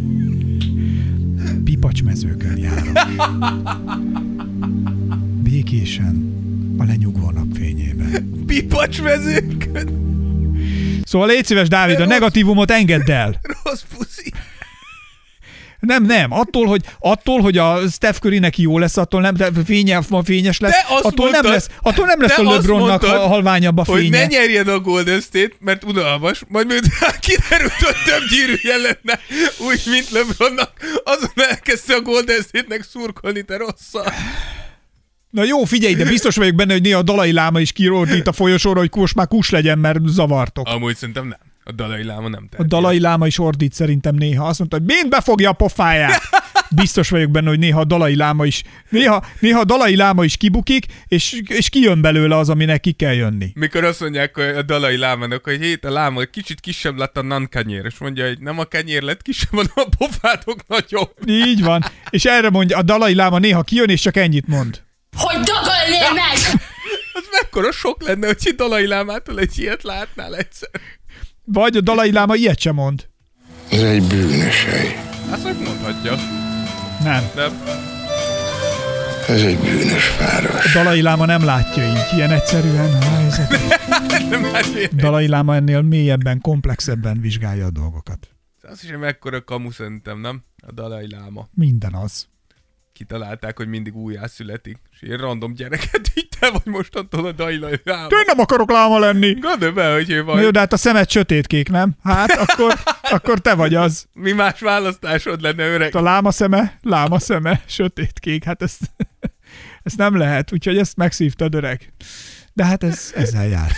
Pipacsmezőkön járok. Békésen a lenyugvó napfényében. Pipacsmezőkön? Szóval légy szíves, Dávid, a negatívumot engedd el. Rossz puszi. Nem, nem. Attól, hogy, attól, hogy a Steph Currynek jó lesz, attól nem, de fényes, fényes lesz, attól mondtad, nem lesz, attól nem lesz a LeBronnak a halványabb a fénye. Hogy ne nyerjen a Golden State, mert unalmas, majd miután kiderült, hogy több gyűrűje lenne, úgy, mint LeBronnak, azon elkezdte a Golden State-nek szurkolni, te rosszal. Na jó, figyelj, de biztos vagyok benne, hogy néha a Dalai Láma is kirordít a folyosóra, hogy kus, már kus legyen, mert zavartok. Amúgy szerintem nem. A Dalai Láma nem tehet. A Dalai Láma is ordít szerintem néha. Azt mondta, hogy mind befogja a pofáját. Biztos vagyok benne, hogy néha a Dalai Láma is, néha, néha a Dalai Láma is kibukik, és, és kijön belőle az, aminek ki kell jönni. Mikor azt mondják a Dalai Lámának, hogy hét a láma kicsit kisebb lett a non-kenyér, és mondja, hogy nem a kenyér lett kisebb, hanem a pofátok nagyobb. Így van. És erre mondja, a Dalai Láma néha kijön, és csak ennyit mond. Hogy dögölnél meg! Az mekkora sok lenne, hogy egy Dalai Lámától egy ilyet látnál egyszer. Vagy a Dalai Láma ilyet sem mond. Ez egy bűnös hely. Azt megmondhatja. Nem. Nem. Ez egy bűnös város. A Dalai Láma nem látja így, ilyen egyszerűen a helyzetet. Nem hát Dalai Láma ennél mélyebben, komplexebben vizsgálja a dolgokat. Az is egy mekkora kamu szerintem, nem? A Dalai Láma. Minden az. Kitalálták, hogy mindig újjászületik. És ilyen random gyereket így te vagy mostantól a Dalai Láma. Én nem akarok láma lenni. Gondolj be, hogy ő vagy. Na jó, de hát a szemed sötétkék, nem? Hát akkor, akkor te vagy az. Mi más választásod lenne, öreg? A láma szeme, láma szeme, sötétkék. Hát ezt, ezt nem lehet, úgyhogy ezt megszívtad, öreg. De hát ez, ezzel jár.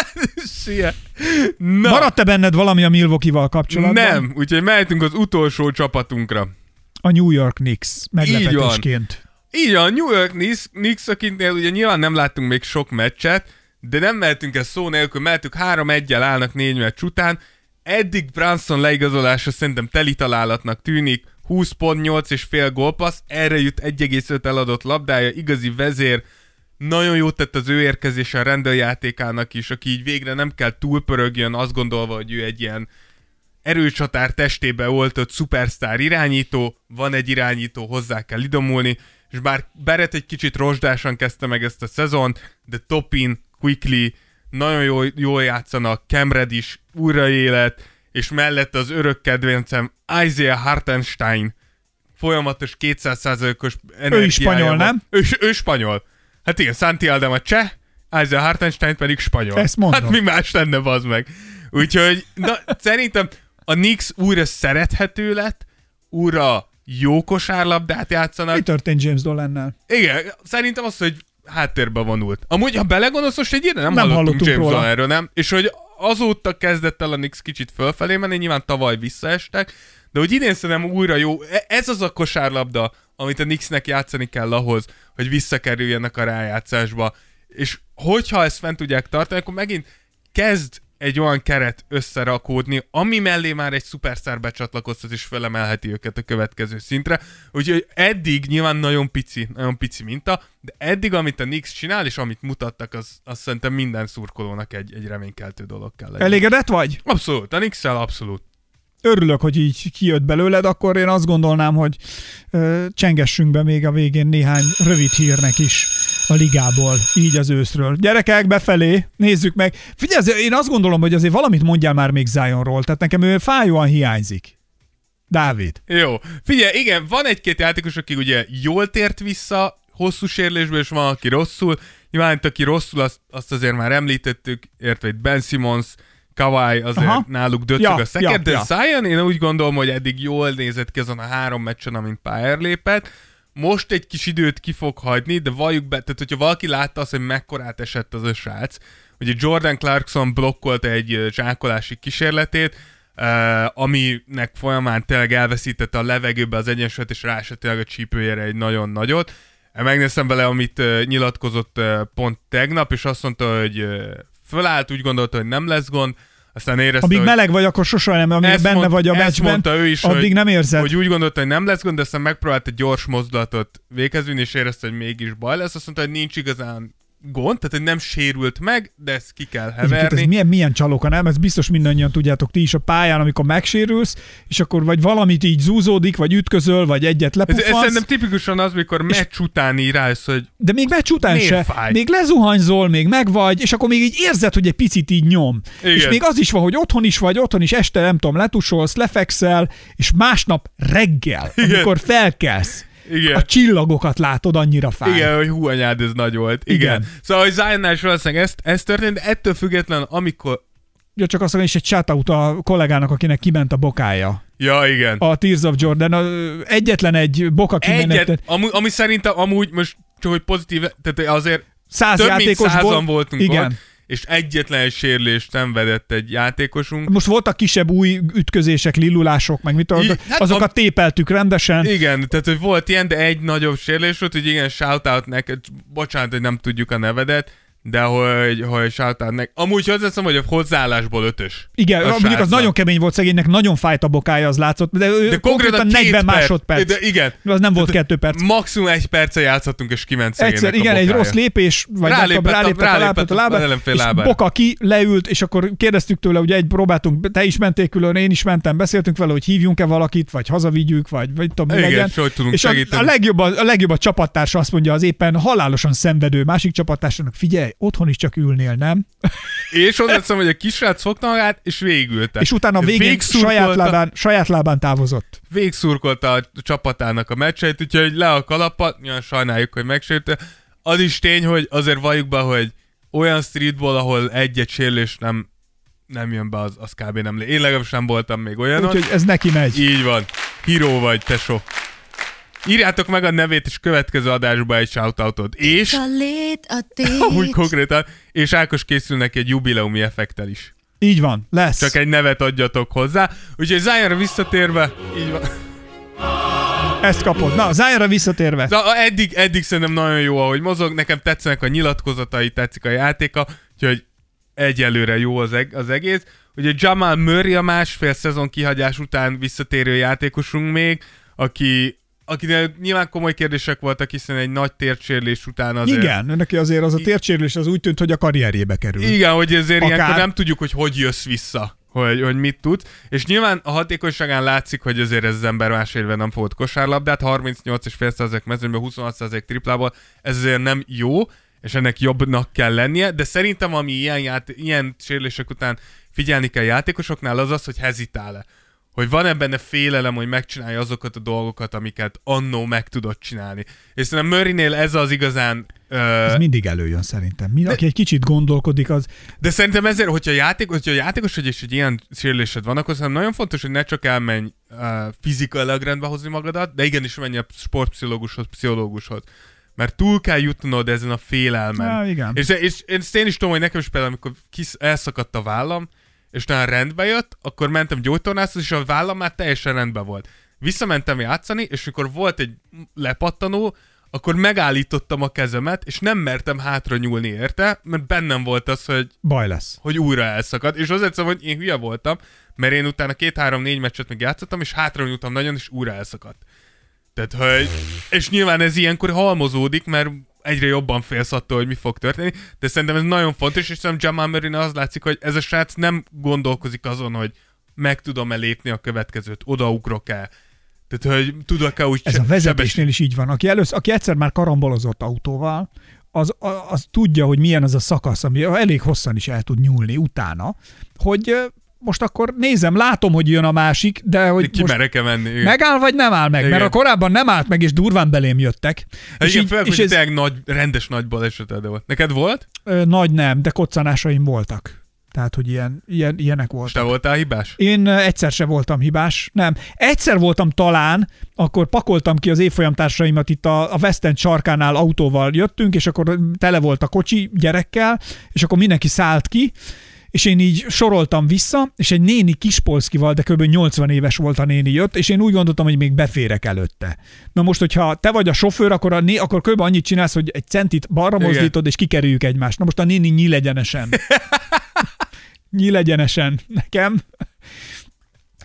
Szia. Na. Maradt-e benned valami a Milwaukee-val kapcsolatban? Nem, úgyhogy mehetünk az utolsó csapatunkra. A New York Knicks meglepetésként. Így van, a New York Knicks, Knicks akiknél ugye nyilván nem láttunk még sok meccset, de nem mehetünk ezt szó nélkül, mehetünk három egyel állnak négy meccs után. Eddig Brunson leigazolása szerintem teli találatnak tűnik, húsz pont, nyolc és fél gólpassz, erre jut egy egész öt eladott labdája, igazi vezér, nagyon jót tett az ő érkezése a Randall játékának is, aki így végre nem kell túlpörögjön, azt gondolva, hogy ő egy ilyen erőcsatár testébe oltott szupersztár irányító, van egy irányító, hozzá kell idomulni, és bár Barrett egy kicsit rozsdásan kezdte meg ezt a szezont, de Toppin, Quickly nagyon jól, jól játszanak, Cam Reddish újraélet, és mellett az örök kedvencem Isaiah Hartenstein folyamatos kétszáz százalékos energiája. Ő is spanyol, nem? Ő, ő spanyol. Hát igen, Santi Aldama cseh, Isaiah Hartenstein pedig spanyol. Ezt mondom. Hát mi más lenne, bazd meg. Úgyhogy na, szerintem a Knicks újra szerethető lett, újra jó kosárlabdát játszanak. Mi történt James Dolannál? Igen, szerintem az, hogy háttérbe vonult. Amúgy, ha belegondolsz, most egy ide nem, nem hallottunk hallottunk James róla. Dolanről, nem? És hogy azóta kezdett el a Knicks kicsit fölfelé menni, nyilván tavaly visszaestek, de hogy idén szerintem újra jó, ez az a kosárlabda, amit a Knicksnek játszani kell ahhoz, hogy visszakerüljenek a rájátszásba. És hogyha ezt fent tudják tartani, akkor megint kezd egy olyan keret összerakódni, ami mellé már egy szupersztár becsatlakoztat és felemelheti őket a következő szintre. Úgyhogy eddig nyilván nagyon pici, nagyon pici minta, de eddig, amit a Knicks csinál, és amit mutattak, az, az szerintem minden szurkolónak egy, egy reménykeltő dolog kell legyen. Elégedett vagy? Abszolút, a Knicks-szel abszolút. Örülök, hogy így kijött belőled, akkor én azt gondolnám, hogy ö, csengessünk be még a végén néhány rövid hírnek is a ligából, így az őszről. Gyerekek, befelé, nézzük meg. Figyelj, azért én azt gondolom, hogy azért valamit mondjál már még Zionról, tehát nekem ő fájóan hiányzik. Dávid. Jó. Figyelj, igen, van egy-két játékos, aki ugye jól tért vissza hosszú sérülésből, és van, aki rosszul. Nyilván, aki rosszul, azt, azt azért már említettük, értve itt Ben Simmons, Kawhi azért Aha. náluk döcög ja, a szeked, ja, de ja. Zion én úgy gondolom, hogy eddig jól nézett ki azon a három meccsen, amint pályára lépett. Most egy kis időt ki fog hagyni, de valljuk be, tehát hogyha valaki látta azt, hogy mekkorát esett az a srác, ugye Jordan Clarkson blokkolta egy zsákolási kísérletét, uh, aminek folyamán tényleg elveszítette a levegőbe az egyensúlyt, és ráesett tényleg a csípőjére egy nagyon nagyot. Megnéztem bele, amit uh, nyilatkozott uh, pont tegnap, és azt mondta, hogy uh, fölállt, úgy gondolta, hogy nem lesz gond, aztán érezte, amíg hogy... meleg vagy, akkor sosem nem, amíg benne mond, vagy a meccsben, ő is, addig hogy, nem érzed. Hogy úgy gondolta, hogy nem lesz gond, de aztán megpróbált egy gyors mozdulatot végezni, és érezte, hogy mégis baj lesz. Azt mondta, hogy nincs igazán gond, tehát hogy nem sérült meg, de ezt ki kell Egyébként heverni. ez milyen, milyen csalóka, nem? Ez biztos mindannyian tudjátok ti is a pályán, amikor megsérülsz, és akkor vagy valamit így zúzódik, vagy ütközöl, vagy egyet Ez, ez lepuffansz. szerintem tipikusan az, mikor meccs után rájössz, hogy De még meccs után Miért se. fáj? Még lezuhanyzol, még megvagy, és akkor még így érzed, hogy egy picit így nyom. Igen. És még az is van, hogy otthon is vagy, otthon is este, nem tudom, letusolsz, lefekszel, és másnap reggel, Igen. amikor felkelsz, igen. a csillagokat látod, annyira fáj. Igen, hogy hú anyád, ez nagy volt. Igen. Igen. Szóval, hogy Zionnál is valószínűleg ez, ez történt, de ettől független, amikor... Ja, csak azt mondom, és egy shoutout a kollégának, akinek kiment a bokája. Ja, igen. A Tears of Jordan. A, egyetlen egy boka kimenet. Egyet, ami, ami szerintem amúgy most csak hogy pozitív, tehát azért Száz több mint játékosból. százan voltunk Igen. ott, és egyetlen egy sérülést nem vedett egy játékosunk. Most voltak kisebb új ütközések, lillulások, meg mit tudod, I- hát azokat a- tépeltük rendesen. Igen, tehát hogy volt ilyen, de egy nagyobb sérülés volt, hogy igen, shoutout neked, bocsánat, hogy nem tudjuk a nevedet, de hogy, hogy shoutout neked. Amúgy hozzáteszem, hogy a hozzáállásból ötös. Igen, a mondjuk az srácnak. nagyon kemény volt szegénynek, nagyon fájt a bokája, az látszott, de, ő De konkrétan konkrétan két negyven perc. másodperc. De igen. Az nem volt kettő perc. Maximum egy perce játszottunk, és kiment szegénynek Egyszer, a igen, egy bokája. rossz lépés, vagy nem Rálépett tudom, a- rálépett a rálépett lábát, a az lábát, ellenfél és lábára. boka ki, leült, és akkor kérdeztük tőle, hogy egy próbáltunk, te is mentél külön, én is mentem, beszéltünk vele, hogy hívjunk-e valakit, vagy hazavigyük, vagy, vagy tudom, mi Igen, legyen. és hogy tudunk És a, segíteni. a, legjobb, a, a legjobb a csapattársa azt mondja az éppen halálosan szenvedő másik csapattársának, figyelj, otthon is csak ülnél, nem? És hozzáteszem, hogy a kisrác fogta magát, és végigülte. És utána a végén Végigszurkolta- saját lábán, saját lábán távozott. végigszurkolta a csapatának a meccseit, úgyhogy le a kalappat, nyilván sajnáljuk, hogy megsérte. Az is tény, hogy azért valljuk be, hogy olyan streetball, ahol egy-egy sérülés nem, nem jön be, az, az kb. Nem lé. Én legalábbis nem voltam még olyanon. Úgyhogy ez neki megy. Így van. Híró vagy, tesó. Írjátok meg a nevét, és következő adásba egy shoutoutot. És, A lét, a tét. úgy konkrétan, és Ákos készül neki egy jubileumi effektel is. Így van, lesz. Csak egy nevet adjatok hozzá. Úgyhogy Zionra visszatérve, így van. Ezt kapod. Na, Zionra visszatérve. De eddig, eddig szerintem nagyon jó, ahogy mozog. Nekem tetszenek a nyilatkozatai, tetszik a játéka, úgyhogy egyelőre jó az, eg- az egész. Ugye Jamal Murray a másfél szezon kihagyás után visszatérő játékosunk még, aki, akinek nyilván komoly kérdések voltak, hiszen egy nagy térdsérülés után azért... Igen, neki azért az a térdsérülés az úgy tűnt, hogy a karrierjébe kerül. Igen, hogy ezért Akár. ilyenkor nem tudjuk, hogy hogy jössz vissza, hogy, hogy mit tudsz. És nyilván a hatékonyságán látszik, hogy azért ez az ember másfél éve nem fogott kosárlabdát, harmincnyolc egész öt százalék mezőnyben, huszonhat százalék triplából, ez azért nem jó, és ennek jobbnak kell lennie, de szerintem ami ilyen, ját- ilyen sérülések után figyelni kell játékosoknál, az az, hogy hezitál-e. Hogy van-e benne félelem, hogy megcsinálja azokat a dolgokat, amiket annó meg tudott csinálni. És szerintem Murraynél ez az igazán... Ö, Ez mindig előjön szerintem. Mind, aki egy kicsit gondolkodik, az... de szerintem ezért, hogyha, játék, hogyha játékos vagy és egy ilyen sérülésed van, akkor szerintem nagyon fontos, hogy ne csak elmenj uh, fizikailag rendbe hozni magadat, de igenis menj a sportpszichológushoz, pszichológushoz. Mert túl kell jutnod ezen a félelmen. Ja, igen. És, és, és én is tudom, hogy nekem is például, amikor kis, elszakadt a vállam, és talán rendbe jött, akkor mentem gyógytornászhoz, és a vállam már teljesen rendben volt. Visszamentem játszani, és mikor volt egy lepattanó, akkor megállítottam a kezemet, és nem mertem hátra nyúlni érte, mert bennem volt az, hogy, Baj lesz. hogy újra elszakadt. És azért szóval, hogy én hülye voltam, mert én utána két-három-négy meccset meg játszottam, és hátra nyúltam nagyon, és újra elszakadt. Tehát, hogy... És nyilván ez ilyenkor halmozódik, mert egyre jobban félsz attól, hogy mi fog történni, de szerintem ez nagyon fontos, és szerintem Jamal Murraynál az látszik, hogy ez a srác nem gondolkozik azon, hogy meg tudom-e lépni a következőt, odaugrok-e, tehát, hogy tudok-e úgy Ez se- a vezetésnél is így van. Aki, először, aki egyszer már karambolozott autóval, az, az tudja, hogy milyen az a szakasz, ami elég hosszan is el tud nyúlni utána, hogy ö, most akkor nézem, látom, hogy jön a másik, de hogy ki most merek-e menni. Igen. megáll vagy nem áll meg, Igen. mert a korábban nem állt meg, és durván belém jöttek. És igen, főleg, hogy ez tényleg nagy, rendes nagy baleseted volt. Neked volt? ö, nagy nem, de koccanásaim voltak. Tehát, hogy ilyen, ilyen, ilyenek És voltak. te voltál hibás? Én ö, egyszer se voltam hibás, nem. Egyszer voltam talán, akkor pakoltam ki az évfolyamtársaimat itt a, a West End sarkánál, autóval jöttünk, és akkor tele volt a kocsi gyerekkel, és akkor mindenki szállt ki, és én így soroltam vissza, és egy néni Kispolszkival, de kb. nyolcvan éves volt a néni jött, és én úgy gondoltam, hogy még beférek előtte. Na most, hogyha te vagy a sofőr, akkor, a né, akkor kb. Annyit csinálsz, hogy egy centit balra Igen. mozdítod, és kikerüljük egymást. Na most a néni nyílegyenesen. nyílegyenesen nekem.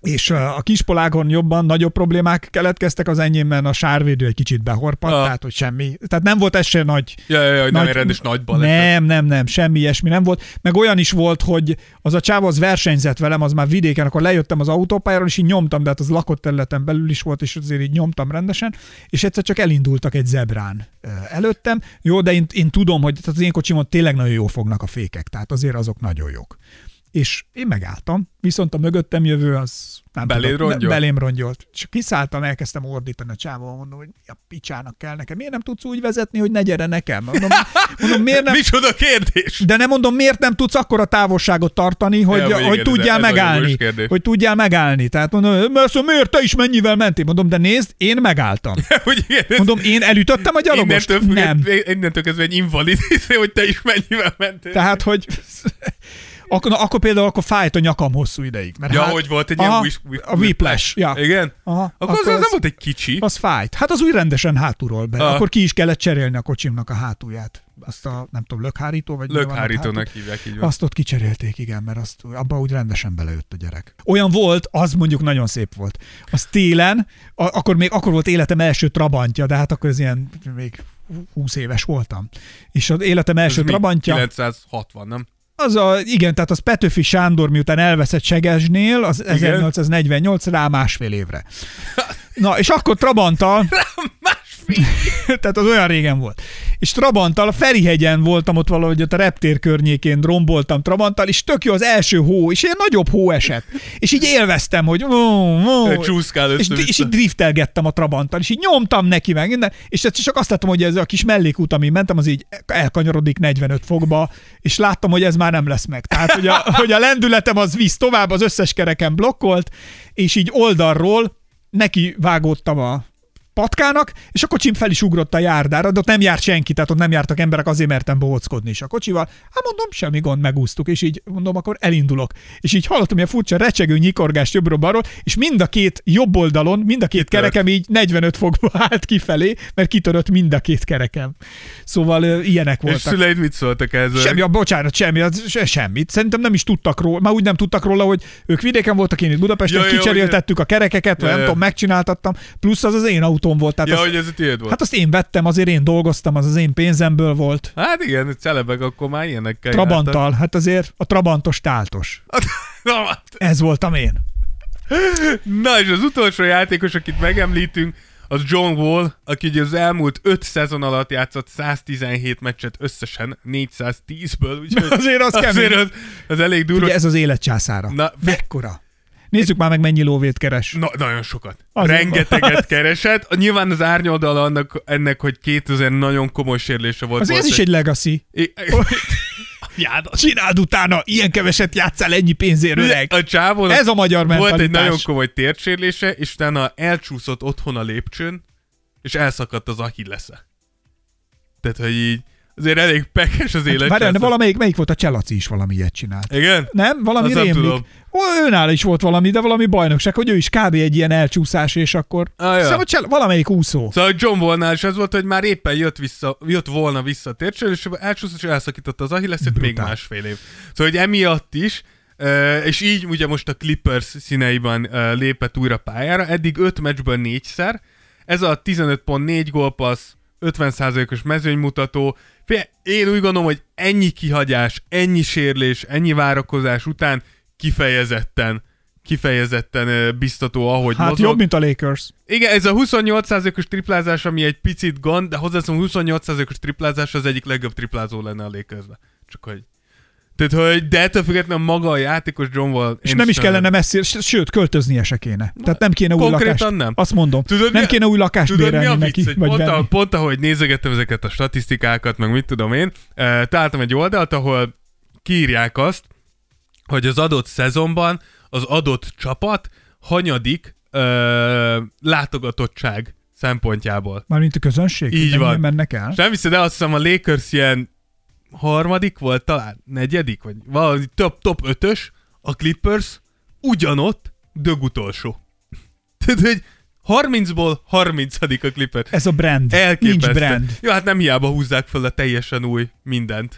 és a Kispolágon jobban nagyobb problémák keletkeztek, az enyémben a sárvédő egy kicsit behorpadt, ah. tehát hogy semmi. Tehát nem volt ez se nagy... Ja, ja, ja, nagy, nem rendes nagy baleset. Nem, nem, nem, semmi ilyesmi nem volt. Meg olyan is volt, hogy az a csáv az versenyzett velem, az már vidéken, akkor lejöttem az autópályáról, és így nyomtam, de hát az lakott területen belül is volt, és azért így nyomtam rendesen, és egyszer csak elindultak egy zebrán előttem. Jó, de én, én tudom, hogy tehát az én kocsimon tényleg nagyon jól fognak a fékek, tehát azért azok nagyon jók. És én megálltam, viszont a mögöttem jövő az nem belém tudom, rongyolt. belém rongyolt. És kiszálltam, elkezdtem ordítani a csávon, mondom, hogy a picsának kell nekem. Miért nem tudsz úgy vezetni, hogy ne gyere nekem? Mondom, mondom miért nem... Micsoda kérdés? De nem mondom, miért nem tudsz akkora távolságot tartani, hogy, ja, hogy igen, tudjál ez megállni. Hogy tudjál megállni. Tehát mondom, mert miért te is mennyivel mentél? Mondom, de nézd, én megálltam. Mondom, én elütöttem a gyalogost? Innentől, nem. Innentől kezdve egy invalid, hogy te is mennyivel mentél. Tehát, hogy... Akkor, na, akkor például akkor fájt a nyakam hosszú ideig. Mert ja, hát, hogy volt egy aha, ilyen whiplash. A whiplash, ja. Igen? Aha, akkor, akkor az, az nem volt egy kicsi. Az fájt. Hát az úgy rendesen hátulról be. Ah. Akkor ki is kellett cserélni a kocsimnak a hátulját. Azt a, nem tudom, lökhárító? Vagy lökhárítónak hívják, így van. Azt ott kicserélték, igen, mert azt, abba úgy rendesen belejött a gyerek. Olyan volt, az mondjuk nagyon szép volt. Az télen, a, akkor még akkor volt életem első trabantja, de hát akkor ez ilyen még húsz éves voltam. És az életem első ez trabantja... kilencszázhatvan, nem? Az a, igen, tehát az Petőfi Sándor miután elveszett Segesnél, az igen? ezernyolcszáznegyvennyolc rá másfél évre. Na, és akkor Trabanttal... Rá másfél tehát az olyan régen volt. És Trabanttal a Ferihegyen voltam ott valahogy, ott a reptér környékén romboltam Trabanttal, és tök jó az első hó, és ilyen nagyobb hó esett. És így élveztem, hogy... Oh, oh, csúszkál és, és így driftelgettem a Trabanttal, és így nyomtam neki meg minden, és csak azt láttam, hogy ez a kis mellékút, amin mentem, az így elkanyarodik negyvenöt fokba, és láttam, hogy ez már nem lesz meg. Tehát, hogy a, hogy a lendületem az visz tovább, az összes kereken blokkolt, és így oldalról neki vágódtam a patkának, és a kocsim fel is ugrott a járdára, de ott nem járt senki, tehát ott nem jártak emberek, azért mertem bohóckodni is a kocsival. Hát mondom, semmi gond, megúsztuk, és így mondom, akkor elindulok. És így hallottam ilyen furcsa recsegő nyikorgást jobbról-balról, és mind a két jobb oldalon, mind a két Kitört. kerekem így negyvenöt fokba állt kifelé, mert kitörött mind a két kerekem. Szóval ö, ilyenek voltak. És szüleid mit szóltak ezzel? Semmi, a, bocsánat, semmi, az, se, semmit. Szerintem nem is tudtak róla, már úgy nem tudtak róla, hogy ők vidéken voltak, én itt Budapesten, ja, kicseréltettük a kerekeket, vagy ja, nem ja. tudom, megcsináltattam, plusz az az én autóm volt. Tehát Ja, az, hogy ez a tiéd volt. hát azt én vettem, azért én dolgoztam, az az én pénzemből volt. Hát igen, celebek akkor már ilyenekkel Trabanttal, hát azért a trabantos táltos. jártak. Ez voltam én. Na és az utolsó játékos, akit megemlítünk, az John Wall, aki ugye az elmúlt öt szezon alatt játszott száztizenhét meccset összesen négyszáztízből, úgyhogy Azért az kemény. azért az, az elég durva. Ugye ez az élet császára. Na, mekkora? Nézzük már meg, mennyi lóvét keres. Na, nagyon sokat. Azért Rengeteget van. keresett. Nyilván az árnyoldala annak, ennek, hogy kétezer nagyon komoly sérülése volt. Azért ez volt is egy legacy. egy... Csináld utána, ilyen keveset játszál ennyi pénzért, öreg. A csávónak Ez a magyar mentalitás. volt egy nagyon komoly térsérülése, és utána elcsúszott otthon a lépcsőn, és elszakadt az achillesze. Tehát, hogy így azért elég pekes az élet. Hát, várjál, valamelyik, melyik volt a Cselaci is valami ilyet csinált. Igen? Nem? Valami Azt nem rémlik. tudom. Ó, őnála is volt valami, de valami bajnokság, hogy ő is kb. Egy ilyen elcsúszás, és akkor Ah, ja. szóval Csel- valamelyik úszó. Szóval John Wallnál is az volt, hogy már éppen jött, vissza, jött volna vissza a tércsőről, és elcsúszott, és elszakította az achilleszét még másfél év. Szóval, hogy emiatt is, és így ugye most a Clippers színeiben lépett újra pályára, eddig öt meccsből négyszer, ez a tizenöt pont négy gólpassz, ötven százalékos mezőnymutató. Én úgy gondolom, hogy ennyi kihagyás, ennyi sérlés, ennyi várakozás után kifejezetten, kifejezetten biztató, ahogy Hát mozog. jobb, mint a Lakers. Igen, ez a huszonnyolc százalékos triplázás, ami egy picit gond, de hozzáteszem, huszonnyolc százalékos triplázás az egyik legjobb triplázó lenne a Lakersbe. Csak hogy... Tehát, hogy de ettől függetlenül maga a játékos John Wall... És nem is kellene messzire, sőt, költöznie se kéne. Tehát nem kéne új konkrétan lakást. nem. Azt mondom, Tudod, nem mi, kéne új lakást tudod, bérelni mi a vicc, neki, hogy vagy pont, venni. a, pont ahogy nézegettem ezeket a statisztikákat, meg mit tudom én, eh, találtam egy oldalt, ahol kiírják azt, hogy az adott szezonban az adott csapat hanyadik eh, látogatottság szempontjából. Mármint a közönség? Így van. Mennek el? Nem hiszed, de azt hiszem a Lakers ilyen harmadik volt talán, negyedik, vagy valami top, top ötös, a Clippers ugyanott, dög utolsó. Tehát, hogy harmincból harmincadik a Clippers. Ez a brand. Elképesztő. Nincs brand. Jó, hát nem hiába húzzák fel a teljesen új mindent.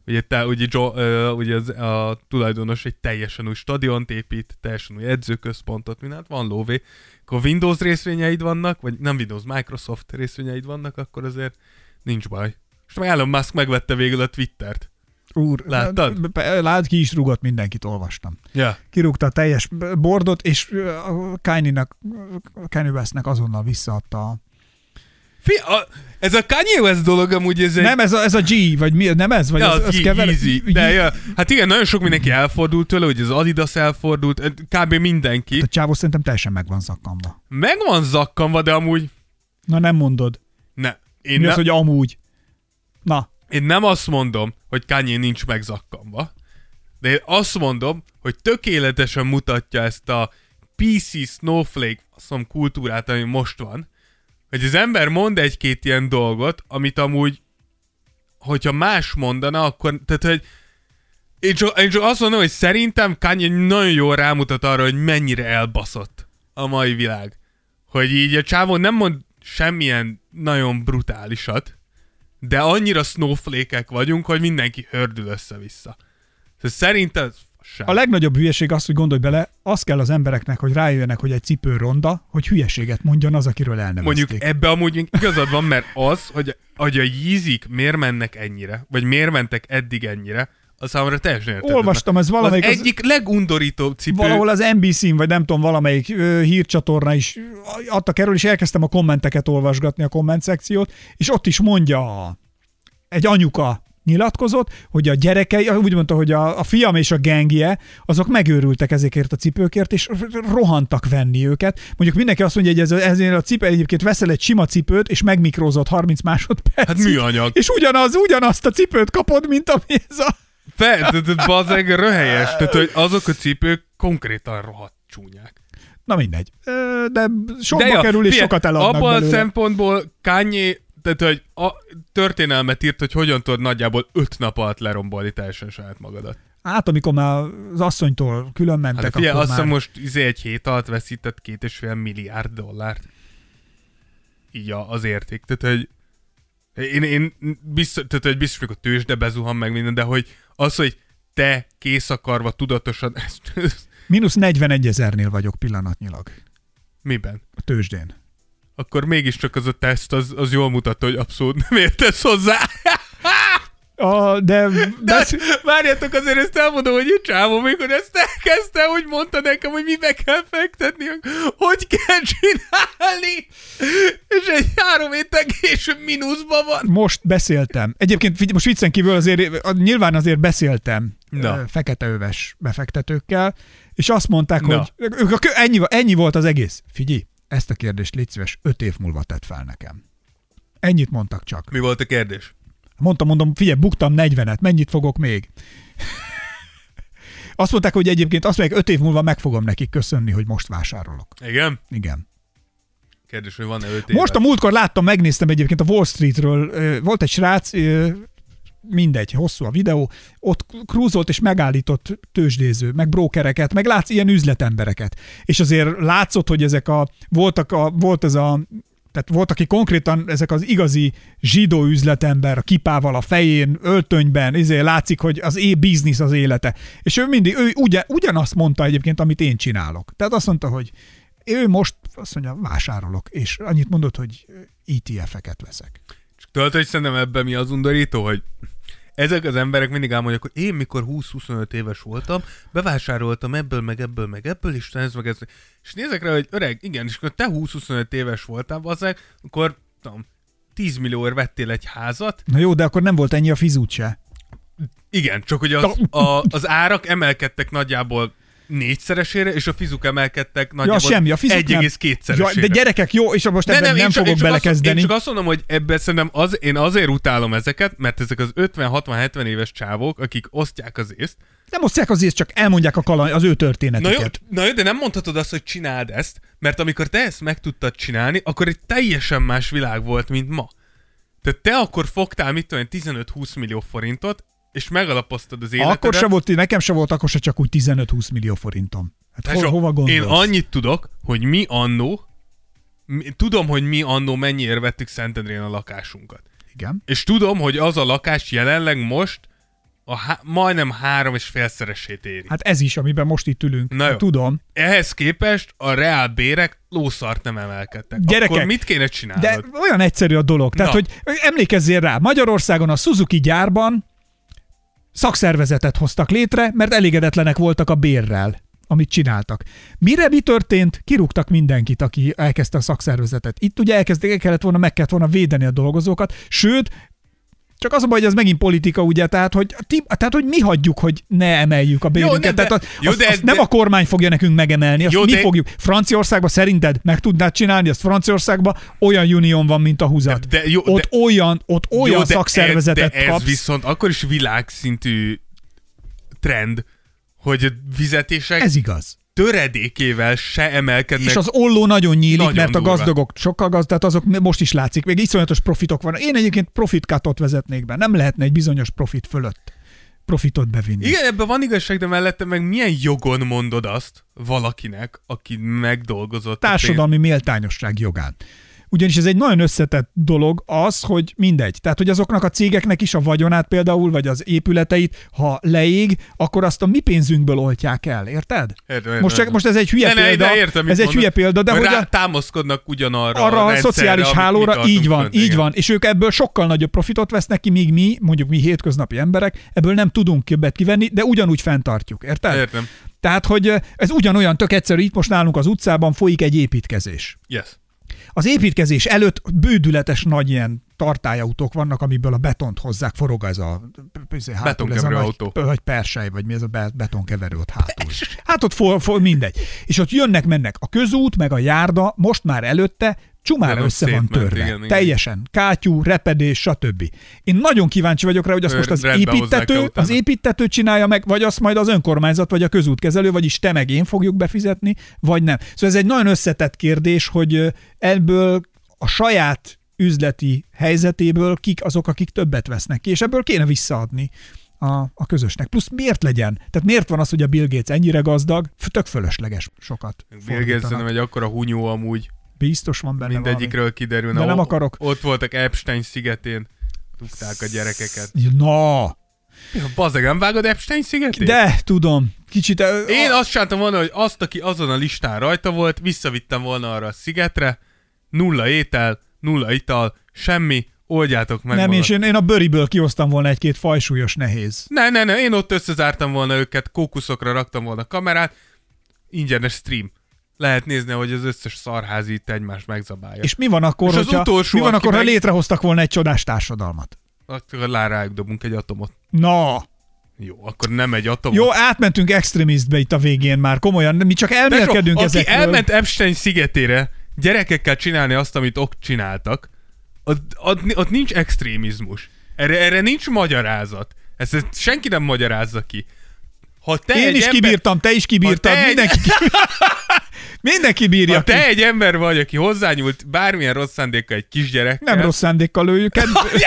ugye, te, ugye, Joe, uh, ugye az, a tulajdonos egy teljesen új stadiont épít, teljesen új edzőközpontot, mindent, van lóvé. Akkor Windows részvényeid vannak, vagy nem Windows, Microsoft részvényeid vannak, akkor azért nincs baj. És meg Elon Musk megvette végül a Twittert. Úr, láttad? Lát, ki is rúgott mindenkit, olvastam. Ja. Kirúgta a teljes bordot, és Kanye-nek, Kanye Westnek azonnal visszaadta a... Fi, a, ez a Kanye West dolog amúgy ez egy... Nem, ez a, ez a G, vagy mi, nem ez? Vagy ja, az, az G, kever... Easy. De, ja. Hát igen, nagyon sok mindenki elfordult tőle, hogy az Adidas elfordult, kb. Mindenki. A csávó szerintem teljesen meg van zakkanva. Meg van zakkanva, de amúgy... Na nem mondod. Ne. Én Mi ne... az, hogy amúgy? Na. Én nem azt mondom, hogy Kanye nincs megzakkanva, de én azt mondom, hogy tökéletesen mutatja ezt a pé cé snowflake faszom kultúrát, ami most van, hogy az ember mond egy-két ilyen dolgot, amit amúgy, hogyha más mondana, akkor, tehát, hogy én csak, én csak azt mondom, hogy szerintem Kanye nagyon jól rámutat arra, hogy mennyire elbaszott a mai világ. Hogy így a csávó nem mond semmilyen nagyon brutálisat, de annyira snowflake-ek vagyunk, hogy mindenki hördül össze-vissza. Tehát szerintem ez fasság. A legnagyobb hülyeség az, hogy gondolj bele, az kell az embereknek, hogy rájöjjenek, hogy egy cipő ronda, hogy hülyeséget mondjon az, akiről elnevezték. Mondjuk ebbe amúgy igazad van, mert az, hogy, hogy a Yeezik miért mennek ennyire, vagy miért mentek eddig ennyire, az számomra teljesen értetlen. Olvastam, ez valamelyik... Az az... egyik legundorítóbb cipő... Valahol az en bé cén, vagy nem tudom, valamelyik ö, hírcsatorna is adtak erről, és elkezdtem a kommenteket olvasgatni, a komment szekciót, és ott is mondja egy anyuka nyilatkozott, hogy a gyerekei, úgy mondta, hogy a, a fiam és a gengje, azok megőrültek ezekért a cipőkért, és rohantak venni őket. Mondjuk mindenki azt mondja, hogy ez, ezért a cipő egyébként veszel egy sima cipőt, és megmikrózott harminc másodpercig. Hát műanyag. És ugyanaz, ugyanazt a cipőt kapod, mint ami ez a... Fe, bazeg röhelyes, tehát hogy azok a cipők konkrétan rohadt csúnyák. Na mindegy. De sokba De ja, kerül, és fie, sokat eladnak abban belőle. a szempontból Kanye, tehát hogy a történelmet írt, hogy hogyan tudod nagyjából öt nap alatt lerombolni teljesen saját magadat. Hát amikor már az asszonytól külön mentek, Hát figyelj, akkor azt már... hiszem most izé egy hét alatt veszített két és fél milliárd dollárt. Így a, az érték. Tehát, hogy én, én biztos, tehát, hogy biztos, hogy a tőzsde bezuhan meg minden, de hogy az, hogy te kész akarva tudatosan... Mínusz negyvenegy ezernél vagyok pillanatnyilag. Miben? A tőzsdén. Akkor mégiscsak az a teszt, az, az jól mutatta, hogy abszolút nem értesz hozzá. A, de... de várjátok, azért ezt elmondom, hogy egy csávó, amikor ezt elkezdte, hogy mondta nekem, hogy mibe kell fektetni, hogy kell csinálni, és egy három héttel később mínuszban van. Most beszéltem. Egyébként most viccen kívül azért, nyilván azért beszéltem Na. feketeöves befektetőkkel, és azt mondták, Na. hogy ők a, ennyi, ennyi volt az egész. Figyelj, ezt a kérdést légy szíves, öt év múlva tett fel nekem. Ennyit mondtak csak. Mi volt a kérdés? Mondtam, mondom, figyelj, buktam negyvenet, mennyit fogok még? Azt mondták, hogy egyébként azt mondják, öt év múlva meg fogom nekik köszönni, hogy most vásárolok. Igen? Igen. Kérdés, hogy van-e öt év? Most a múltkor láttam, megnéztem egyébként a Wall Streetről, volt egy srác, mindegy, hosszú a videó, ott krúzolt és megállított tőzsdéző, meg brókereket, meg látsz ilyen üzletembereket. És azért látszott, hogy ezek a, voltak a, volt ez a, tehát volt, aki konkrétan ezek az igazi zsidó üzletember, a kipával a fején, öltönyben, ezért látszik, hogy az e-business az élete. És ő mindig, ő ugyan, ugyanazt mondta egyébként, amit én csinálok. Tehát azt mondta, hogy ő most azt mondja, vásárolok, és annyit mondott, hogy é té ef-eket veszek. Csak tudod, hogy szerintem ebben mi az undorító, hogy ezek az emberek mindig elmondják, hogy én mikor húsz-huszonöt éves voltam, bevásároltam ebből, meg ebből, meg ebből, és ez meg ez. És nézek rá, hogy öreg, igen, és akkor te húsz-huszonöt éves voltál, bazzeg, akkor tudom, tíz millióért vettél egy házat. Na jó, de akkor nem volt ennyi a fizút se. Igen, csak hogy az, a, az árak emelkedtek nagyjából négyszeresére, és a fizuk emelkedtek nagyjából ja, semmi, a fizuk egy egész kétszeresére. Ja, de gyerekek, jó, és most ebben nem, nem, nem fogok csak belekezdeni. Azt, én csak azt mondom, hogy ebben szerintem az, én azért utálom ezeket, mert ezek az ötven-hatvan-hetven éves csávók, akik osztják az észt. Nem osztják az észt, csak elmondják a kalany, az ő Na történetüket. jó, na jó, de nem mondhatod azt, hogy csináld ezt, mert amikor te ezt meg tudtad csinálni, akkor egy teljesen más világ volt, mint ma. Tehát te akkor fogtál, mit tudom, tizenöt-húsz millió forintot, és megalapoztad az életedet. Akkor se volt, nekem se volt, akkor se csak úgy tizenöt-húsz millió forintom. Hát hol, hova gondolsz? Én annyit tudok, hogy mi annó, mi, tudom, hogy mi annó mennyiért vettük Szentendrén a lakásunkat. Igen. És tudom, hogy az a lakás jelenleg most a há- majdnem három és félszeresét éri. Hát ez is, amiben most itt ülünk. Na jó. Tudom. Ehhez képest a reál bérek lószart nem emelkedtek. Gyerekek, akkor mit kéne csinálnod? De olyan egyszerű a dolog. Tehát, Na. hogy emlékezzél rá, Magyarországon a Suzuki gyárban szakszervezetet hoztak létre, mert elégedetlenek voltak a bérrel, amit csináltak. Mire mi történt? Kirúgtak mindenkit, aki elkezdte a szakszervezetet. Itt ugye elkezdték, el kellett volna, meg kellett volna védeni a dolgozókat, sőt, csak az a baj, hogy ez megint politika, ugye, tehát hogy, tehát, hogy mi hagyjuk, hogy ne emeljük a bérünket. Jó, de, tehát az, jó, azt, de, azt de, nem a kormány fogja nekünk megemelni, azt jó, mi de, fogjuk. Franciaországban szerinted meg tudnád csinálni, azt Franciaországban olyan unión van, mint a húzat. De, de, jó, ott de, olyan, ott olyan jó, de szakszervezetet ez, de ez kapsz. viszont akkor is világszintű trend, hogy a fizetések Ez igaz. töredékével se emelkednek. És az olló nagyon nyílik, Nagyon mert durva. a gazdagok sokkal gazdag, tehát azok most is látszik, még iszonyatos profitok van. Én egyébként profit cutot vezetnék be, nem lehetne egy bizonyos profit fölött profitot bevinni. Igen, ebben van igazság, de mellette meg milyen jogon mondod azt valakinek, aki megdolgozott. Társadalmi méltányosság jogán. Ugyanis ez egy nagyon összetett dolog az, hogy mindegy. Tehát, hogy azoknak a cégeknek is a vagyonát például, vagy az épületeit, ha leég, akkor azt a mi pénzünkből oltják el, érted? Értem, értem, most, csak, értem. most ez egy hülye de, példa. de értem, mit ez egy mondod. hülye példa, de hogy hogy rá a, támaszkodnak ugyanarra arra a, a szociális amit mi hálóra, tartunk így van, fönt, így igen. van. És ők ebből sokkal nagyobb profitot vesznek ki, míg mi, mondjuk mi hétköznapi emberek, ebből nem tudunk többet kivenni, de ugyanúgy fenntartjuk, érted? Értem. Tehát, hogy ez ugyanolyan tök egyszerű, itt most nálunk az utcában folyik egy építkezés. Yes. Az építkezés előtt bődületes nagy ilyen tartályautók vannak, amiből a betont hozzák, forog ez a hátul, Betonkeverő ez a autó. Nagy, vagy persely, vagy mi ez a be- betonkeverő ott hátul. Hát ott for, for, mindegy. És ott jönnek-mennek a közút, meg a járda, most már előtte csumára Nem, össze van szétment, törve. igen, igen. Teljesen. Kátyú, repedés, stb. Én nagyon kíváncsi vagyok rá, hogy azt Ő most az rendbe hozzák-e építtető, utána? az építtető csinálja meg, vagy azt majd az önkormányzat, vagy a közútkezelő, vagyis te meg én fogjuk befizetni, vagy nem. Szóval ez egy nagyon összetett kérdés, hogy ebből a saját üzleti helyzetéből kik azok, akik többet vesznek ki, és ebből kéne visszaadni a, a közösnek. Plusz miért legyen? Tehát miért van az, hogy a Bill Gates ennyire gazdag? Tök fölösleges sokat. Bill Gates nem egy akkora hunyó amúgy. Biztos van benne Mindegyikről kiderül. De Na, nem o- akarok. Ott voltak Epstein szigetén. Tudták a gyerekeket. valami. Na, Bazdeg, nem vágod Epstein szigetét? de tudom. Kicsit... Én azt csináltam volna, hogy azt, aki azon a listán rajta volt, visszavittem volna arra a szigetre, nulla étel, nulla ital, semmi, oldjátok meg Nem, magad. és én, én a bőriből kihoztam volna egy-két fajsúlyos nehéz. Ne, ne, ne, én ott összezártam volna őket, kókuszokra raktam volna kamerát, ingyenes stream. Lehet nézni, hogy az összes szarházi itt egymást megzabálja. És mi van akkor, És az hogyha, utolsó, mi van aki akkor, ha meg- létrehoztak volna egy csodás társadalmat? Akkor lá rájuk dobunk egy atomot. Na, Jó, akkor nem egy atomot. jó, átmentünk extrémistbe itt a végén már, komolyan, mi csak elmélkedünk Aki ezekről. elment Epstein szigetére gyerekekkel csinálni azt, amit ok csináltak, ott, ott, ott nincs extrémizmus. Erre, erre nincs magyarázat. Ezt, ezt senki nem magyarázza ki. Ha te Én egy is ember, kibírtam, te is kibírtad, te egy- mindenki, mindenki bírja Ha ki. te egy ember vagy, aki hozzányúlt bármilyen rossz szándékkal egy kisgyerekkel... Nem rossz szándékkal lőjük.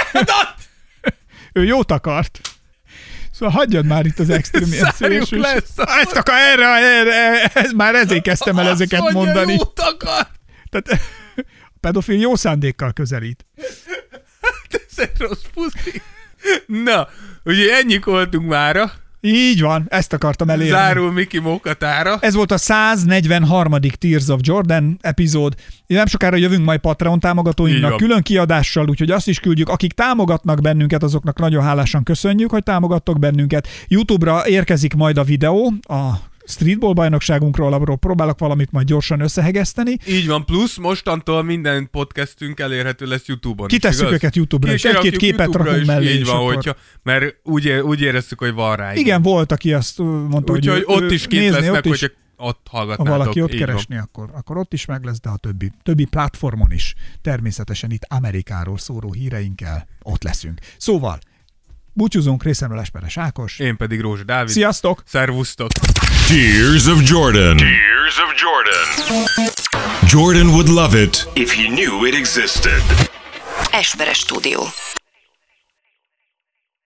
Ő jót akart. Szóval hagyjad már itt az extrémizációt. Zárjuk le ezt a- Ezt akar, erre, erre, ez, már ezért kezdtem el ezeket Azt mondja, mondani. jót akar! Tehát a pedofil jó szándékkal közelít. Ez egy rossz puszi. Na, ugye ennyik voltunk mára. Így van, ezt akartam elérni. Zárul Miki Mókatára. Ez volt a száznegyvenharmadik Tears of Jordan epizód. Nem sokára jövünk majd Patreon Így támogatóinknak van. külön kiadással, úgyhogy azt is küldjük. Akik támogatnak bennünket, azoknak nagyon hálásan köszönjük, hogy támogattok bennünket. YouTube-ra érkezik majd a videó a streetball bajnokságunkról, abról próbálok valamit majd gyorsan összehegeszteni. Így van, plusz mostantól minden podcastünk elérhető lesz YouTube-on. Kitesszük is, igaz? őket YouTube-ra, és Kirakjuk egy-két képet YouTube-ra rakunk is, mellé, Így és van, akkor- hogyha, mert úgy, é- úgy éreztük, hogy van rá. Igen, volt, aki azt uh, mondta, hogy Úgyhogy ő- ott ő is kint nézni, lesznek, ott is. hogyha ott Ha hallgatnátok. valaki ott Így van. keresni, akkor, akkor ott is meg lesz, de a többi, többi platformon is. Természetesen itt Amerikáról szóró híreinkkel ott leszünk. Szóval, búcsúzunk, részemről Esperes Ákos. Én pedig Rózsa Dávid. Sziasztok! Szervusztok! Tears of Jordan. Tears of Jordan. Jordan would love it if he knew it existed. Esperes Stúdió.